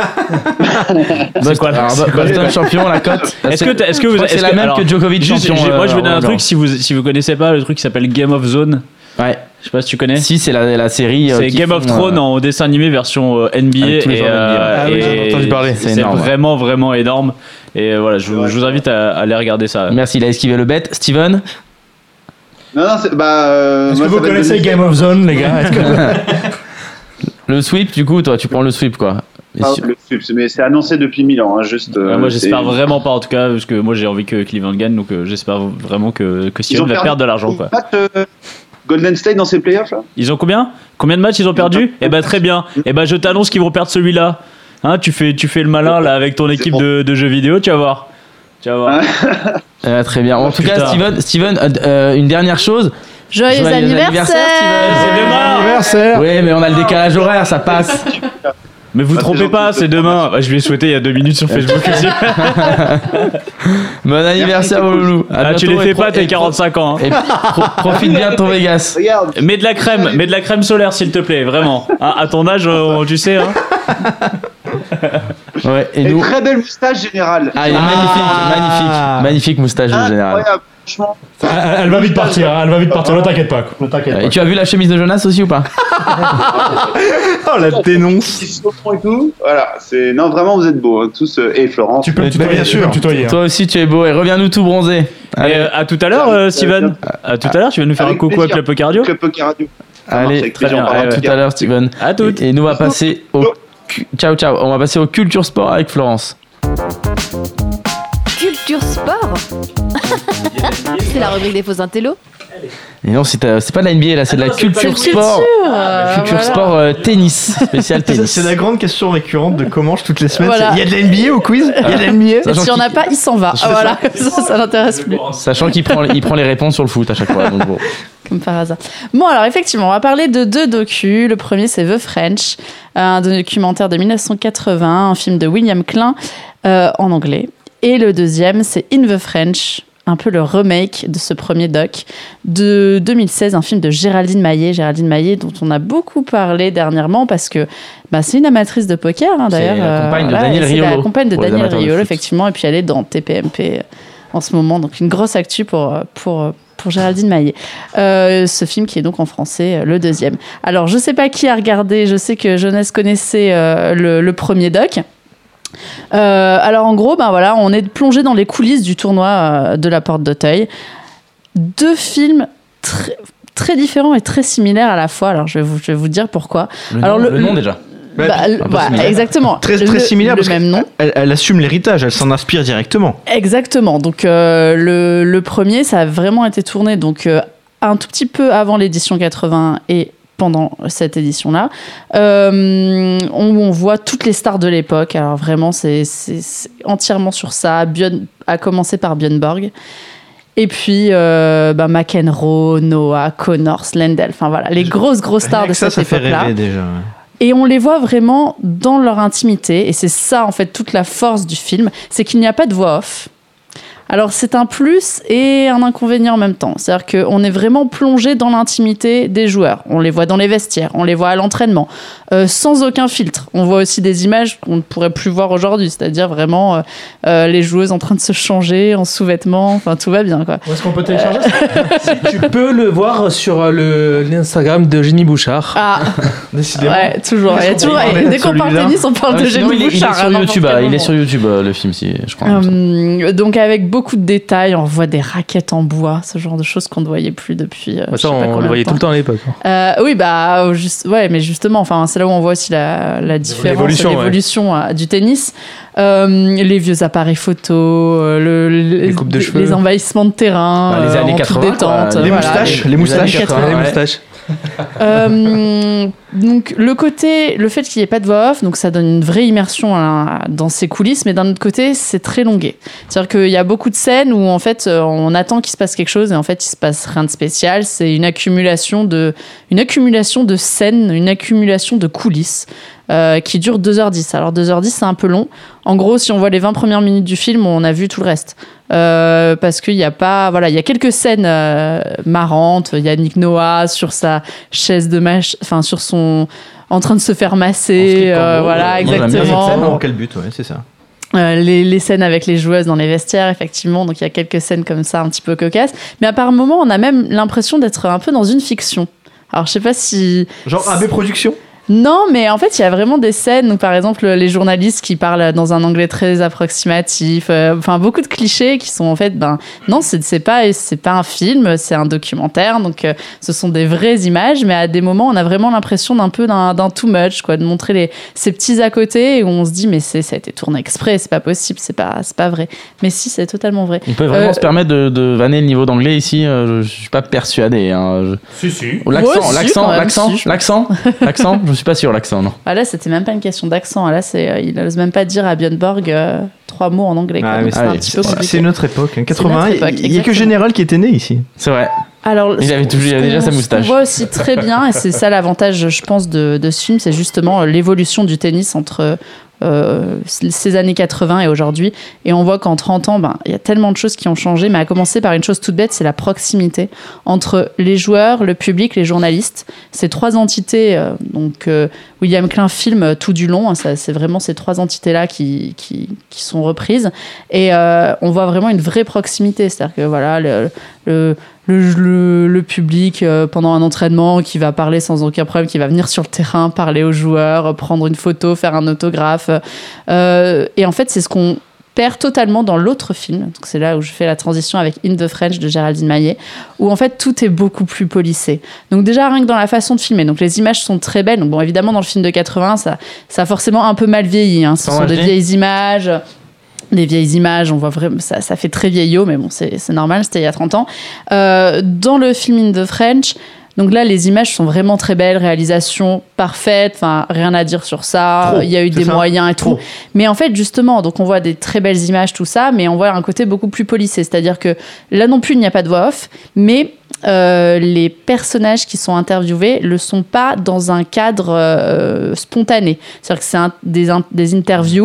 Boston, quoi, alors, c'est Bo- quoi, Boston champion, la cote. Est-ce que, t'as- est-ce que vous, Je crois que est-ce c'est la que- même alors, que Djokovic juste, champion. j'ai- moi, je euh, vais donner un Roland truc. Si vous, si vous connaissez pas le truc qui s'appelle Game of Zone, Ouais. je sais pas si tu connais. Si, c'est la, la série. euh, C'est qui Game of font, Thrones euh, en dessin animé version euh, N B A Avec tous les et, joueurs de N B A. euh, Ah oui, et j'en ai entendu parler. C'est c'est énorme, ouais. vraiment vraiment énorme et euh, voilà je, vous- je vous invite à, à aller regarder ça. Merci, il a esquivé le bet. Steven? Non, non, c'est, bah. euh, Est-ce moi, que ça vous va être connaissez de- Game of Zone, les gars? Est-ce que- Le sweep, du coup, toi, tu prends le sweep, quoi. Ah, Messieurs. le sweep, c'est- mais c'est annoncé depuis mille ans, hein, juste. euh, Euh, moi j'espère c'est- vraiment pas en tout cas parce que moi j'ai envie que Cleveland gagne donc euh, j'espère vraiment que, que Ils Steven ont va perdu perdre de l'argent quoi. match, euh, Golden State dans ses playoffs là. Ils ont combien Combien de matchs ils ont perdu Eh ben très bien. Eh ben je t'annonce qu'ils vont perdre celui-là. Hein, tu fais tu fais le malin là avec ton équipe de, de jeux vidéo, tu vas voir. Tu vas voir. Euh, très bien. En tout cas, Putain. Steven, Steven euh, euh, une dernière chose. Joyeux, anniversaire, C'est demain. Anniversaire! Oui, mais on a le décalage horaire, ça passe. Mais vous Ah, trompez c'est pas, gentil. c'est demain. Bah, je lui ai souhaité il y a deux minutes sur Facebook aussi. Bon anniversaire, c'est mon cool. loulou. À Ah, tu les bientôt fais et pro- pas, t'as et pro- quarante-cinq ans. hein. Et pro- profite bien de ton Vegas. Regarde. Mets de la crème, mets de la crème solaire s'il te plaît, vraiment. Hein, à ton âge, on- tu sais. Hein. Ouais, et Et nous. très belle moustache générale. Ah, il est magnifique, magnifique, magnifique moustache en général. Incroyable, franchement. Elle, elle va vite partir, hein, elle va vite partir, ne t'inquiète pas. quoi, Ne t'inquiète Et pas. tu as vu la chemise de Jonas aussi ou pas? Oh la dénonce. Petit saumon et tout. Voilà, c'est non vraiment vous êtes beaux hein, tous euh, et Florence. Tu peux me Mais tutoyer, bien tu peux sûr. me tutoyer, hein. Toi aussi, tu es beau et reviens-nous tout bronzé. Et, Allez, euh, à tout à l'heure, euh, Steven. À tout à l'heure, tu vas nous faire Avec un coucou plaisir. à Club Cardio. Club Poker Radio. Ça marche, allez, avec très plaisir, bien. on parlera À tout tout à l'heure, Steven. À toutes. Et, et nous, on va passer au. cu- Ciao, ciao. On va passer au Culture Sport avec Florence. Culture sport. C'est la rubrique des faux intellos. Et non, c'est euh, c'est pas de la N B A là, c'est de la Culture Sport. Euh, Culture voilà. Sport euh, tennis, spécial C'est tennis. c'est la grande question récurrente de Comanche toutes les semaines. Voilà. c'est, Il y a de la N B A au quiz Il y a de la N B A Et Sachant s'il n'y en a qu'il- pas, il s'en va. C'est Voilà, comme ça, ça l'intéresse plus. Sachant qu'il prend, il prend les réponses sur le foot à chaque fois. Donc bon. Comme par hasard. Bon, alors effectivement, on va parler de deux docus. Le premier, c'est The French, un documentaire de dix-neuf cent quatre-vingts, un film de William Klein euh, en anglais. Et le deuxième, c'est In the French, un peu le remake de ce premier doc de deux mille seize, un film de Géraldine Maillet. Géraldine Maillet, dont on a beaucoup parlé dernièrement parce que bah, c'est une amatrice de poker, hein, d'ailleurs. C'est la compagne de voilà, Daniel et c'est Riolo. la compagne de Pour les Daniel amateurs de Riolo, foot. effectivement, et puis elle est dans T P M P en ce moment, donc une grosse actu pour, pour, pour Géraldine Maillet. Euh, ce film qui est donc en français, le deuxième. Alors, je sais pas qui a regardé, je sais que Jeunesse connaissait euh, le, le premier doc. Euh, alors en gros, ben voilà, on est plongé dans les coulisses du tournoi euh, de la Porte d'Auteuil. Deux films très, très différents et très similaires à la fois. Alors je vais vous, je vais vous dire pourquoi. Le, alors, nom, le, le nom déjà. Bah, Ouais, le- un peu voilà, similaire. exactement. Très, Le- très similaire le parce même nom. qu'elle elle assume l'héritage, elle s'en inspire directement. Exactement. Donc euh, le, le premier, ça a vraiment été tourné donc euh, un tout petit peu avant l'édition quatre-vingts et pendant cette édition-là, euh, on, on voit toutes les stars de l'époque. Alors vraiment, c'est, c'est, c'est entièrement sur ça. Björn, à commencer par Björn Borg. Et puis euh, bah, McEnroe, Noah, Connors, Lendl. Enfin voilà, les grosses grosses stars Rien de que ça, cette ça fait époque-là. rêver déjà. Et on les voit vraiment dans leur intimité. Et c'est ça, en fait, toute la force du film. C'est qu'il n'y a pas de voix off. Alors, c'est un plus et un inconvénient en même temps. C'est-à-dire qu'on est vraiment plongé dans l'intimité des joueurs. On les voit dans les vestiaires, on les voit à l'entraînement, euh, sans aucun filtre. On voit aussi des images qu'on ne pourrait plus voir aujourd'hui. C'est-à-dire vraiment euh, euh, les joueuses en train de se changer en sous-vêtements. Enfin, tout va bien, quoi. Où est-ce qu'on peut télécharger ça Tu peux le voir sur le, l'Instagram de Jenny Bouchard. Ah, Décidément. ouais, toujours. Il y a toujours dès qu'on parle celui-là. tennis, on parle Ah, de sinon, Jenny il, est, il est Bouchard. sur à n'importe YouTube, quel ah, il est moment. sur YouTube euh, le film, si, je crois. il me semble. Euh, donc avec beaucoup de détails, on voit des raquettes en bois, ce genre de choses qu'on ne voyait plus depuis. Euh, je sais ça, pas on combien le de voyait temps. tout le temps à l'époque. hein. Euh, oui, bah, euh, juste, ouais, mais justement, enfin, c'est là où on voit aussi la, la différence, L'évolution, l'évolution euh, du tennis. Euh, les vieux appareils photo, euh, le, le- Les coupes de les, cheveux. les envahissements de terrain, Bah, les euh, années en toute quatre-vingts, quoi. détente. Les voilà. moustaches, les les moustaches. années quatre-vingts, Les ouais. moustaches. Euh, donc le côté, le fait qu'il n'y ait pas de voix off, donc ça donne une vraie immersion à- dans ces coulisses, mais d'un autre côté, c'est très longué. C'est-à-dire qu'il y a beaucoup de scènes où en fait euh, on attend qu'il se passe quelque chose et en fait il se passe rien de spécial. C'est une accumulation de, une accumulation de scènes, une accumulation de coulisses. Euh, qui dure deux heures dix. Alors deux heures dix, c'est un peu long. En gros, si on voit les vingt premières minutes du film, on a vu tout le reste. Euh, parce qu'il y a pas, voilà, il y a quelques scènes euh, marrantes. Il y a Nick Noah sur sa chaise de mâche, enfin sur son, en train de se faire masser, euh, voilà, Moi, j'aime bien cette exactement. scène. Pour quel but, ouais, c'est ça. Euh, les, les scènes avec les joueuses dans les vestiaires, effectivement. Donc il y a quelques scènes comme ça, un petit peu cocasses. Mais à par moments, on a même l'impression d'être un peu dans une fiction. Alors je sais pas si Genre A B Productions. non, mais en fait, il y a vraiment des scènes où, par exemple, les journalistes qui parlent dans un anglais très approximatif, euh, enfin, beaucoup de clichés qui sont en fait, ben, non, c'est, c'est pas, c'est pas un film, c'est un documentaire, donc euh, ce sont des vraies images, mais à des moments, on a vraiment l'impression d'un peu d'un, d'un too much, quoi, de montrer les, ces petits à côté où on se dit, mais c'est, ça a été tourné exprès, c'est pas possible, c'est pas, c'est pas vrai. Mais si, c'est totalement vrai. On peut vraiment Euh, se permettre de, de vanner le niveau d'anglais ici, euh, je, je suis pas persuadé. Hein. Je- Si, si. Oh, L'accent, Ouais, si, l'accent, quand même, l'accent, si, je- l'accent, l'accent, je suis pas sûr, l'accent, non. Ah là, c'était même pas une question d'accent, là, c'est, euh, il n'ose même pas dire à Björn Borg euh, trois mots en anglais, quoi. Ah, Donc mais c'est c'est- un petit peu C'est compliqué. c'est une autre époque, hein, quatre-vingts. notre époque, Il y a que exactement. Général qui était né ici. C'est vrai. Alors, Il ce avait qu'on- toujours- il ce avait déjà qu'on- sa ce moustache. qu'on voit aussi très bien, et c'est ça l'avantage, je pense, de, de ce film, c'est justement l'évolution du tennis entre euh, ces années quatre-vingts et aujourd'hui. Et on voit qu'en trente ans, ben, il y a tellement de choses qui ont changé, mais à commencer par une chose toute bête, c'est la proximité entre les joueurs, le public, les journalistes. Ces trois entités, euh, donc euh, William Klein filme euh, tout du long, hein, ça, c'est vraiment ces trois entités-là qui, qui, qui sont reprises. Et euh, on voit vraiment une vraie proximité, c'est-à-dire que voilà, le, le Le, le, le public euh, pendant un entraînement qui va parler sans aucun problème, qui va venir sur le terrain, parler aux joueurs, euh, prendre une photo, faire un autographe. Euh, et en fait, c'est ce qu'on perd totalement dans l'autre film. Donc c'est là où je fais la transition avec In the French de Géraldine Maillet, où en fait tout est beaucoup plus polissé. Donc déjà rien que dans la façon de filmer. Donc les images sont très belles. Donc bon, évidemment dans le film de quatre-vingts, ça, ça a forcément un peu mal vieilli. Hein. Ce Sans sont des H D. vieilles images. Des vieilles images, on voit vraiment, ça, ça fait très vieillot, mais bon, c'est, c'est normal, c'était il y a trente ans. Euh, dans le film In the French, donc là, les images sont vraiment très belles, réalisation parfaite, enfin, rien à dire sur ça, Trop, il y a eu c'est des ça. moyens et Trop. tout. Mais en fait, justement, donc on voit des très belles images, tout ça, mais on voit un côté beaucoup plus polissé, c'est-à-dire que là non plus, il n'y a pas de voix off, mais euh, les personnages qui sont interviewés le sont pas dans un cadre euh, spontané. C'est-à-dire que c'est un- des, in- des interviews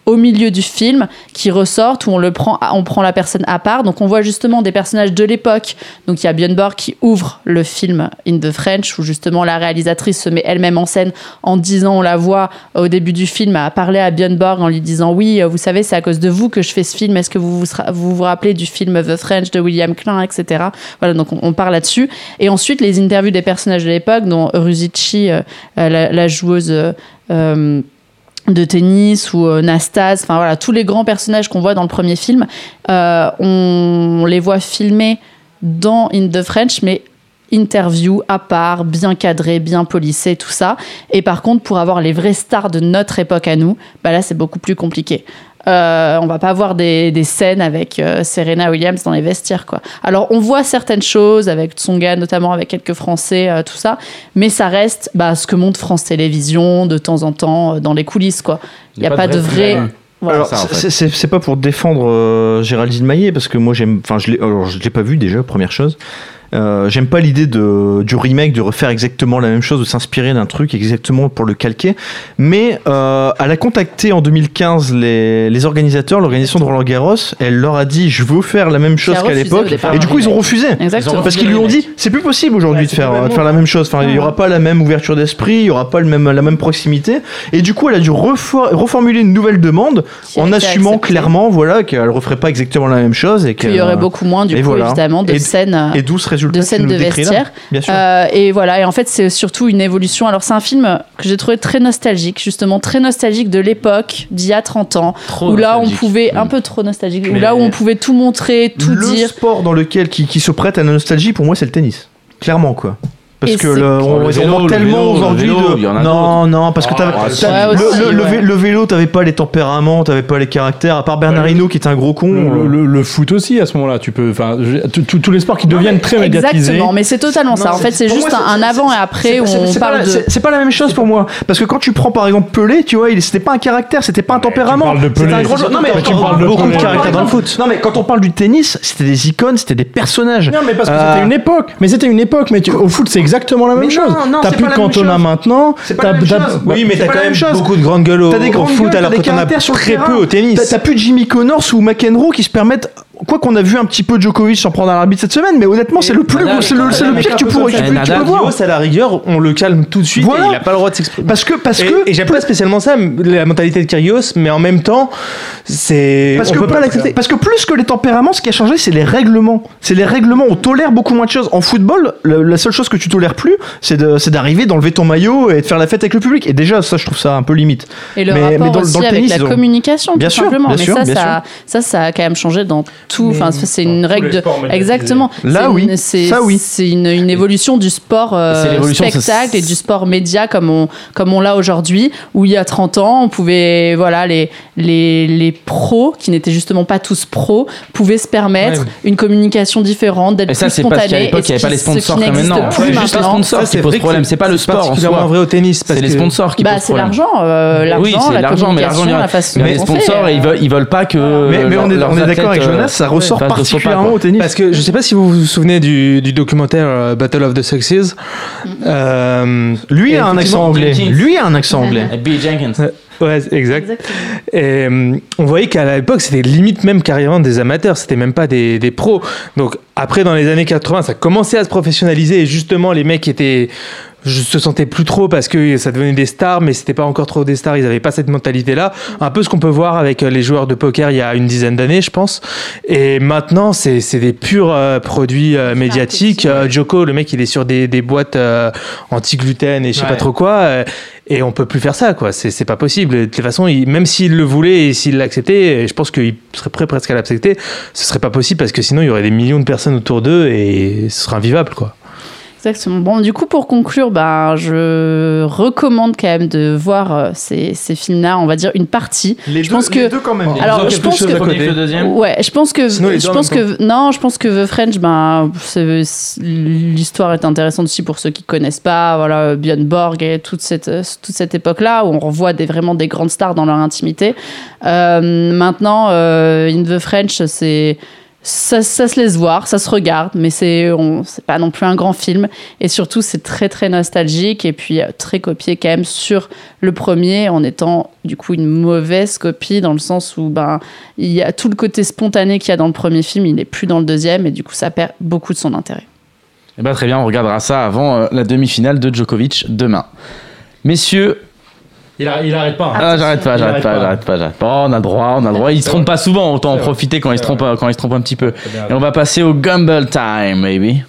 au milieu du film qui ressortent, où on, le prend, on prend la personne à part. Donc on voit justement des personnages de l'époque. Donc il y a Björn Borg qui ouvre le film In the French, où justement la réalisatrice se met elle-même en scène en disant, on la voit au début du film, à parler à Björn Borg en lui disant, oui, vous savez, c'est à cause de vous que je fais ce film. Est-ce que vous vous, vous, vous rappelez du film The French de William Klein, et cetera. Voilà, donc on, on parle là-dessus. Et ensuite, les interviews des personnages de l'époque, dont Ruzici, euh, la, la joueuse... Euh, de tennis ou euh, Nastase, enfin voilà, tous les grands personnages qu'on voit dans le premier film, euh, on, on les voit filmés dans In the French, mais interview à part, bien cadré, bien polissé, tout ça. Et par contre, pour avoir les vraies stars de notre époque à nous, bah là, c'est beaucoup plus compliqué. Euh, on va pas avoir des, des scènes avec euh, Serena Williams dans les vestiaires, quoi. Alors, on voit certaines choses avec Tsonga, notamment avec quelques Français, euh, tout ça, mais ça reste bah, ce que montre France Télévisions de temps en temps euh, dans les coulisses, quoi. Il n'y a, a pas de vrai... vrai... Voilà. Alors, ça, en fait. c'est, c'est, c'est pas pour défendre euh, Géraldine Maillet, parce que moi, j'aime... Enfin, je l'ai, alors, je l'ai pas vu déjà, première chose. Euh, j'aime pas l'idée de, du remake, de refaire exactement la même chose, de s'inspirer d'un truc exactement pour le calquer. Mais euh, elle a contacté en deux mille quinze les, les organisateurs, l'organisation de Roland Garros. Elle leur a dit, je veux faire la même chose qu'à l'époque. Et du coup, ils ont refusé. Exactement. Parce qu'ils lui ont dit, c'est plus possible aujourd'hui ouais, de, faire, de faire la même chose. Enfin, il y aura pas la même ouverture d'esprit, il y aura pas le même, la même proximité. Et du coup, elle a dû refor- reformuler une nouvelle demande qui en assumant accepté. clairement, voilà, qu'elle referait pas exactement la même chose et qu'il y aurait beaucoup moins, du coup, voilà. évidemment, de et, scènes. Et d'où serait de scènes de vestiaire. Euh, et voilà, et en fait, c'est surtout une évolution. Alors, c'est un film que j'ai trouvé très nostalgique, justement, très nostalgique de l'époque d'il y a trente ans, trop où là, on pouvait, un peu trop nostalgique, où là où on pouvait tout montrer, tout le dire. Le sport dans lequel, qui, qui se prête à la nostalgie, pour moi, c'est le tennis. Clairement, quoi. Parce et que le, on, le vélo, on manque tellement vélo, aujourd'hui vélo, de. Non, non, parce que t'avais, oh, t'avais, ouais, le, aussi, le, ouais. le vélo, t'avais pas les tempéraments, t'avais pas les caractères, à part Bernard Hinault qui était un gros con. Le, le, le foot aussi, à ce moment-là, tu peux. Enfin, tous les sports qui deviennent très médiatisés. Exactement, mais c'est totalement ça. Non, en fait, c'est, c'est juste moi, un avant et après où on parle de. C'est pas la même chose pour moi. Parce que quand tu prends par exemple Pelé, tu vois, c'était pas un caractère, c'était pas un tempérament. C'était un gros joueur. Non, mais tu parles de beaucoup de caractères dans le foot. Non, mais quand on parle du tennis, c'était des icônes, c'était des personnages. Non, mais parce que c'était une époque. Mais c'était une époque. Mais au foot, c'est exactement la même chose. Non, non, t'as plus de Cantona maintenant. C'est pas la même chose. Oui, mais t'as quand même beaucoup de grandes gueules au, au foot alors que t'en as très peu au tennis. T'as plus Jimmy Connors ou McEnroe qui se permettent. Quoi qu'on a vu un petit peu Djokovic s'en prendre à l'arbitre cette semaine, mais honnêtement, c'est le plus, c'est le, c'est le pire que tu pourrais, tu peux voir. À la rigueur, on le calme tout de suite voilà. et il a pas le droit de s'exprimer. Parce que, parce et, que. Et j'aime pas spécialement ça, la mentalité de Kyrgios, mais en même temps, c'est. Parce on que, peut pas l'accepter. Parce que plus que les tempéraments, ce qui a changé, c'est les règlements. C'est les règlements. On tolère beaucoup moins de choses. En football, le, la seule chose que tu tolères plus, c'est, de, c'est d'arriver, d'enlever ton maillot et de faire la fête avec le public. Et déjà, ça, je trouve ça un peu limite. Et le mais, rapport mais dans, aussi dans le avec tennis, la ont... communication, bien tout sûr, simplement. Bien mais sûr, ça, ça, ça, ça a quand même changé dans tout. Enfin, c'est une règle de exactement là c'est oui une, c'est, ça oui c'est une, une évolution du sport euh, spectacle et du sport média comme on comme on l'a aujourd'hui, où il y a trente ans on pouvait voilà les les les pros qui n'étaient justement pas tous pros pouvaient se permettre ouais, oui. une communication différente, d'être et ça, plus c'est spontanée. Parce qu'à l'époque il n'y avait pas les sponsors comme maintenant. Plus juste les sponsors qui posent problème, c'est pas le sport en soi. Vrai au tennis c'est les sponsors qui posent problème. C'est l'argent l'argent la communication, la façon. Les sponsors ils veulent ils veulent pas que. Mais on est d'accord avec Jonas, ça ressort particulièrement au tennis. Parce que je sais pas si vous vous souvenez du, du documentaire euh, Battle of the Sexes. Euh, lui a un accent anglais. Lui a un accent anglais. Bill Jenkins. Ouais, exact. Et, euh, on voyait qu'à l'époque, c'était limite même carrément des amateurs, c'était même pas des, des pros. Donc après, dans les années quatre-vingts, ça commençait à se professionnaliser et justement, les mecs étaient... Je se sentais plus trop parce que ça devenait des stars, mais c'était pas encore trop des stars, ils avaient pas cette mentalité-là. Un peu ce qu'on peut voir avec les joueurs de poker il y a une dizaine d'années, je pense. Et maintenant, c'est, c'est des purs euh, produits euh, médiatiques. Euh, Joko, le mec, il est sur des, des boîtes euh, anti-gluten et je sais ouais. pas trop quoi. Euh, et on peut plus faire ça, quoi. C'est, c'est pas possible. De toute façon, il, même s'il le voulait et s'il l'acceptait, je pense qu'il serait prêt presque à l'accepter. Ce serait pas possible parce que sinon, il y aurait des millions de personnes autour d'eux et ce serait invivable, quoi. Exactement. Bon, du coup, pour conclure, bah, je recommande quand même de voir euh, ces, ces films-là. On va dire une partie. Les, je deux, pense les que, deux quand même. Alors, je pense que, le deuxième. Ouais, je pense que, je pense que, non, je pense que The French, ben, c'est, c'est, l'histoire est intéressante aussi pour ceux qui connaissent pas. Voilà, Björn Borg et toute cette, toute cette époque-là où on revoit des, vraiment des grandes stars dans leur intimité. Euh, maintenant, euh, In the French, c'est Ça, ça se laisse voir, ça se regarde, mais c'est, on, c'est pas non plus un grand film. Et surtout, c'est très très nostalgique et puis euh, très copié quand même sur le premier, en étant du coup une mauvaise copie dans le sens où ben il y a tout le côté spontané qu'il y a dans le premier film, il n'est plus dans le deuxième et du coup ça perd beaucoup de son intérêt. Eh ben, très bien, on regardera ça avant euh, la demi-finale de Djokovic demain. Messieurs. Il, a, il arrête pas. Hein. Ah, j'arrête pas, Il j'arrête arrête pas, pas. j'arrête pas, j'arrête pas. Oh, on a le droit, on a le droit. Il se trompe pas souvent, autant en C'est profiter quand il se C'est trompe, vrai. quand il se trompe un petit peu. C'est bien. Et on va passer au Gumball Time, baby.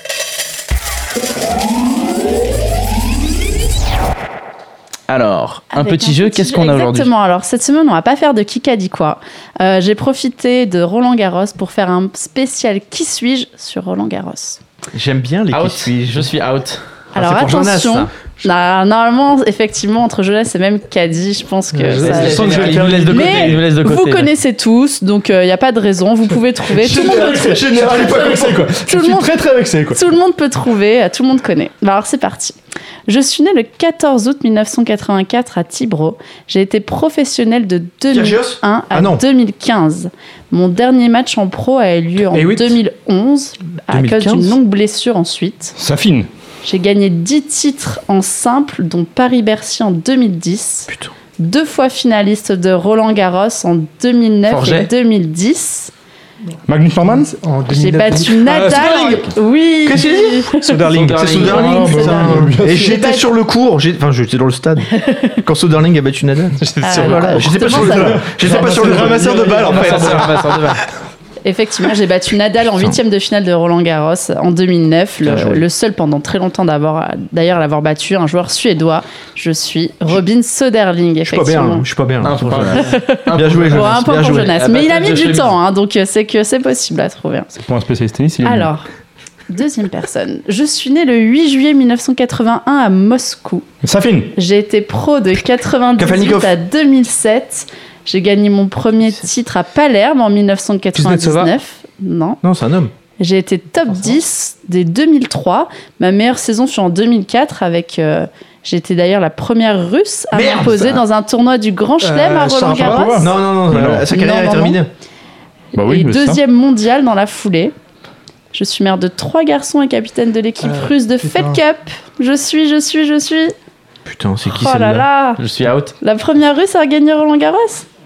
Alors, un Avec petit jeu, qu'est-ce qu'on a aujourd'hui? Exactement. Alors, cette semaine, on va pas faire de qui qu'a dit quoi. Euh, j'ai profité de Roland Garros pour faire un spécial Qui suis-je sur Roland Garros. J'aime bien les Out, qui suis-je. je suis out. Alors, c'est pour Jonas, attention. ça. Nah, normalement, effectivement, entre Jonas et même Caddy, je pense que Je ça- laisse- sens que je vais il nous laisse de côté, Mais il nous laisse de côté. vous là. connaissez tous, donc il n'y a pas de raison. Vous pouvez trouver. Tout le monde peut trouver. Général, pas vexé quoi. Je Tout le suis monde- très très vexé quoi. Tout le monde peut trouver, euh, tout le monde connaît. Bah alors c'est parti. Je suis né le quatorze août mille neuf cent quatre-vingt-quatre à Tibro. J'ai été professionnel de deux mille un à Ah non. deux mille quinze. Mon dernier match en pro a eu lieu en Eh oui. deux mille onze à deux mille cause quinze. d'une longue blessure ensuite. Ça fine. J'ai gagné dix titres en simple, dont Paris-Bercy en deux mille dix. Putain. Deux fois finaliste de Roland Garros en deux mille neuf Forget. et deux mille dix. Magnus Norman. En J'ai deux mille neuf. battu Nadal. Soderling. Oui. Qu'est-ce qu'il dit Soderling. C'est Soderling. Soderling, Ah, bah, putain. bien Et sûr. j'étais sur le cours, j'ai- enfin j'étais dans le stade quand Soderling a battu Nadal. Ah, Sur- voilà. J'étais pas sur le Justement, ça- j'étais pas sur le ramasseur de balles en fait. Ramasseur, ramasseur de balles. Effectivement, j'ai battu Nadal en huitième de finale de Roland Garros en deux mille neuf, Bien joué. le, le seul pendant très longtemps d'avoir, d'ailleurs, l'avoir battu, un joueur suédois. Je suis Robin Soderling, Je suis pas effectivement. bien, je suis pas bien. Un pour Jonas. Bien joué, Bon, Jonas, un point bien pour joué. Jonas, Ah, mais il a bah, mis de du chemise. temps, hein, donc c'est que c'est possible à trouver. C'est pour un spécialiste tennis. il est Alors, deuxième personne. Je suis né le huit juillet mille neuf cent quatre-vingt-un à Moscou. bien. Ça fine. J'ai été pro de quatre-vingt-dix-huit Kafelnikov. à deux mille sept. J'ai gagné mon premier titre à Palerme en mille neuf cent quatre-vingt-dix-neuf. Non. Non, c'est un homme. J'ai été top dix dès deux mille trois. Ma meilleure saison fut en deux mille quatre avec... euh, j'ai été d'ailleurs la première russe à Merde, m'imposer ça. dans un tournoi du Grand Chelem Euh, à Roland Sharapova. Garros. Non, non, non, Mais non. sa carrière Non, est non, terminée. Bah oui, Et mais c'est ça. deuxième mondial dans la foulée. Je suis mère de trois garçons et capitaine de l'équipe Euh, russe de putain. Fed Cup. Je suis, je suis, je suis. Putain, c'est qui Oh là celle-là là. Je suis out. La première russe à gagner Roland Garros.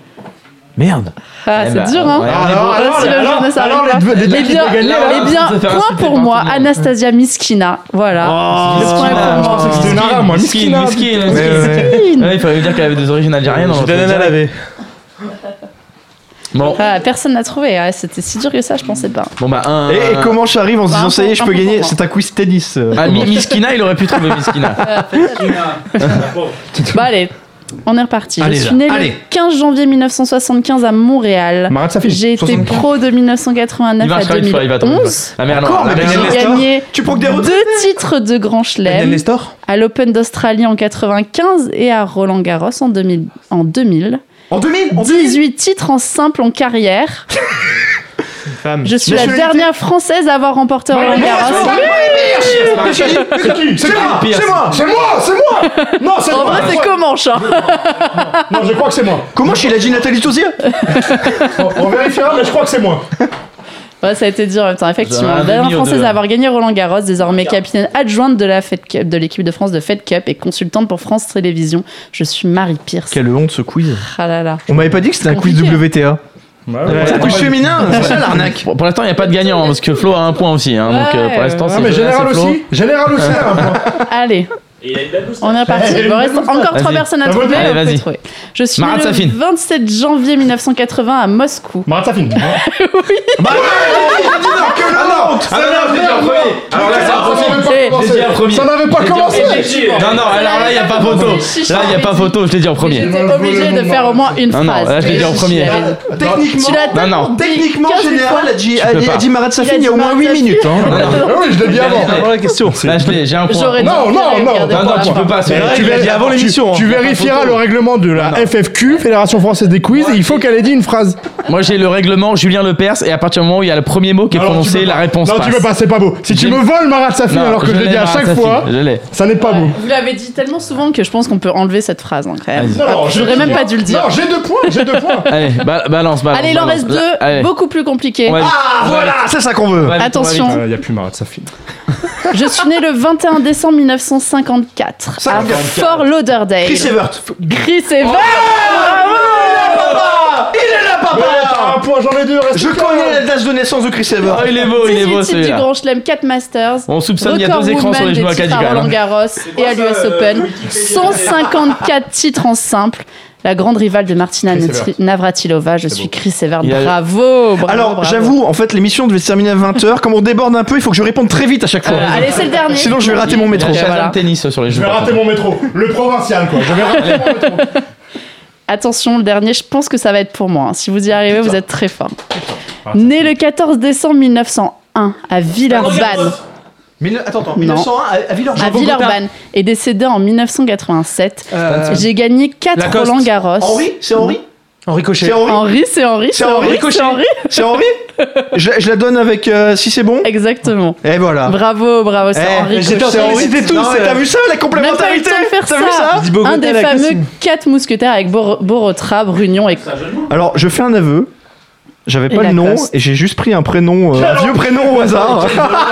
Merde. Ah, Eh c'est bah, dur, hein. ouais, Alors, alors, Si le alors, jeu ne s'arrête alors, pas. les deux- les deux Eh qui bien, vont gagner, là, eh bien, on va se faire point insulter pour par moi, tout le monde. Anastasia Miskina. Voilà. Oh, Le point est pour Miskina. moi. Je pensais que c'était une arabe, moi. Miskin, Miskina. miskin, Mais, miskin. ouais. Ouais, il fallait dire qu'elle avait des origines algériennes. on Je va donne se un dire. laver. Bon, Ah, personne n'a trouvé. Ah, c'était si dur que ça, je pensais pas. bon bah un. Et, et comment j'arrive en se Bah, disant un ça y est, point- je un peux point gagner. pour moi. C'est un quiz tennis. euh, Ah, comment Mi- Miskina, il aurait pu trouver Miskina. Bah allez, on est reparti. Allez, je là, suis née allez. le quinze janvier mille neuf cent soixante-quinze à Montréal. Marat Safin. J'ai été soixante-quinze. pro de mille neuf cent Il quatre-vingt-neuf à marchera deux une fois, il va tomber. mille onze. La mère Encore, noire. mais la mère Daniel J'ai noire. Nestor. gagné Tu prends que des retraités. deux titres de Grand Daniel Chelem Nestor. à l'Open d'Australie en quatre-vingt-quinze et à Roland Garros en deux mille. En deux mille. En deux mille en deux mille dix-huit titres en simple en carrière. Une femme. Je suis la Nationalité. dernière française à avoir remporté Roland Garros. C'est qui C'est moi Pierce. C'est moi C'est moi C'est moi Non, c'est En moi vrai, c'est comment, chat? Non, je crois que c'est moi. Comment chez la dit Nathalie Tauzier On, on vérifiera, mais je crois que c'est moi. Ouais, ça a été dur en même temps. Effectivement, J'en ai un la dernière demi au française deux. à avoir gagné Roland Garros, désormais capitaine adjointe de la Fed Cup, de l'équipe de France de Fed Cup et consultante pour France Télévisions. Je suis Marie Pierce. Quelle honte ce quiz. Ah là là. On m'avait pas dit que c'était un quiz Compliqué. W T A. C'est un quiz féminin, c'est ça l'arnaque. Pour, pour l'instant, il n'y a pas de gagnant hein, parce que Flo a un point aussi. Hein, donc euh, pour Ouais, l'instant, ouais. Ah, c'est mais Jonas Général et Flo. aussi Général aussi, là, un point. Allez. On est reparti. Il me reste encore trois Vas-y. personnes à Allez, trouver. vous vas-y. pouvez trouver. Je suis Marat née Safin. le vingt-sept janvier mille neuf cent quatre-vingts à Moscou. Marat Safin. Bah que la honte. Ah non, non, je l'ai dit en premier. Alors là, c'est un premier. Eh, Je l'ai dit en premier. Ça n'avait pas Je l'ai dit en commencé. premier. Non, non, alors là, il n'y a pas photo. Là, il n'y a pas photo, je l'ai dit en premier. J'étais obligée de faire au moins une Non, non, phrase. là, je l'ai dit en Et premier. l'avais- Techniquement, Tu l'as Non, non. dit techniquement, quinze Général fois. a dit, Tu a peux dit, pas. a dit Marat Safin il y a au moins Marat huit Safin. minutes. hein. Non, non. Ah oui, je l'ai dit avant. Voilà la question. Là, je l'ai, j'ai un point. J'aurais dû Non, non, regarder non. pour Non, non, la tu fin. peux pas. c'est Mais vrai. là, Tu, il l'a ver- dit avant tu- l'émission, hein. tu vérifieras le règlement de la F F Q, Fédération Française des Quiz, et il faut qu'elle ait dit une phrase. Moi, j'ai le règlement Julien Lepers et à partir du moment où il y a le premier mot qui est Alors, tu prononcé, peux la pas. réponse Non, passe. tu peux pas, c'est pas beau. Si tu J'ai- me voles Marat Safin Non, alors que que je, Je l'ai dit l'ai, à chaque Marat fois. Safin, je l'ai. Ça n'est pas beau. Vous l'avez dit tellement souvent que je pense qu'on peut enlever cette phrase hein, quand même. Vas-y. Non, non, j'ai J'aurais deux même points. pas dû le dire. Non, j'ai deux points, j'ai deux points. Allez, ba- balance, balance. Allez, il en balance. reste deux, Là, allez. beaucoup plus compliqués. Ouais. Ah, voilà, c'est ça qu'on veut. Ouais, vite, Attention. on va vite. Il n'y a plus Marat Safin. Je suis né le vingt et un décembre mille neuf cent cinquante-quatre à cinquante-quatre. Fort Lauderdale. Chris Evert. Chris Evert. Il est là, papa. Un point, j'en ai deux. reste Je qu'un. connais la date de naissance de Chris Evert. Oh, il est beau, il est beau Titre du celui-là. Grand Chelem, quatre Masters. On soupçonne, il y a record deux écrans sur les woman genoux à des titres Caddy, quand Roland même. Garros et à l'U S Open. cent cinquante-quatre titres en simple. La grande rivale de Martina Chris Navrat- Evert. Navratilova. Je suis Chris Evert. Il a- Bravo, bravo. Alors, bravo. j'avoue, en fait, l'émission devait se terminer à vingt heures. Comme on déborde un peu, il faut que je réponde très vite à chaque fois. Euh, allez, c'est le dernier. Sinon, je vais rater mon Il y métro. a Shazam Voilà. tennis sur les Je genoux. vais rater mon métro. Le provincial, quoi. Je vais rater mon métro. Attention, le dernier, je pense que ça va être pour moi. hein. Si vous y arrivez, vous êtes très fort. Né le quatorze décembre mille neuf cent un à Villeurbanne. Mille- Attends, attends, Non. mille neuf cent un à, à Villeurbanne. À Villeurbanne et décédé en mille neuf cent quatre-vingt-sept. Euh, J'ai gagné quatre Lacoste. Roland Garros. Henri, c'est Henri Henri Cochet. C'est Henri Henri, c'est Henri, C'est c'est Henri Henri, Cochet. c'est Henri. C'est Henri je, je la donne avec euh, si c'est bon. Exactement. Et voilà. Bravo, bravo, c'est Eh, Henri mais Cochet. j'étais en train de les citer tous. Non, mais t'as vu ça, la Même pas eu le complémentarité temps de faire T'as vu ça. ça Je dis Bogota, Un des la fameux costume. quatre mousquetaires avec Bor- Borotra, Brugnon et Alors, je fais un aveu. J'avais Et pas le nom Lacoste. et j'ai juste pris un prénom, euh, un vieux prénom au hasard.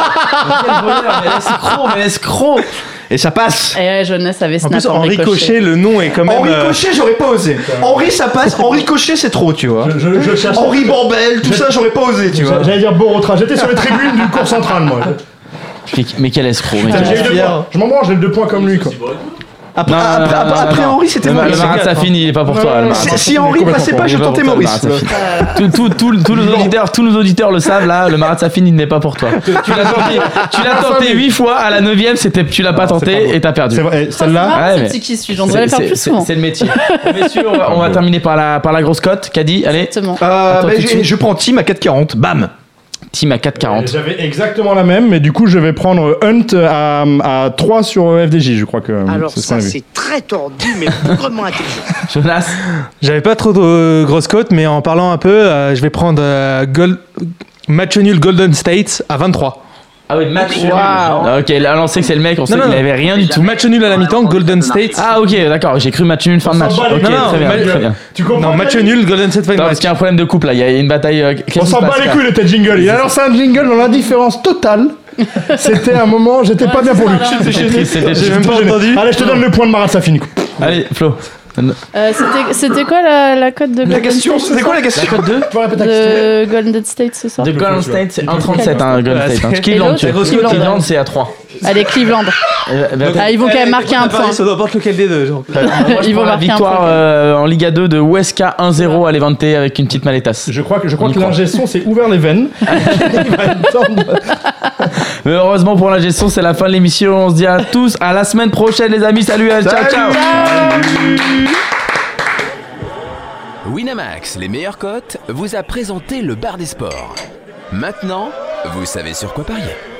Quel voleur, mais l'escroc, mais l'escroc. Et ça passe. Et ouais, jeunesse avait En snap plus, Henri Cochet, le nom est quand même. Henri euh, Cochet, j'aurais pas osé. Henri, ça passe. Henri Cochet, c'est trop, tu vois. Je, je, je cherche. Henri Bambel, tout ça, j'aurais pas osé, tu vois. J'allais dire Borotra. J'étais sur les tribunes du cours central, moi. Mais- Mais quel escroc. mais quel J'ai eu escroc. deux points. Je m'en branle, j'ai deux points comme lui, quoi. Après, Non, non, après, non, après- non, après non. Henri, c'était Le Maurice. Le Marat Safin, il est pas pour toi. le Marat Si- Safin. Si Henri passait pas, je Il est tentais pour toi, le Maurice. Marat Safin. Tous- tous- tous- tous nos auditeurs, tous nos auditeurs le savent là, le Marat Safin il n'est pas pour toi. Tu l'as tenté, tu l'as tenté huit fois, à la neuvième c'était, tu l'as pas c'est pas tenté bon. et t'as perdu. C'est vrai, eh, celle-là. Ouais, C'est mais- petit qui suit, j'en devrais le faire C'est- plus c'est- souvent. C'est le métier. Messieurs, on va, on va terminer par la, par la grosse cote. Caddy, allez. Exactement. Euh, Attends, bah, tout de j'ai- suite. je prends Tim à quatre quarante. Bam. Team à quatre quarante. J'avais exactement la même, mais du coup, je vais prendre Hunt à, à trois sur F D J, je crois que. Alors c'est ce qu'on ça, a vu. c'est très tordu, mais bougrement intelligent. Jonas. J'avais pas trop de euh, grosses cotes, mais en parlant un peu, euh, je vais prendre euh, Gold- match nul Golden State à vingt-trois. Ah oui, match nul. Wow. Ah, ok, là on sait que c'est le mec, on sait Non, non, qu'il non. avait rien du tout. Match nul à la mi-temps, Golden State. Ah ok, d'accord, j'ai cru match nul fin de match. s'en bat les Ok, couilles. très bien, Non, très bien. Tu comprends Non, match Camille nul, Golden State Non, final parce match. qu'il y a un problème de couple là, il y a une bataille. euh, qu'est-ce On qui s'en se bat passe, les là couilles de tes jingles. Il a lancé un jingle dans l'indifférence totale. C'était un moment, j'étais pas bien pour lui. C'était triste, c'était J'étais triste. pas gêné. entendu. Allez, je te donne le point de Marat Safin. Allez, Flo. Euh, c'était- C'était quoi la, la cote de La Golden question, State c'était quoi la La question cote deux Tu peux répéter la question de Golden State ce soir? de Golden State, c'est un trente-sept, hein, Golden State. hein. Et Cleveland, l'autre, tu vois. Cleveland. Cleveland, c'est à trois. Allez, Cleveland. Euh, bah, Ah, ils vont quand même marquer un point. Ça doit n'importe lequel des deux. Genre. Moi, je Ils vont prends la marquer un victoire point. euh, en Liga deux de Huesca un zéro à Levante avec une petite maletas. Je crois que, je crois On y que croit. l'ingé son s'est ouvert les veines. Il va attendre. Mais heureusement pour la gestion, c'est la fin de l'émission. On se dit à tous à la semaine prochaine, les amis. Salut, ciao, ciao. Winamax, les meilleures cotes, vous a présenté le bar des sports. Maintenant, vous savez sur quoi parier.